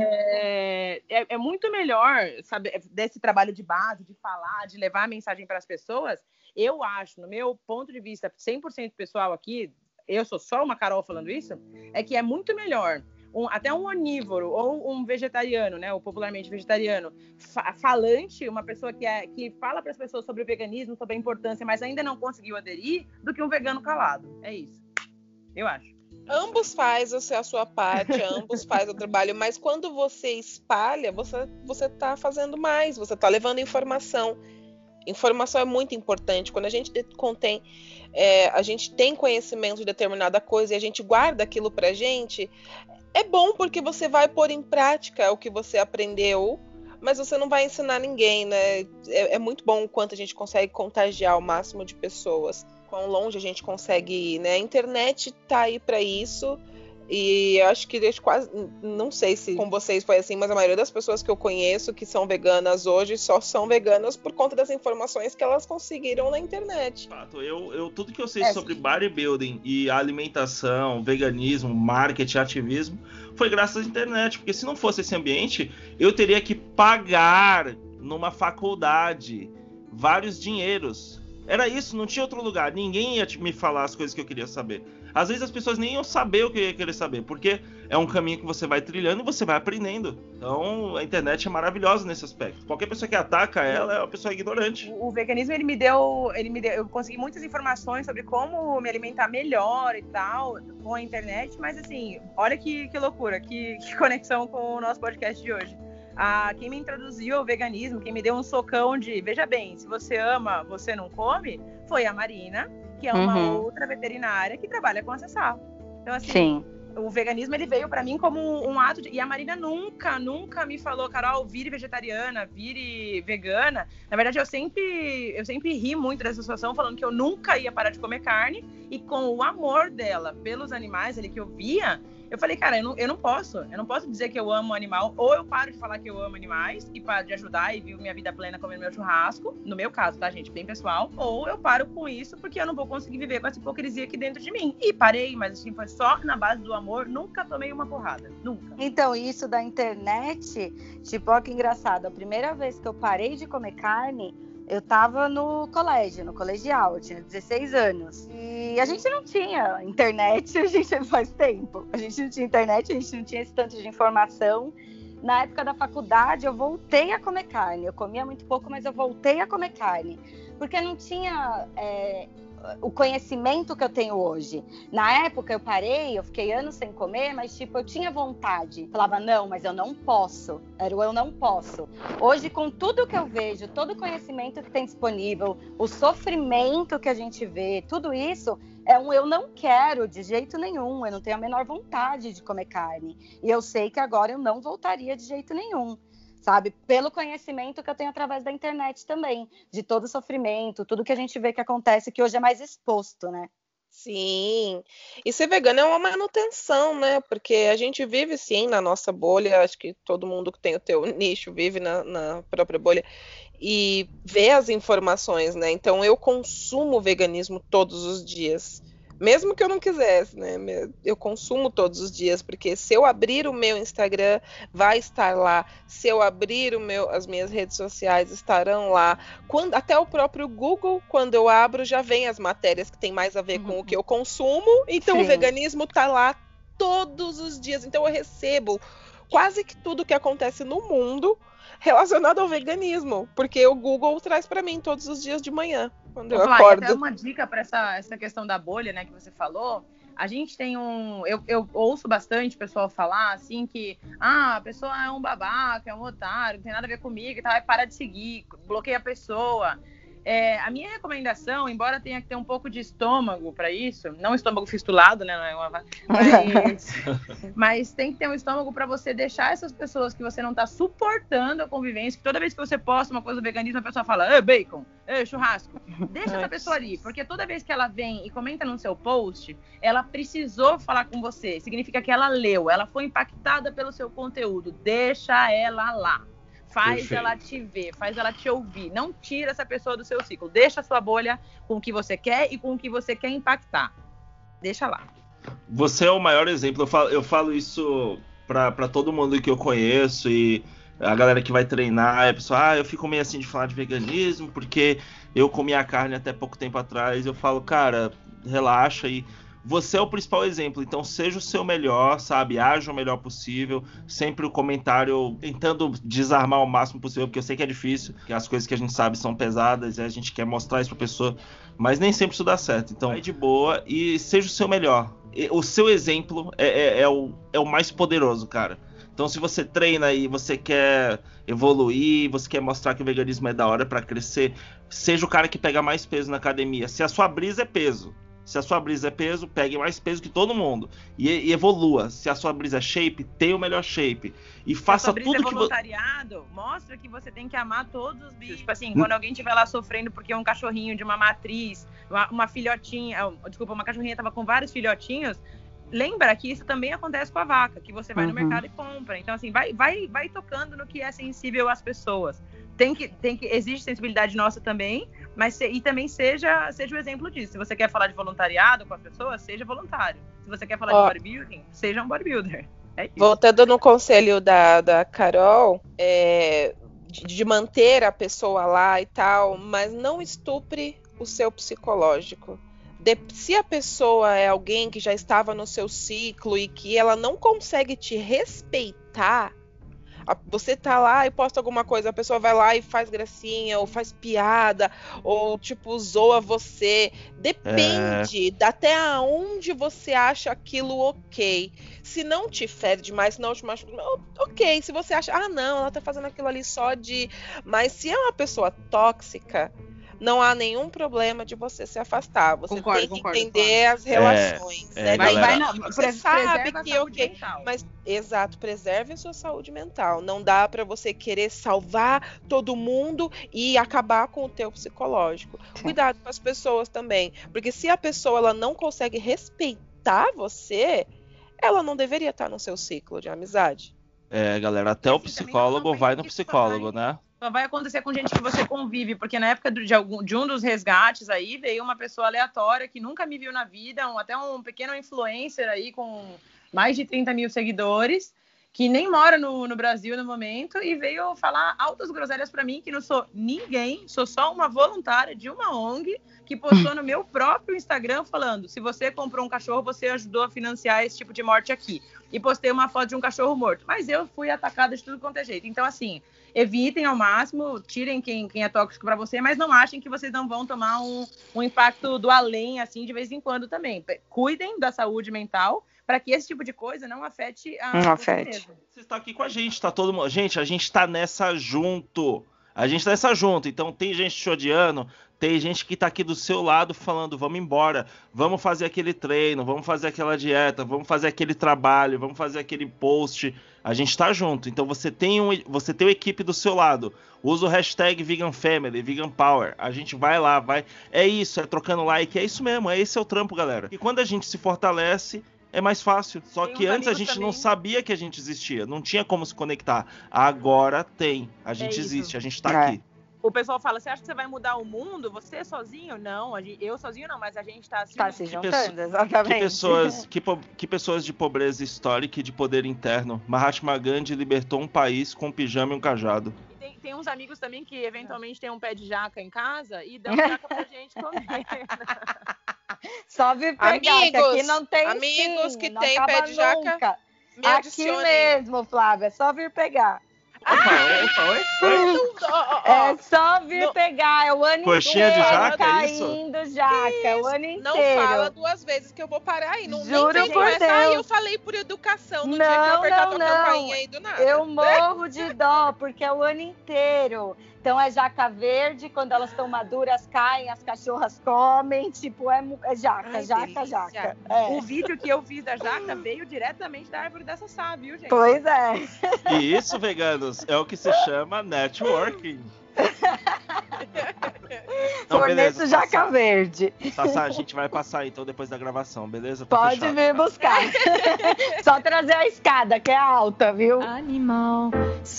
É, é, é muito melhor, sabe, desse trabalho de base, de falar, de levar a mensagem para as pessoas. Eu acho, no meu ponto de vista cem por cento pessoal aqui, eu sou só uma Carol falando isso, é que é muito melhor um, até um onívoro ou um vegetariano, né, ou popularmente vegetariano, fa- falante, uma pessoa que, é, que fala para as pessoas sobre o veganismo, sobre a importância, mas ainda não conseguiu aderir, do que um vegano calado. É isso. Eu acho. Ambos faz você a sua parte, ambos faz o trabalho, mas quando você espalha, você você tá fazendo mais, você tá levando informação. Informação é muito importante. Quando a gente contém, é, a gente tem conhecimento de determinada coisa e a gente guarda aquilo pra gente, é bom porque você vai pôr em prática o que você aprendeu, mas você não vai ensinar ninguém, né? É, é muito bom o quanto a gente consegue contagiar o máximo de pessoas. Quão longe a gente consegue ir, né? A internet tá aí para isso e eu acho que eu quase, não sei se com vocês foi assim, mas a maioria das pessoas que eu conheço que são veganas hoje só são veganas por conta das informações que elas conseguiram na internet. fato, eu, eu, tudo que eu sei É, sobre sim. bodybuilding e alimentação, veganismo, marketing, ativismo, foi graças à internet, porque se não fosse esse ambiente, eu teria que pagar numa faculdade vários dinheiros. Era isso, não tinha outro lugar. Ninguém ia te- me falar as coisas que eu queria saber. Às vezes as pessoas nem iam saber o que eu ia querer saber, porque é um caminho que você vai trilhando e você vai aprendendo. Então a internet é maravilhosa nesse aspecto. Qualquer pessoa que ataca ela é uma pessoa ignorante. O, o veganismo, ele me deu, ele me deu, eu consegui muitas informações sobre como me alimentar melhor e tal, com a internet, mas assim, olha que, que loucura, que, que conexão com o nosso podcast de hoje. Ah, quem me introduziu ao veganismo, quem me deu um socão de, veja bem, se você ama, você não come, foi a Marina, que é uma Uhum. outra veterinária que trabalha com acessar. Então, assim, Sim. o veganismo, ele veio pra mim como um, um ato de... E a Marina nunca, nunca me falou: Carol, vire vegetariana, vire vegana. Na verdade, eu sempre, eu sempre ri muito dessa situação, falando que eu nunca ia parar de comer carne. E com o amor dela pelos animais ali que eu via, Eu falei, cara, eu não, eu não posso. Eu não posso dizer que eu amo animal. Ou eu paro de falar que eu amo animais e paro de ajudar e vivo minha vida plena comendo meu churrasco. No meu caso, tá, gente? Bem pessoal. Ou eu paro com isso porque eu não vou conseguir viver com essa hipocrisia aqui dentro de mim. E parei, mas assim, foi só na base do amor. Nunca tomei uma porrada. Nunca. Então, isso da internet, tipo, ó que engraçado. A primeira vez que eu parei de comer carne, eu tava no colégio, no colegial, eu tinha dezesseis anos. E a gente não tinha internet, a gente faz tempo. A gente não tinha internet, a gente não tinha esse tanto de informação. Na época da faculdade, eu voltei a comer carne. Eu comia muito pouco, mas eu voltei a comer carne. Porque não tinha é, o conhecimento que eu tenho hoje. Na época, eu parei, eu fiquei anos sem comer, mas tipo, eu tinha vontade. Falava, não, mas eu não posso. Era o eu não posso. Hoje, com tudo que eu vejo, todo o conhecimento que tem disponível, o sofrimento que a gente vê, tudo isso é um eu não quero de jeito nenhum. Eu não tenho a menor vontade de comer carne. E eu sei que agora eu não voltaria de jeito nenhum. Sabe? Pelo conhecimento que eu tenho através da internet também, de todo o sofrimento, tudo que a gente vê que acontece, que hoje é mais exposto, né? Sim, e ser vegano é uma manutenção, né? Porque a gente vive sim na nossa bolha, acho que todo mundo que tem o teu nicho vive na, na própria bolha e vê as informações, né? Então eu consumo veganismo todos os dias. Mesmo que eu não quisesse, né? Eu consumo todos os dias, porque se eu abrir o meu Instagram, vai estar lá. Se eu abrir o meu, as minhas redes sociais, estarão lá. Quando, até o próprio Google, quando eu abro, já vem as matérias que tem mais a ver uhum. com o que eu consumo. Então Sim. o veganismo está lá todos os dias. Então eu recebo quase que tudo que acontece no mundo relacionado ao veganismo, porque o Google traz para mim todos os dias de manhã, quando eu Vou falar, acordo. Até uma dica para essa, essa questão da bolha, né, que você falou. A gente tem um... Eu, eu ouço bastante o pessoal falar, assim, que ah, a pessoa é um babaca, é um otário, não tem nada a ver comigo e tal, vai parar de seguir, bloqueia a pessoa. É, a minha recomendação, embora tenha que ter um pouco de estômago para isso, não estômago fistulado, né? Não é uma, mas, mas tem que ter um estômago para você deixar essas pessoas que você não está suportando a convivência, que toda vez que você posta uma coisa do veganismo, a pessoa fala, ei, bacon, ei, churrasco. Deixa essa pessoa ali, porque toda vez que ela vem e comenta no seu post, ela precisou falar com você. Significa que ela leu, ela foi impactada pelo seu conteúdo. Deixa ela lá. Faz Perfeito. Ela te ver, faz ela te ouvir. Não tira essa pessoa do seu ciclo. Deixa a sua bolha com o que você quer e com o que você quer impactar. Deixa lá. Você é o maior exemplo. Eu falo, eu falo isso pra, pra todo mundo que eu conheço e a galera que vai treinar. A pessoa, ah, eu fico meio assim de falar de veganismo porque eu comia carne até pouco tempo atrás. Eu falo, cara, relaxa e... Você é o principal exemplo, então seja o seu melhor, sabe? Haja o melhor possível. Sempre o comentário tentando desarmar o máximo possível, porque eu sei que é difícil, que as coisas que a gente sabe são pesadas e a gente quer mostrar isso pra pessoa, mas nem sempre isso dá certo. Então, vai de boa e seja o seu melhor. O seu exemplo é, é, é, o, é o mais poderoso, cara. Então, se você treina e você quer evoluir, você quer mostrar que o veganismo é da hora pra crescer, seja o cara que pega mais peso na academia. Se a sua brisa é peso, Se a sua brisa é peso, pegue mais peso que todo mundo. E, e evolua. Se a sua brisa é shape, tenha o melhor shape. E faça tudo que... Se a sua brisa é voluntariado, vo... mostra que você tem que amar todos os bichos. Tipo assim, hum. quando alguém estiver lá sofrendo porque um cachorrinho de uma matriz, uma, uma filhotinha... Desculpa, uma cachorrinha tava com vários filhotinhos... Lembra que isso também acontece com a vaca, que você vai uhum. no mercado e compra. Então, assim, vai, vai, vai tocando no que é sensível às pessoas. Tem que, tem que, existe sensibilidade nossa também, mas se, e também seja, seja o exemplo disso. Se você quer falar de voluntariado com as pessoas, seja voluntário. Se você quer falar oh. de bodybuilding, seja um bodybuilder. É isso. Voltando no conselho da, da Carol, é, de, de manter a pessoa lá e tal, mas não estupre o seu psicológico. De, se a pessoa é alguém que já estava no seu ciclo e que ela não consegue te respeitar, a, você tá lá e posta alguma coisa, a pessoa vai lá e faz gracinha, ou faz piada, ou tipo, zoa você. Depende é... até aonde você acha aquilo ok. Se não te fere demais, se não te machuca, ok. Se você acha, ah não, ela tá fazendo aquilo ali só de... Mas se é uma pessoa tóxica, não há nenhum problema de você se afastar. Você concordo, tem que concordo, entender concordo. As relações. É, né? é, vai, vai na, você sabe que ok, mental. Mas exato, preserve a sua saúde mental. Não dá para você querer salvar todo mundo e acabar com o teu psicológico. Sim. Cuidado com as pessoas também, porque se a pessoa ela não consegue respeitar você, ela não deveria estar no seu ciclo de amizade. É, galera, até o Assim, também psicólogo não- não vai pense no que isso psicólogo, vai- né? Só vai acontecer com gente que você convive, porque na época do- de, algum, de um dos resgates aí, veio uma pessoa aleatória que nunca me viu na vida, um, até um pequeno influencer aí com mais de trinta mil seguidores, que nem mora no, no Brasil no momento, e veio falar altas groselhas pra mim, que não sou ninguém, sou só uma voluntária de uma O N G, que postou no meu próprio Instagram falando, se você comprou um cachorro, você ajudou a financiar esse tipo de morte aqui. E postei uma foto de um cachorro morto. Mas eu fui atacada de tudo quanto é jeito. Então, assim, evitem ao máximo, tirem quem, quem é tóxico para você, mas não achem que vocês não vão tomar um, um impacto do além, assim, de vez em quando também. Cuidem da saúde mental para que esse tipo de coisa não afete a Não você afete. mesmo. Você está aqui com a gente, tá todo mundo. Gente, a gente tá nessa junto. A gente tá nessa junto. Então tem gente te odiando, tem gente que tá aqui do seu lado falando, vamos embora, vamos fazer aquele treino, vamos fazer aquela dieta, vamos fazer aquele trabalho, vamos fazer aquele post. A gente tá junto. Então você tem um, você tem uma equipe do seu lado. Usa o hashtag Vegan Family, Vegan Power. A gente vai lá, vai. É isso, é trocando like, é isso mesmo, é esse é o trampo, galera. E quando a gente se fortalece, é mais fácil. Só Tem que uns antes a amigos gente também- não sabia que a gente existia. Não tinha como se conectar. Agora tem. A gente isso. existe, a gente tá É. aqui. O pessoal fala, você acha que você vai mudar o mundo? Você sozinho? Não, a gente- eu sozinho não, mas a gente tá assim. Tá se Que juntando, pessoa- exatamente. Que pessoas, que, po- que pessoas de pobreza histórica e de poder interno. Mahatma Gandhi libertou um país com um pijama e um cajado. E tem, tem uns amigos também que eventualmente tem um pé de jaca em casa e dão jaca pra gente comer. Só vir pegar, que Amigos, aqui não tem amigos fim, que não têm acaba pé de jaca, nunca. Me Aqui adicionem. mesmo, Flávia, é só vir pegar. Opa, opa, oi, oi. Não, ó, ó, É ó, só vir não- pegar, é o ano Coxinha inteiro de jaca, é isso? caindo jaca, é o ano inteiro. não fala duas vezes que eu vou parar aí. Não, Juro nem vem por com essa, "Ai, Deus." eu falei por educação no Não, dia que eu apertar não, tua não. campainha aí do nada. Eu morro de dó, porque é o ano inteiro. Então é jaca verde, quando elas estão maduras, caem, as cachorras comem, tipo, é, mu- é jaca, Ai, jaca, delícia. jaca. É. O vídeo que eu fiz da jaca veio diretamente da árvore da Sassá, viu, gente? Pois é. E isso, veganos, é o que se chama networking. Não, Forneço jaca Sassá. verde. Sassá, a gente vai passar então depois da gravação, beleza? Tá Pode fechado. vir buscar. Só trazer a escada, que é alta, viu? Animal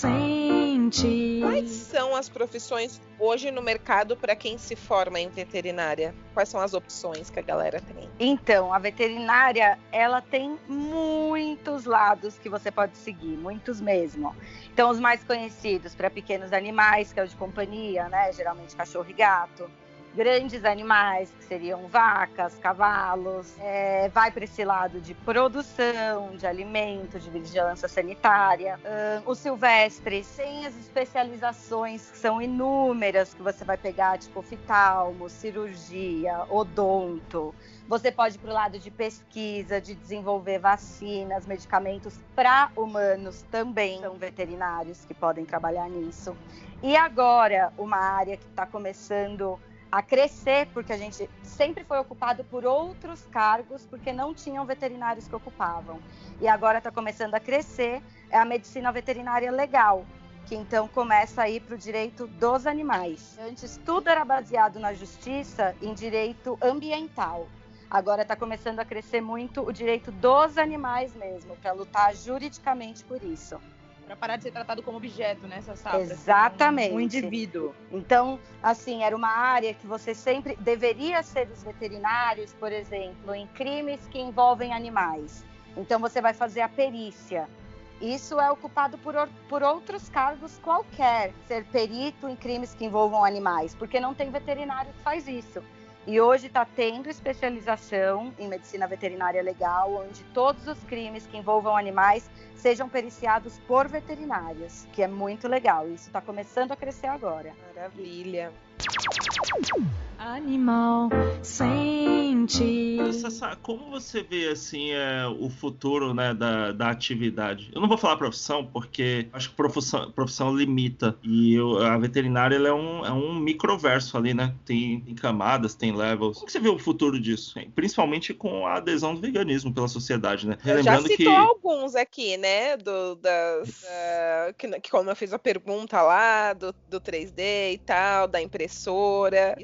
sente. Quais são as profissões hoje no mercado para quem se forma em veterinária? Quais são as opções que a galera tem? Então, a veterinária, ela tem muitos lados que você pode seguir, muitos mesmo. Então, os mais conhecidos para pequenos animais, que é o de companhia, né? Geralmente cachorro e gato. Grandes animais, que seriam vacas, cavalos. É, vai para esse lado de produção, de alimento, de vigilância sanitária. Ahn, os silvestres, tem as especializações que são inúmeras, que você vai pegar, tipo oftalmo, cirurgia, odonto. Você pode ir para o lado de pesquisa, de desenvolver vacinas, medicamentos para humanos também. São veterinários que podem trabalhar nisso. E agora, uma área que está começando a crescer, porque a gente sempre foi ocupado por outros cargos, porque não tinham veterinários que ocupavam. E agora está começando a crescer, é a medicina veterinária legal, que então começa a ir para o direito dos animais. Antes tudo era baseado na justiça, em direito ambiental. Agora está começando a crescer muito o direito dos animais mesmo, para lutar juridicamente por isso. Pra parar de ser tratado como objeto, né, Sassá? Pra ser Exatamente. Um, um indivíduo. Então, assim, era uma área que você sempre deveria ser os veterinários, por exemplo, em crimes que envolvem animais. Então, você vai fazer a perícia. Isso é ocupado por, por outros cargos qualquer, ser perito em crimes que envolvam animais, porque não tem veterinário que faz isso. E hoje está tendo especialização em medicina veterinária legal, onde todos os crimes que envolvam animais sejam periciados por veterinários, que é muito legal. Isso está começando a crescer agora. Maravilha. Animal sente. Sassá, como você vê assim é, o futuro, né, da, da atividade? Eu não vou falar profissão, porque acho que profissão, profissão limita. E eu, a veterinária ela é, um, é um microverso ali, né? Tem, tem camadas, tem levels. Como que você vê o futuro disso? Principalmente com a adesão do veganismo pela sociedade, né? Eu já Relembrando citou que... alguns aqui, né? Do, das, uh, que, que como eu fiz a pergunta lá, do, do três D e tal, da impressora. Isso, já é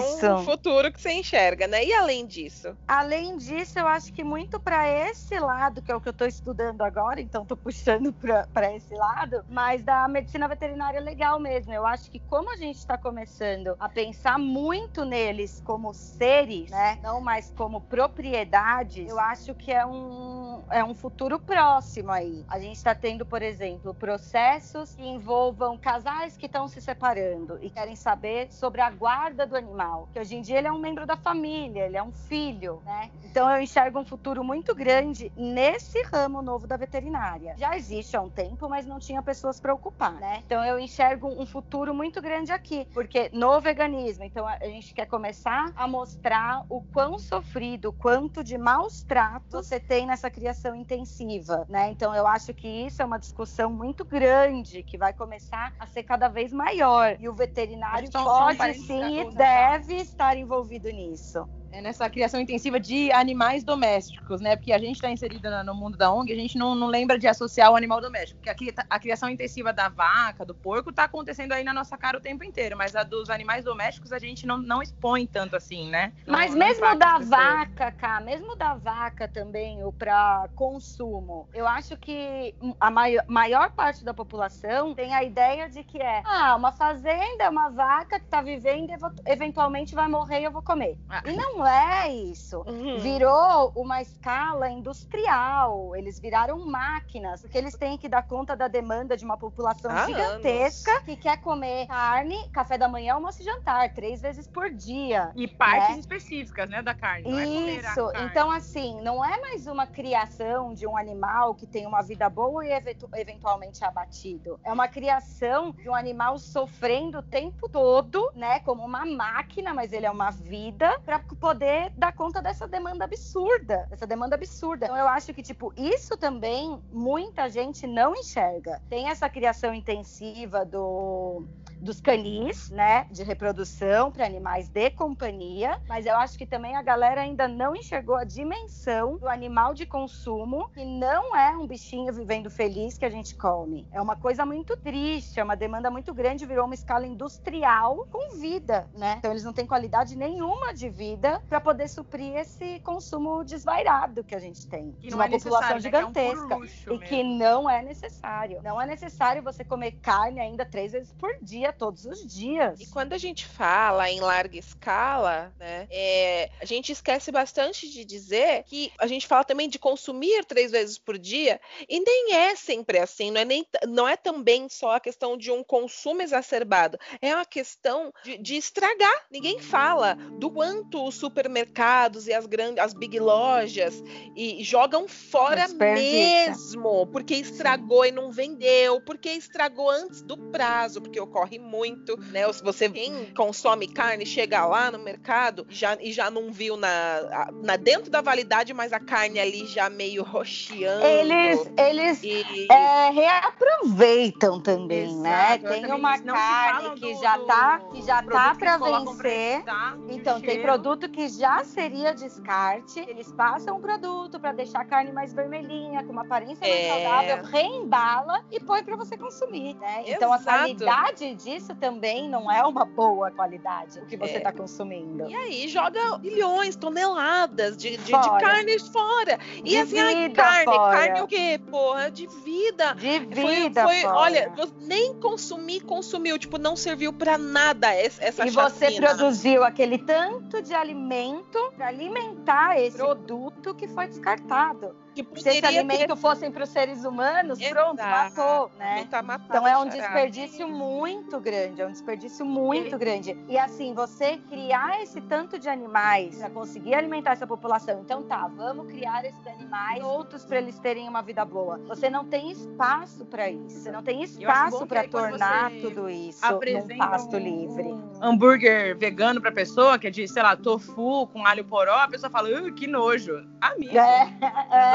Isso. um futuro que você enxerga, né? E além disso? Além disso, eu acho que muito para esse lado, que é o que eu estou estudando agora, então estou puxando para esse lado, mas da medicina veterinária é legal mesmo. Eu acho que como a gente está começando a pensar muito neles como seres, né, não mais como propriedades, eu acho que é um, é um futuro próximo aí. A gente está tendo, por exemplo, processos que envolvam casais que estão se separando e querem saber sobre a guarda do animal, que hoje em dia ele é um membro da família, ele é um filho, né? Então eu enxergo um futuro muito grande nesse ramo novo da veterinária. Já existe há um tempo, mas não tinha pessoas para ocupar, né? Então eu enxergo um futuro muito grande aqui, porque no veganismo, então a gente quer começar a mostrar o quão sofrido, o quanto de maus tratos você tem nessa criação intensiva, né? Então eu acho que isso é uma discussão muito grande, que vai começar a ser cada vez maior. E o veterinário Só- só um pode parênteses sim pra e contar. deve estar envolvido nisso. É nessa criação intensiva de animais domésticos, né? Porque a gente está inserida no mundo da O N G, a gente não, não lembra de associar o animal doméstico. Porque a, cri- a criação intensiva da vaca, do porco, está acontecendo aí na nossa cara o tempo inteiro. Mas a dos animais domésticos a gente não, não expõe tanto assim, né? Não- Mas não mesmo impacta da as pessoas. vaca, cá, mesmo da vaca também, ou para consumo, eu acho que a maior, maior parte da população tem a ideia de que é, ah, uma fazenda, uma vaca que está vivendo, evo- eventualmente vai morrer e eu vou comer. Ah. E não é isso. Uhum. Virou uma escala industrial, eles viraram máquinas, porque eles têm que dar conta da demanda de uma população Há gigantesca anos. que quer comer carne, café da manhã, almoço e jantar, três vezes por dia. E partes né? específicas, né, da carne. Não é comer a Isso, carne. então assim, não é mais uma criação de um animal que tem uma vida boa e eventu- eventualmente é abatido. É uma criação de um animal sofrendo o tempo todo, né, como uma máquina, mas ele é uma vida, para poder dar conta dessa demanda absurda, dessa demanda absurda. Então eu acho que, tipo, isso também muita gente não enxerga. Tem essa criação intensiva do... dos canis, né, de reprodução para animais de companhia, mas eu acho que também a galera ainda não enxergou a dimensão do animal de consumo, que não é um bichinho vivendo feliz que a gente come. É uma coisa muito triste, é uma demanda muito grande, virou uma escala industrial com vida, né? Então eles não têm qualidade nenhuma de vida para poder suprir esse consumo desvairado que a gente tem, Que de não uma é população necessário, né, que é um puro gigantesca. luxo E que mesmo. não é necessário. Não é necessário você comer carne ainda três vezes por dia, todos os dias. E quando a gente fala em larga escala, né, é, a gente esquece bastante de dizer que a gente fala também de consumir três vezes por dia, e nem é sempre assim, não é, nem, não é também só a questão de um consumo exacerbado, é uma questão de, de estragar. Ninguém fala do quanto os supermercados e as grandes, as big lojas e, jogam fora Desperdiça. mesmo, porque estragou e não vendeu, porque estragou antes do prazo, porque ocorre muito, né? Ou se você quem consome carne chega lá no mercado e já, e já não viu na, na dentro da validade, mas a carne ali já meio roxeando. Eles, eles e é, reaproveitam também, Exato, né? eu Tem também- uma não se carne falam que do- já do tá, que já produto tá que para eles colocam pra vencer. evitar o Então, tem cheiro. produto que já seria descarte, eles passam o produto para deixar a carne mais vermelhinha, com uma aparência mais É. saudável, reembala e põe para você consumir, né? Então, a Exato. qualidade disso também não é uma boa qualidade, o que você É. está consumindo. E aí joga milhões, toneladas de, de, de Fora. carne fora. E De assim, ai, vida carne, fora. carne o quê? Porra, de vida. De Foi, vida foi fora. olha, você nem consumir, consumiu, tipo, não serviu pra nada essa, essa E você chacina. produziu aquele tanto de alimento para alimentar esse produto que foi descartado. Que Se esse poderia alimento ter... fossem para os seres humanos, pronto, Exato. matou, né? Não tá matado, Então é um chará. desperdício muito grande, é um desperdício muito grande. E assim, você criar esse tanto de animais para conseguir alimentar essa população, então tá, vamos criar esses animais outros para eles terem uma vida boa. Você não tem espaço para isso, você não tem Eu acho espaço bom que para aí quando tornar você tudo isso apresenta num pasto um- livre. um hambúrguer vegano pra pessoa, que é de, sei lá, tofu com alho poró, a pessoa fala, "Uh, que nojo. Amigo. É, é.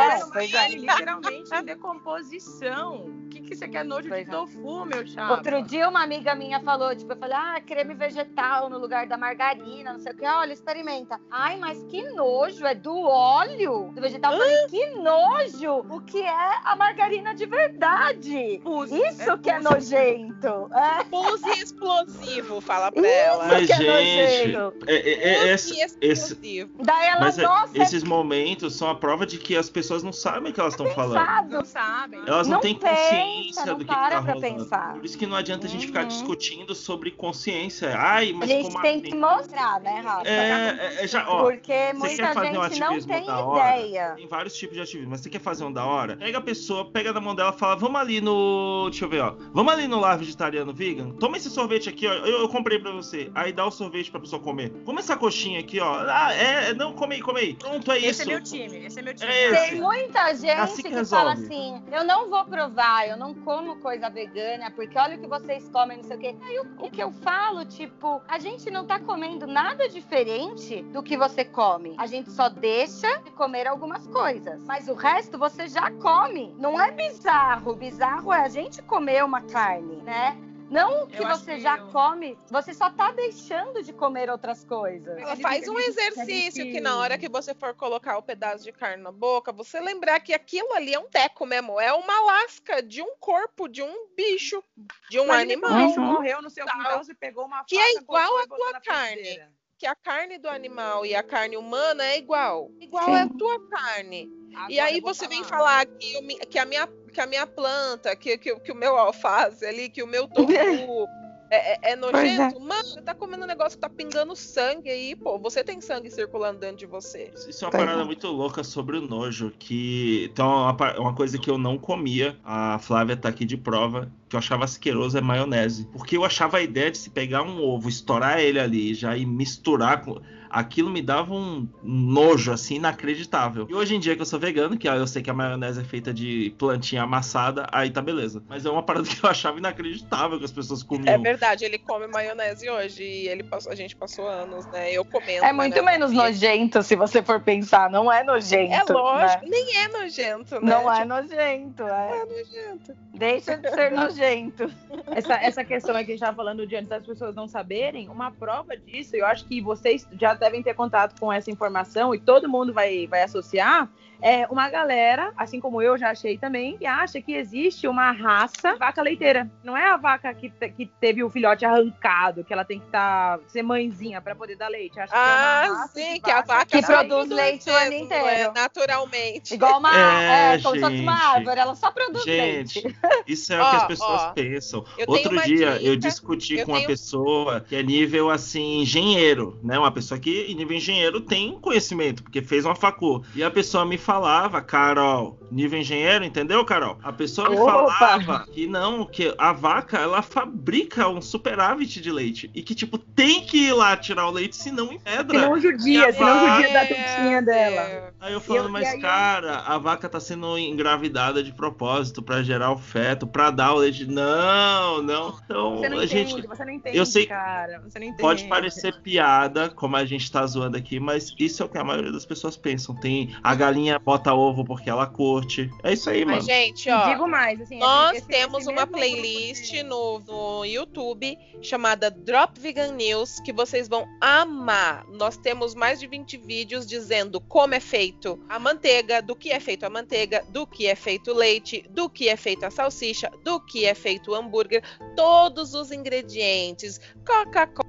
É, uma pois é. carne literalmente em decomposição. O que, que você quer nojo Pois de é. tofu, meu chapa? Outro dia uma amiga minha falou, tipo, eu falei, ah, creme vegetal no lugar da margarina, não sei o que, olha, experimenta. Ai, mas que nojo, é do óleo do vegetal. Eu falei, que nojo, o que é a margarina de verdade? Pus, Isso é que é pus. nojento. É, Puse explosivo, fala pra Isso. ela. Mas, que é gente, nojento. é, é, é, Puse esse, esse, explosivo. Daí ela, mas é- nossa, esses momentos são a prova de que as pessoas não sabem o que elas estão falando. pensado. Não sabem. Elas não, Não têm pensa, consciência não do que, para que tá pra rolando. pensar. Por isso que não adianta a gente ficar Uhum. discutindo sobre consciência. Ai, A mas gente como tem assim? que mostrar, né, Rafa? É, é, já, ó, Porque você muita quer fazer um gente não ativismo tem da hora? ideia. Tem vários tipos de ativismo, mas você quer fazer um da hora? Pega a pessoa, pega na mão dela e fala, vamos ali no... Deixa eu ver, ó. Vamos ali no lar vegetariano vegan? Toma esse sorvete aqui, ó. Eu, eu comprei pra você. Aí dá o sorvete pra pessoa comer. Come essa coxinha aqui, ó. Ah, é... Não, come aí, come aí. Pronto, é Esse isso. é meu time, esse é meu time. É Tem esse. muita gente assim que que, resolve. fala assim, eu não vou provar, eu não como coisa vegana, porque olha o que vocês comem, não sei o quê. Aí o, o que eu falo, tipo, a gente não tá comendo nada diferente do que você come. A gente só deixa de comer algumas coisas. Mas o resto você já come. Não é bizarro. Bizarro é a gente comer uma carne, né? Não o que Eu acho você que já eu- come, você só tá deixando de comer outras coisas. Ela Ele faz fica- um ele fica- exercício ele- que na hora que você for colocar o pedaço de carne na boca, você lembrar que aquilo ali é um teco mesmo, é uma lasca de um corpo, de um bicho, de um Imagina que o animal. bicho Uhum. morreu no seu quintal, você pegou uma Que faca, é igual cortou a e botou tua na carne. frigideira. Que a carne do animal e a carne humana é igual. Igual é a tua carne. E Agora aí eu vou você vem falar. falar que, eu me- que a, minha, que a minha planta, que, que, que o meu alface ali, que o meu tofu é, é- é nojento. Mano, você tá comendo um negócio que tá pingando sangue aí, pô. Você tem sangue circulando dentro de você. Isso é uma Pois parada é. muito louca sobre o nojo, que então uma, pa- uma coisa que eu não comia, a Flávia tá aqui de prova, que eu achava asqueroso é maionese. Porque eu achava a ideia de se pegar um ovo, estourar ele ali, já e misturar com... Aquilo me dava um nojo, assim, inacreditável. E hoje em dia que eu sou vegano, que eu sei que a maionese é feita de plantinha amassada, aí tá beleza. Mas é uma parada que eu achava inacreditável que as pessoas comiam. É verdade, ele come maionese hoje e ele passou, a gente passou anos, né? Eu comendo. É muito maionese. menos nojento, se você for pensar. Não é nojento. É lógico, né? nem é nojento, né? Não é Tipo, nojento. não É. é nojento. Deixa de ser nojento. Essa, essa questão aí que a gente estava falando de antes das pessoas não saberem, uma prova disso, eu acho que vocês já devem ter contato com essa informação e todo mundo vai, vai associar, é uma galera, assim como eu já achei também, que acha que existe uma raça de vaca leiteira. Não é a vaca que, te- que teve o filhote arrancado, que ela tem que tá, ser mãezinha para poder dar leite. Acho que é uma Ah, raça sim, de que a vaca que dá produz leite leite o ano mesmo, inteiro. é, naturalmente. Igual uma. É, É, como se fosse uma gente. árvore, ela só produz Gente, leite. isso é o que Ó, as pessoas ó, pensam. eu tenho Outro uma dia dica, eu discuti eu com uma tenho- pessoa que é nível assim, engenheiro, né? Uma pessoa que nível engenheiro tem conhecimento, porque fez uma facul. E a pessoa me falava, Carol, nível engenheiro, entendeu, Carol? A pessoa me Opa! falava que não, que a vaca ela fabrica um superávit de leite e que tipo tem que ir lá tirar o leite, senão empedra. Se não judia, se não vaca- judia da tetinha dela. Aí eu falando, E eu- mas e aí eu- cara, a vaca tá sendo engravidada de propósito pra gerar o feto, pra dar o leite. Não, não. Então, Você não a entende, gente você não entende, eu sei- cara. Você não entende. pode parecer piada, como a gente tá zoando aqui, mas isso é o que a maioria das pessoas pensam. Tem a galinha bota ovo porque ela curte. É isso aí, mano. Mas, gente, E ó, digo mais, assim, nós esse- temos esse uma mesmo playlist grupo de- no, no YouTube chamada Drop Vegan News que vocês vão amar. Nós temos mais de vinte vídeos dizendo como é feito a manteiga, do que é feito a manteiga, do que é feito o leite, do que é feito a salsicha, do que é feito o hambúrguer, todos os ingredientes, Coca-Cola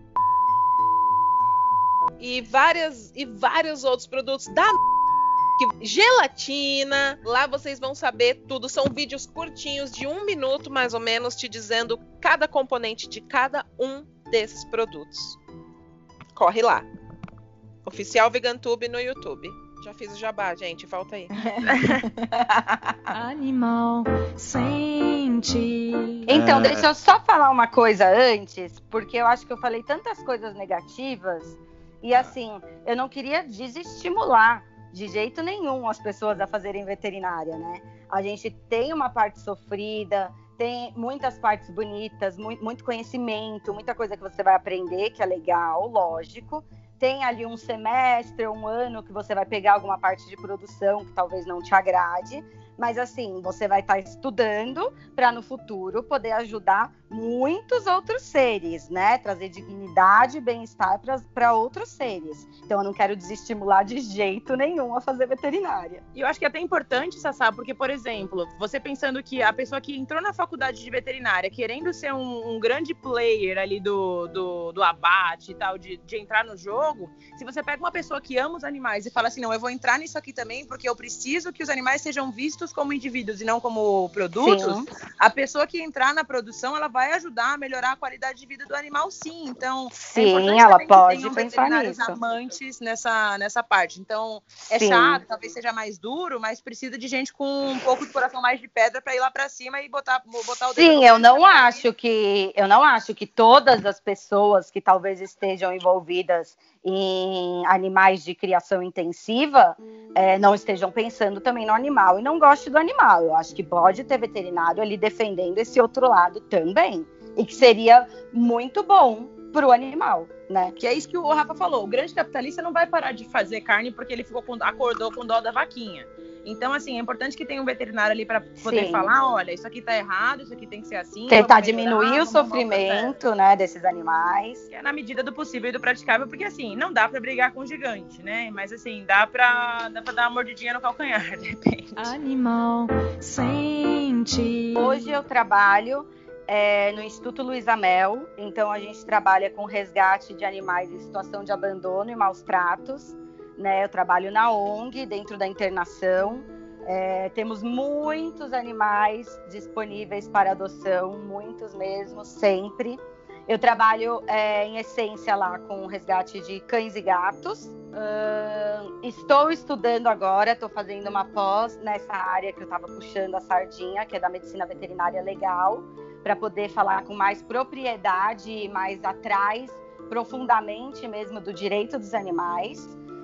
e várias e vários outros produtos da que- gelatina. Lá vocês vão saber tudo. São vídeos curtinhos de um minuto, mais ou menos, te dizendo cada componente de cada um desses produtos. Corre lá. Oficial VeganTube no YouTube. Já fiz o jabá, gente. Falta aí. Animal sente. Então, É. deixa eu só falar uma coisa antes, porque eu acho que eu falei tantas coisas negativas e assim, eu não queria desestimular de jeito nenhum as pessoas a fazerem veterinária, né? A gente tem uma parte sofrida, tem muitas partes bonitas, muito, muito conhecimento, muita coisa que você vai aprender, que é legal, lógico, tem ali um semestre, um ano que você vai pegar alguma parte de produção que talvez não te agrade, mas assim, você vai estar estudando para no futuro poder ajudar muitos outros seres, né? Trazer dignidade e bem-estar para outros seres. Então eu não quero desestimular de jeito nenhum a fazer veterinária. E eu acho que é até importante, Sassá, porque, por exemplo, você pensando que a pessoa que entrou na faculdade de veterinária querendo ser um, um grande player ali do, do, do abate e tal, de, de entrar no jogo, se você pega uma pessoa que ama os animais e fala assim, não, eu vou entrar nisso aqui também porque eu preciso que os animais sejam vistos como indivíduos e não como produtos, sim. A pessoa que entrar na produção, ela vai ajudar a melhorar a qualidade de vida do animal, sim. Então, sim, é ela pode que pensar nisso. Amantes nessa, nessa parte. Então, é sim. chato, talvez seja mais duro, mas precisa de gente com um pouco de coração mais de pedra para ir lá para cima e botar, botar o dedo. Sim, eu não acho que eu não acho que todas as pessoas que talvez estejam envolvidas em animais de criação intensiva é, não estejam pensando também no animal e não gostem do animal. Eu acho que pode ter veterinário ali defendendo esse outro lado também. E que seria muito bom para o animal, né? Que é isso que o Rafa falou. O grande capitalista não vai parar de fazer carne porque ele ficou com, acordou com dó da vaquinha. Então, assim, é importante que tenha um veterinário ali para poder Sim. falar, olha, isso aqui tá errado, isso aqui tem que ser assim. Tentar diminuir o sofrimento, né, desses animais. Que é na medida do possível e do praticável, porque, assim, não dá para brigar com um gigante, né? Mas, assim, dá para dá pra dar uma mordidinha no calcanhar, de repente. Animal sente. Hoje eu trabalho É, no Instituto Luiza Mel, então a gente trabalha com resgate de animais em situação de abandono e maus tratos, né? Eu trabalho na O N G, dentro da internação, é, temos muitos animais disponíveis para adoção, muitos mesmo, sempre. Eu trabalho é, em essência lá com resgate de cães e gatos. Uh, estou estudando agora, estou fazendo uma pós nessa área que eu estava puxando a sardinha, que é da medicina veterinária legal, para poder falar com mais propriedade e mais atrás, profundamente mesmo, do direito dos animais.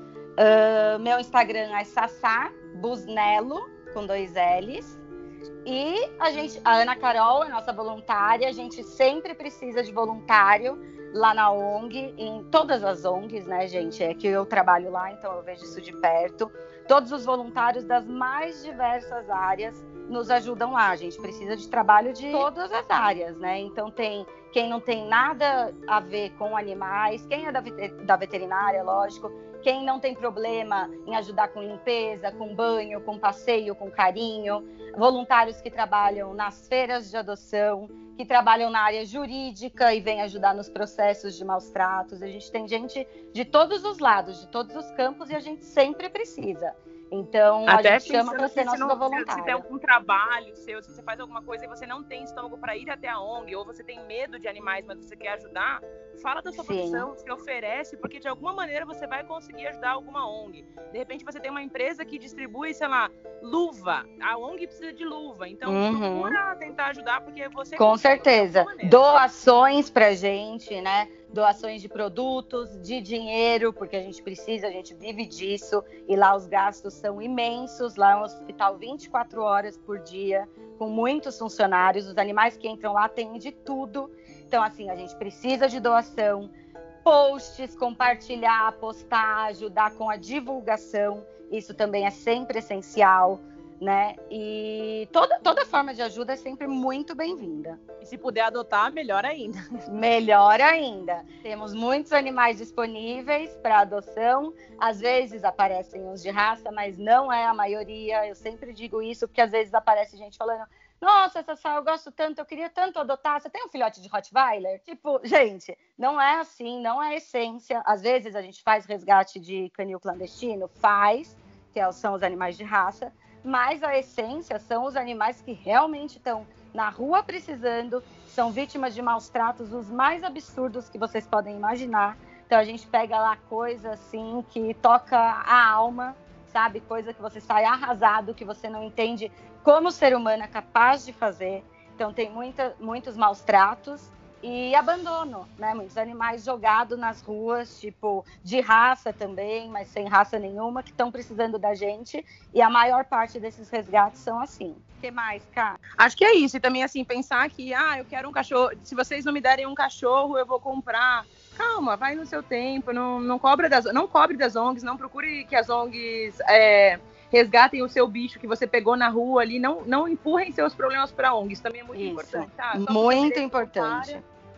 Uh, meu Instagram é Sassá Busnello, com dois L's. E a gente, a Ana Carol é nossa voluntária, a gente sempre precisa de voluntário lá na O N G, em todas as O N Gs, né, gente? É que eu trabalho lá, então eu vejo isso de perto. Todos os voluntários das mais diversas áreas nos ajudam lá. A gente precisa de trabalho de todas as áreas, né? Então tem quem não tem nada a ver com animais, quem é da, da veterinária, lógico, quem não tem problema em ajudar com limpeza, com banho, com passeio, com carinho, voluntários que trabalham nas feiras de adoção, que trabalham na área jurídica e vêm ajudar nos processos de maus tratos. A gente tem gente de todos os lados, de todos os campos, e a gente sempre precisa. Então, Até a gente chama para ser nossa voluntária. Se tem algum trabalho seu, se você faz alguma coisa e você não tem estômago para ir até a O N G, ou você tem medo de animais, mas você quer ajudar, fala da sua profissão, se oferece, porque de alguma maneira você vai conseguir ajudar alguma O N G. De repente você tem uma empresa que distribui, sei lá, luva. A O N G precisa de luva. Então, uhum. procura tentar ajudar, porque você... Com certeza. Doações pra gente, né? Doações de produtos, de dinheiro, porque a gente precisa, a gente vive disso, e lá os gastos são imensos. Lá é um hospital vinte e quatro horas por dia, com muitos funcionários. Os animais que entram lá têm de tudo. Então, assim, a gente precisa de doação, posts, compartilhar, postar, ajudar com a divulgação. Isso também é sempre essencial, né? E toda, toda forma de ajuda é sempre muito bem-vinda. E se puder adotar, melhor ainda. Melhor ainda. Temos muitos animais disponíveis para adoção. Às vezes aparecem uns de raça, mas não é a maioria. Eu sempre digo isso, porque às vezes aparece gente falando: nossa, Sassá, eu gosto tanto, eu queria tanto adotar. Você tem um filhote de Rottweiler? Tipo, gente, não é assim, não é a essência. Às vezes a gente faz resgate de canil clandestino, faz, que são os animais de raça. Mas a essência são os animais que realmente estão na rua precisando, são vítimas de maus tratos, os mais absurdos que vocês podem imaginar. Então a gente pega lá coisa assim que toca a alma, sabe? Coisa que você sai arrasado, que você não entende como o ser humano é capaz de fazer. Então tem muita, muitos maus tratos e abandono, né? Muitos animais jogados nas ruas, tipo, de raça também, mas sem raça nenhuma, que estão precisando da gente. E a maior parte desses resgates são assim. O que mais, Cá? Acho que é isso. E também, assim, pensar que, ah, eu quero um cachorro. Se vocês não me derem um cachorro, eu vou comprar. Calma, vai no seu tempo. Não, não, cobra das, não cobre das O N Gs, não procure que as O N Gs é, resgatem o seu bicho que você pegou na rua ali. Não, não empurrem seus problemas para O N Gs. Isso também é muito isso. importante. Tá? Só muito importante.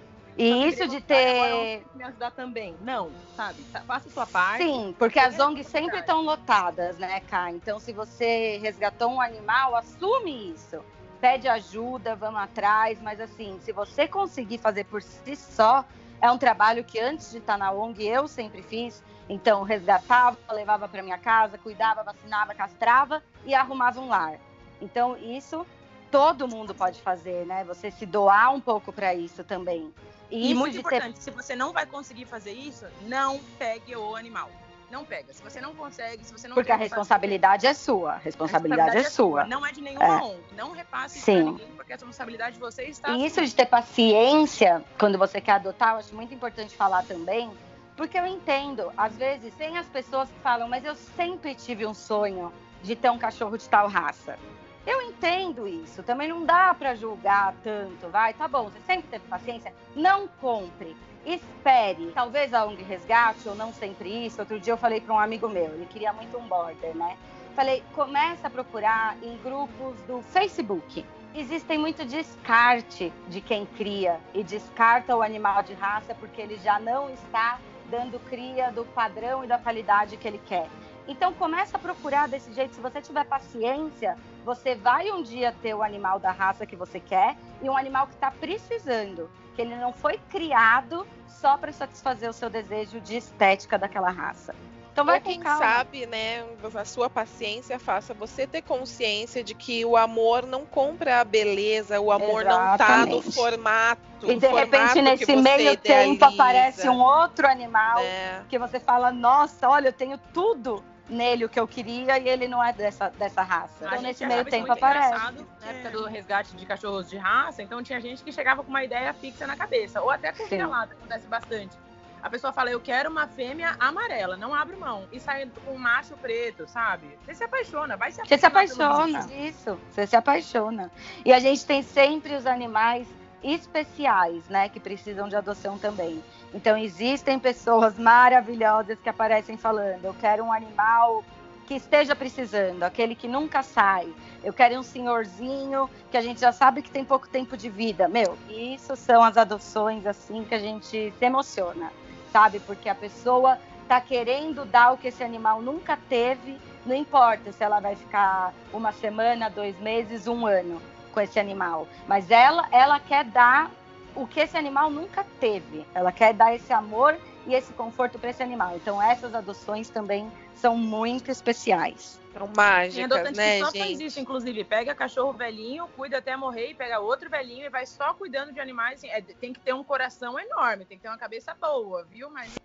E isso de ter... me ajudar também. Não, sabe? Faça a sua parte. Sim, porque as O N Gs sempre estão lotadas, né, Cá? Então, se você resgatou um animal, assume isso. Pede ajuda, vamos atrás. Mas, assim, se você conseguir fazer por si só, é um trabalho que antes de estar na O N G eu sempre fiz. Então, resgatava, levava para minha casa, cuidava, vacinava, castrava e arrumava um lar. Então, isso todo mundo pode fazer, né? Você se doar um pouco para isso também. E, e muito importante, ter... se você não vai conseguir fazer isso, não pegue o animal. Não pega. Se você não consegue, se você não Porque a responsabilidade é sua. A responsabilidade, a responsabilidade é, é sua. sua. Não é de nenhuma é. O N G. Não repasse isso pra ninguém, porque a responsabilidade de você está... E isso de ter paciência, quando você quer adotar, eu acho muito importante falar também, porque eu entendo, às vezes, tem as pessoas que falam, mas eu sempre tive um sonho de ter um cachorro de tal raça. Eu entendo isso, também não dá para julgar tanto, vai, tá bom, você sempre teve paciência, não compre, espere, talvez a O N G resgate ou não sempre isso. Outro dia eu falei para um amigo meu, ele queria muito um border, né? Falei, começa a procurar em grupos do Facebook. Existem muito descarte de quem cria e descarta o animal de raça porque ele já não está dando cria do padrão e da qualidade que ele quer. Então, começa a procurar desse jeito. Se você tiver paciência, você vai um dia ter o animal da raça que você quer e um animal que está precisando, que ele não foi criado só para satisfazer o seu desejo de estética daquela raça. Então, vai Ou quem com calma. sabe, né, a sua paciência faça você ter consciência de que o amor não compra a beleza, o amor Exatamente. Não está no formato. E de repente, nesse meio idealiza, tempo, aparece um outro animal né? Que você fala, nossa, olha, eu tenho tudo nele o que eu queria e ele não é dessa, dessa raça. Então, nesse meio tempo aparece. Na época do resgate de cachorros de raça, então tinha gente que chegava com uma ideia fixa na cabeça. Ou até com vira-lata, acontece bastante. A pessoa fala, eu quero uma fêmea amarela, não abre mão. E sai com um macho preto, sabe? Você se apaixona, vai se apaixonar. Você se apaixona, isso. Você se apaixona. E a gente tem sempre os animais especiais, né? Que precisam de adoção também. Então, existem pessoas maravilhosas que aparecem falando, eu quero um animal que esteja precisando, aquele que nunca sai. Eu quero um senhorzinho que a gente já sabe que tem pouco tempo de vida. Meu, isso são as adoções, assim, que a gente se emociona, sabe? Porque a pessoa tá querendo dar o que esse animal nunca teve, não importa se ela vai ficar uma semana, dois meses, um ano com esse animal. Mas ela, ela quer dar o que esse animal nunca teve. Ela quer dar esse amor e esse conforto para esse animal. Então, essas adoções também são muito especiais. São mágicas, né, que só gente? Faz isso, inclusive, pega cachorro velhinho, cuida até morrer, e pega outro velhinho e vai só cuidando de animais. Assim, é, tem que ter um coração enorme, tem que ter uma cabeça boa, viu? Mas...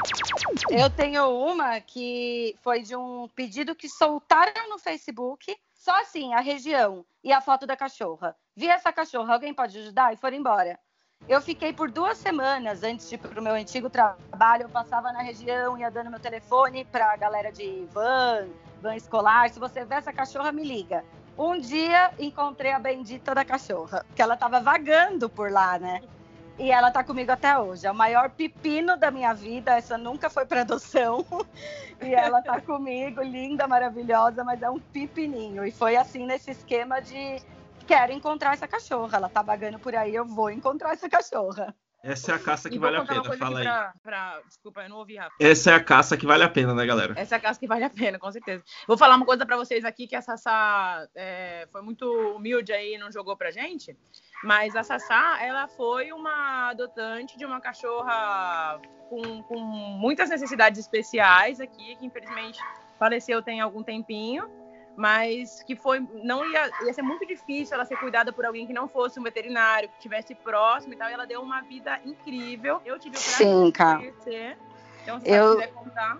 Eu tenho uma que foi de um pedido que soltaram no Facebook, só assim, a região e a foto da cachorra. Vi essa cachorra, alguém pode ajudar? E foram embora. Eu fiquei por duas semanas antes de ir para o meu antigo trabalho. Eu passava na região, ia dando meu telefone para a galera de van, van escolar. Se você vê essa cachorra, me liga. Um dia encontrei a bendita da cachorra, porque ela estava vagando por lá, né? E ela tá comigo até hoje. É o maior pepino da minha vida. Essa nunca foi para adoção. E ela tá comigo, linda, maravilhosa, mas é um pepininho. E foi assim nesse esquema de... Quero encontrar essa cachorra. Ela tá vagando por aí, eu vou encontrar essa cachorra. Essa é a caça que e vale a pena, fala aí. Pra, pra... Desculpa, eu não ouvi, Rafa. Essa é a caça que vale a pena, né, galera? Essa é a caça que vale a pena, com certeza. Vou falar uma coisa pra vocês aqui, que a Sassá é, foi muito humilde aí e não jogou pra gente. Mas a Sassá, ela foi uma adotante de uma cachorra com, com muitas necessidades especiais aqui, que infelizmente faleceu tem algum tempinho. Mas que foi, não ia, ia ser muito difícil ela ser cuidada por alguém que não fosse um veterinário, que estivesse próximo e tal, e ela deu uma vida incrível. Eu tive o prazer Sim, de cara. conhecer, então se eu... você quiser contar.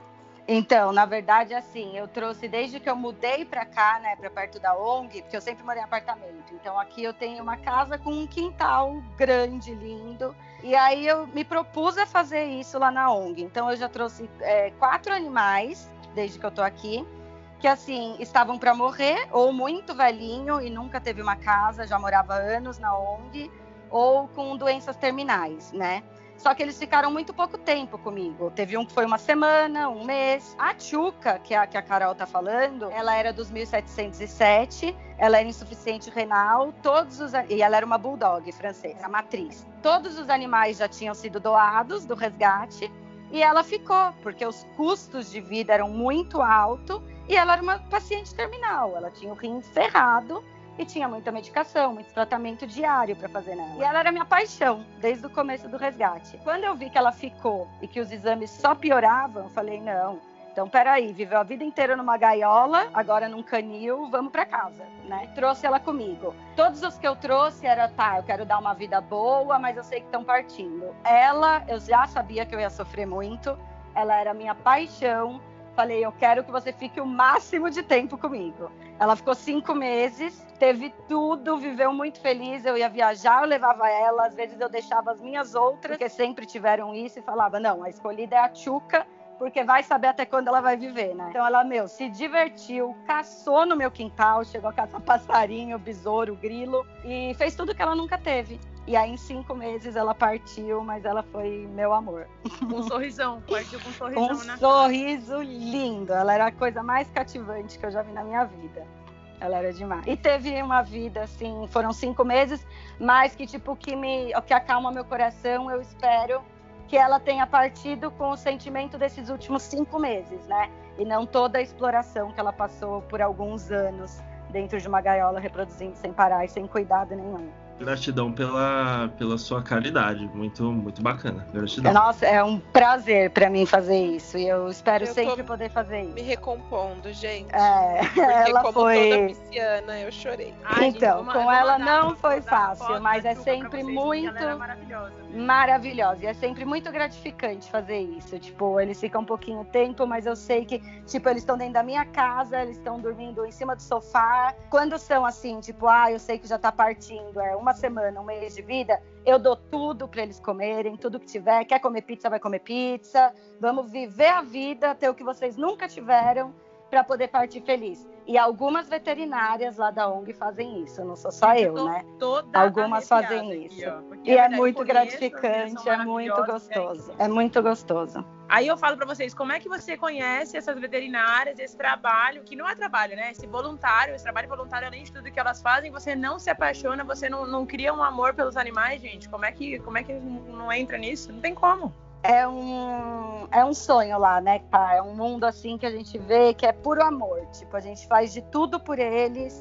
Então, na verdade, assim, eu trouxe desde que eu mudei pra cá, né, pra perto da O N G, porque eu sempre morei em apartamento. Então, aqui eu tenho uma casa com um quintal grande, lindo. E aí eu me propus a fazer isso lá na O N G. Então, eu já trouxe é, quatro animais, desde que eu tô aqui, que, assim, estavam pra morrer, ou muito velhinho e nunca teve uma casa, já morava anos na O N G, ou com doenças terminais, né? Só que eles ficaram muito pouco tempo comigo. Teve um que foi uma semana, um mês. A Tchuca, que é a que a Carol tá falando, ela era dos mil setecentos e sete, ela era insuficiente renal, todos os, e ela era uma bulldog francesa, a matriz. Todos os animais já tinham sido doados do resgate e ela ficou, porque os custos de vida eram muito altos e ela era uma paciente terminal, ela tinha o rim ferrado e tinha muita medicação, muito tratamento diário para fazer nela. E ela era minha paixão, desde o começo do resgate. Quando eu vi que ela ficou e que os exames só pioravam, eu falei, não, então peraí, viveu a vida inteira numa gaiola, agora num canil, vamos para casa, né? Trouxe ela comigo. Todos os que eu trouxe era, tá, eu quero dar uma vida boa, mas eu sei que estão partindo. Ela, eu já sabia que eu ia sofrer muito, ela era minha paixão. Falei, eu quero que você fique o máximo de tempo comigo. Ela ficou cinco meses, teve tudo, viveu muito feliz. Eu ia viajar, eu levava ela. Às vezes eu deixava as minhas outras, porque sempre tiveram isso. E falava, não, a escolhida é a Tchuca, porque vai saber até quando ela vai viver, né? Então ela, meu, se divertiu, caçou no meu quintal, chegou a caçar passarinho, besouro, grilo. E fez tudo que ela nunca teve. E aí, em cinco meses, ela partiu, mas ela foi meu amor. Um sorrisão, partiu com um sorrisão, um né? sorriso lindo. Ela era a coisa mais cativante que eu já vi na minha vida. Ela era demais. E teve uma vida, assim, foram cinco meses, mas que, tipo, que me, que acalma meu coração. Eu espero que ela tenha partido com o sentimento desses últimos cinco meses, né? E não toda a exploração que ela passou por alguns anos dentro de uma gaiola, reproduzindo sem parar e sem cuidado nenhum. Gratidão pela, pela sua caridade, muito, muito bacana. Gratidão. Nossa, é um prazer pra mim fazer isso e eu espero Eu tô sempre poder fazer isso. Me recompondo, gente. É, Porque ela como foi... toda pisciana, eu chorei. Ai, gente, Então, vou ma- com vou ela mandar- não foi vou dar fácil, foto mas da é Tchuca pra sempre vocês, muito porque ela era maravilhosa. maravilhosa. E é sempre muito gratificante fazer isso. Tipo, eles ficam um pouquinho tempo, mas eu sei que, tipo, eles estão dentro da minha casa, eles estão dormindo em cima do sofá. Quando são assim, tipo, ah, eu sei que já tá partindo, é uma semana, um mês de vida, eu dou tudo pra eles comerem, tudo que tiver. Quer comer pizza, vai comer pizza. Vamos viver a vida, ter o que vocês nunca tiveram, pra poder partir feliz. E algumas veterinárias lá da O N G fazem isso, não sou só eu, tô né? toda Algumas arrepiada fazem aqui, isso. ó, porque, E é verdade, muito eu conheço, gratificante, são é muito maravilhosas, gostoso. né? É muito gostoso. Aí eu falo pra vocês, como é que você conhece essas veterinárias, esse trabalho, que não é trabalho, né? Esse voluntário, esse trabalho voluntário, além de tudo que elas fazem, você não se apaixona, você não, não cria um amor pelos animais, gente. Como é que, como é que não entra nisso? Não tem como. É um, é um sonho lá, né, cara? É um mundo assim que a gente vê que é puro amor. Tipo, a gente faz de tudo por eles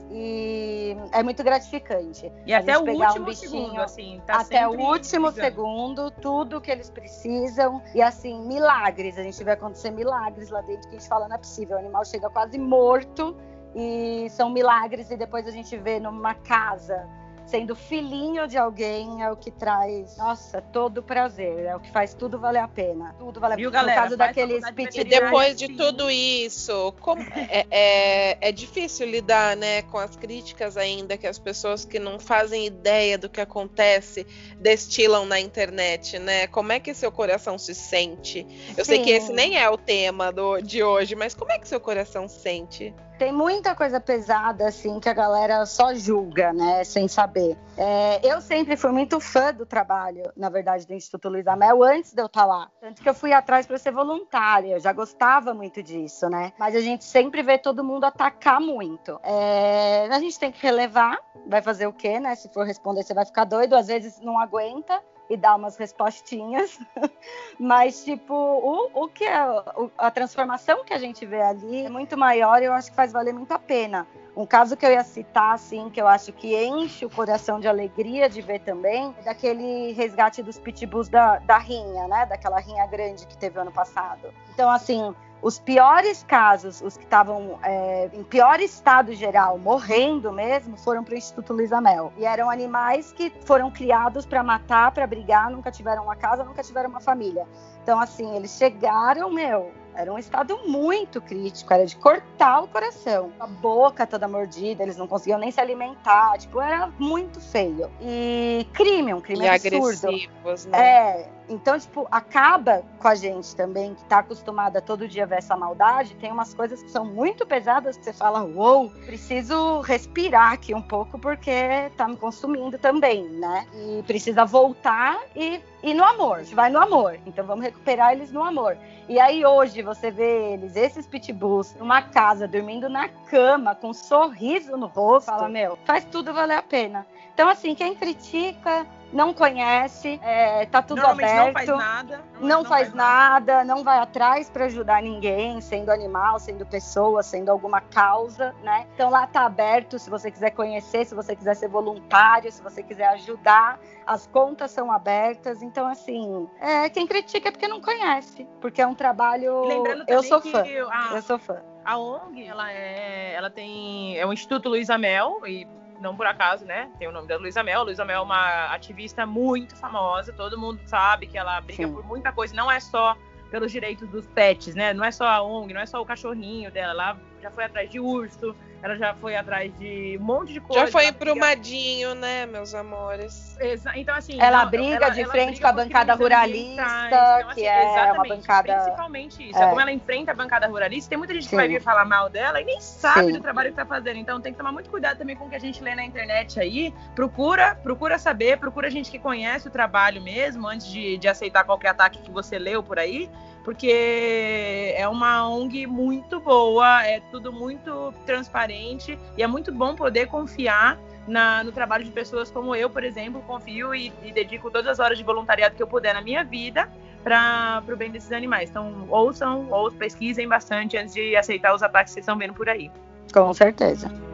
e é muito gratificante. E A até gente o pegar um último bichinho, segundo, assim, tá até o sempre último brigando. segundo, tudo que eles precisam. E assim, milagres. A gente vê acontecer milagres lá dentro que a gente fala, não é possível. O animal chega quase morto e são milagres. E depois a gente vê numa casa sendo filhinho de alguém, é o que traz, nossa, todo o prazer, é o que faz tudo valer a pena. Tudo vale a Viu, pena. No galera? caso Faz daqueles faculdade de pit E veterinária, depois de sim. tudo isso, como é, é, é difícil lidar, né, com as críticas ainda que as pessoas que não fazem ideia do que acontece destilam na internet, né? Como é que seu coração se sente? Eu sei que esse nem é o tema do, de hoje, mas como é que seu coração sente? Tem muita coisa pesada, assim, que a galera só julga, né, sem saber. É, eu sempre fui muito fã do trabalho, na verdade, do Instituto Luiza Mel, antes de eu estar lá. Tanto que eu fui atrás para ser voluntária, eu já gostava muito disso, né? Mas a gente sempre vê todo mundo atacar muito. É, a gente tem que relevar, vai fazer o quê, né? Se for responder, você vai ficar doido, às vezes não aguenta e dá umas respostinhas, mas tipo, o, o que é o, a transformação que a gente vê ali é muito maior e eu acho que faz valer muito a pena. Um caso que eu ia citar, assim, que eu acho que enche o coração de alegria de ver também, é daquele resgate dos pitbulls da, da rinha, né, daquela rinha grande que teve ano passado. Então, assim, os piores casos, os que estavam é, em pior estado geral, morrendo mesmo, foram para o Instituto Luiza Mel. E eram animais que foram criados para matar, para brigar, nunca tiveram uma casa, nunca tiveram uma família. Então, assim, eles chegaram, meu, Era um estado muito crítico, era de cortar o coração. A boca toda mordida, eles não conseguiam nem se alimentar, tipo, era muito feio. E crime, um crime E absurdo. agressivos, né? É, então, tipo, acaba com a gente também, que tá acostumada a todo dia ver essa maldade, tem umas coisas que são muito pesadas, que você fala, uou, preciso respirar aqui um pouco, porque tá me consumindo também, né? E precisa voltar e ir no amor, a gente vai no amor, então vamos recuperar eles no amor. E aí hoje você vê eles, esses pitbulls, numa casa, dormindo na cama, com um sorriso no rosto, fala, meu, faz tudo valer a pena. Então, assim, quem critica, não conhece, é, tá tudo Normalmente aberto. não faz nada. Não, não faz, faz nada, nada, não vai atrás para ajudar ninguém, sendo animal, sendo pessoa, sendo alguma causa, né? Então lá tá aberto, se você quiser conhecer, se você quiser ser voluntário, se você quiser ajudar, as contas são abertas. Então, assim, é, quem critica é porque não conhece, porque é um trabalho... E lembrando eu também sou que fã, a- eu sou fã. A O N G, ela é, ela tem, é o Instituto Luísa Mel, e não por acaso, né, tem o nome da Luísa Mel. A Luísa Mel é uma ativista muito famosa, todo mundo sabe que ela briga Sim. por muita coisa, não é só pelos direitos dos pets, né, não é só a O N G, não é só o cachorrinho dela, ela já foi atrás de urso, ela já foi atrás de um monte de coisa. Já foi ela briga- Brumadinho, né, meus amores? Exa- Então, assim, Ela não, briga de frente briga com a por bancada crimes ruralista, ambientais. Então, que assim, é uma exatamente, bancada- Principalmente isso. É. É como ela enfrenta a bancada ruralista, tem muita gente que Sim. vai vir falar mal dela e nem sabe Sim. do trabalho que tá fazendo. Então tem que tomar muito cuidado também com o que a gente lê na internet aí. Procura, procura saber, procura gente que conhece o trabalho mesmo, antes de, de aceitar qualquer ataque que você leu por aí. Porque é uma O N G muito boa, é tudo muito transparente e é muito bom poder confiar na, no trabalho de pessoas como eu, por exemplo, confio e, e dedico todas as horas de voluntariado que eu puder na minha vida para o bem desses animais. Então, ouçam, ou pesquisem bastante antes de aceitar os ataques que vocês estão vendo por aí. Com certeza.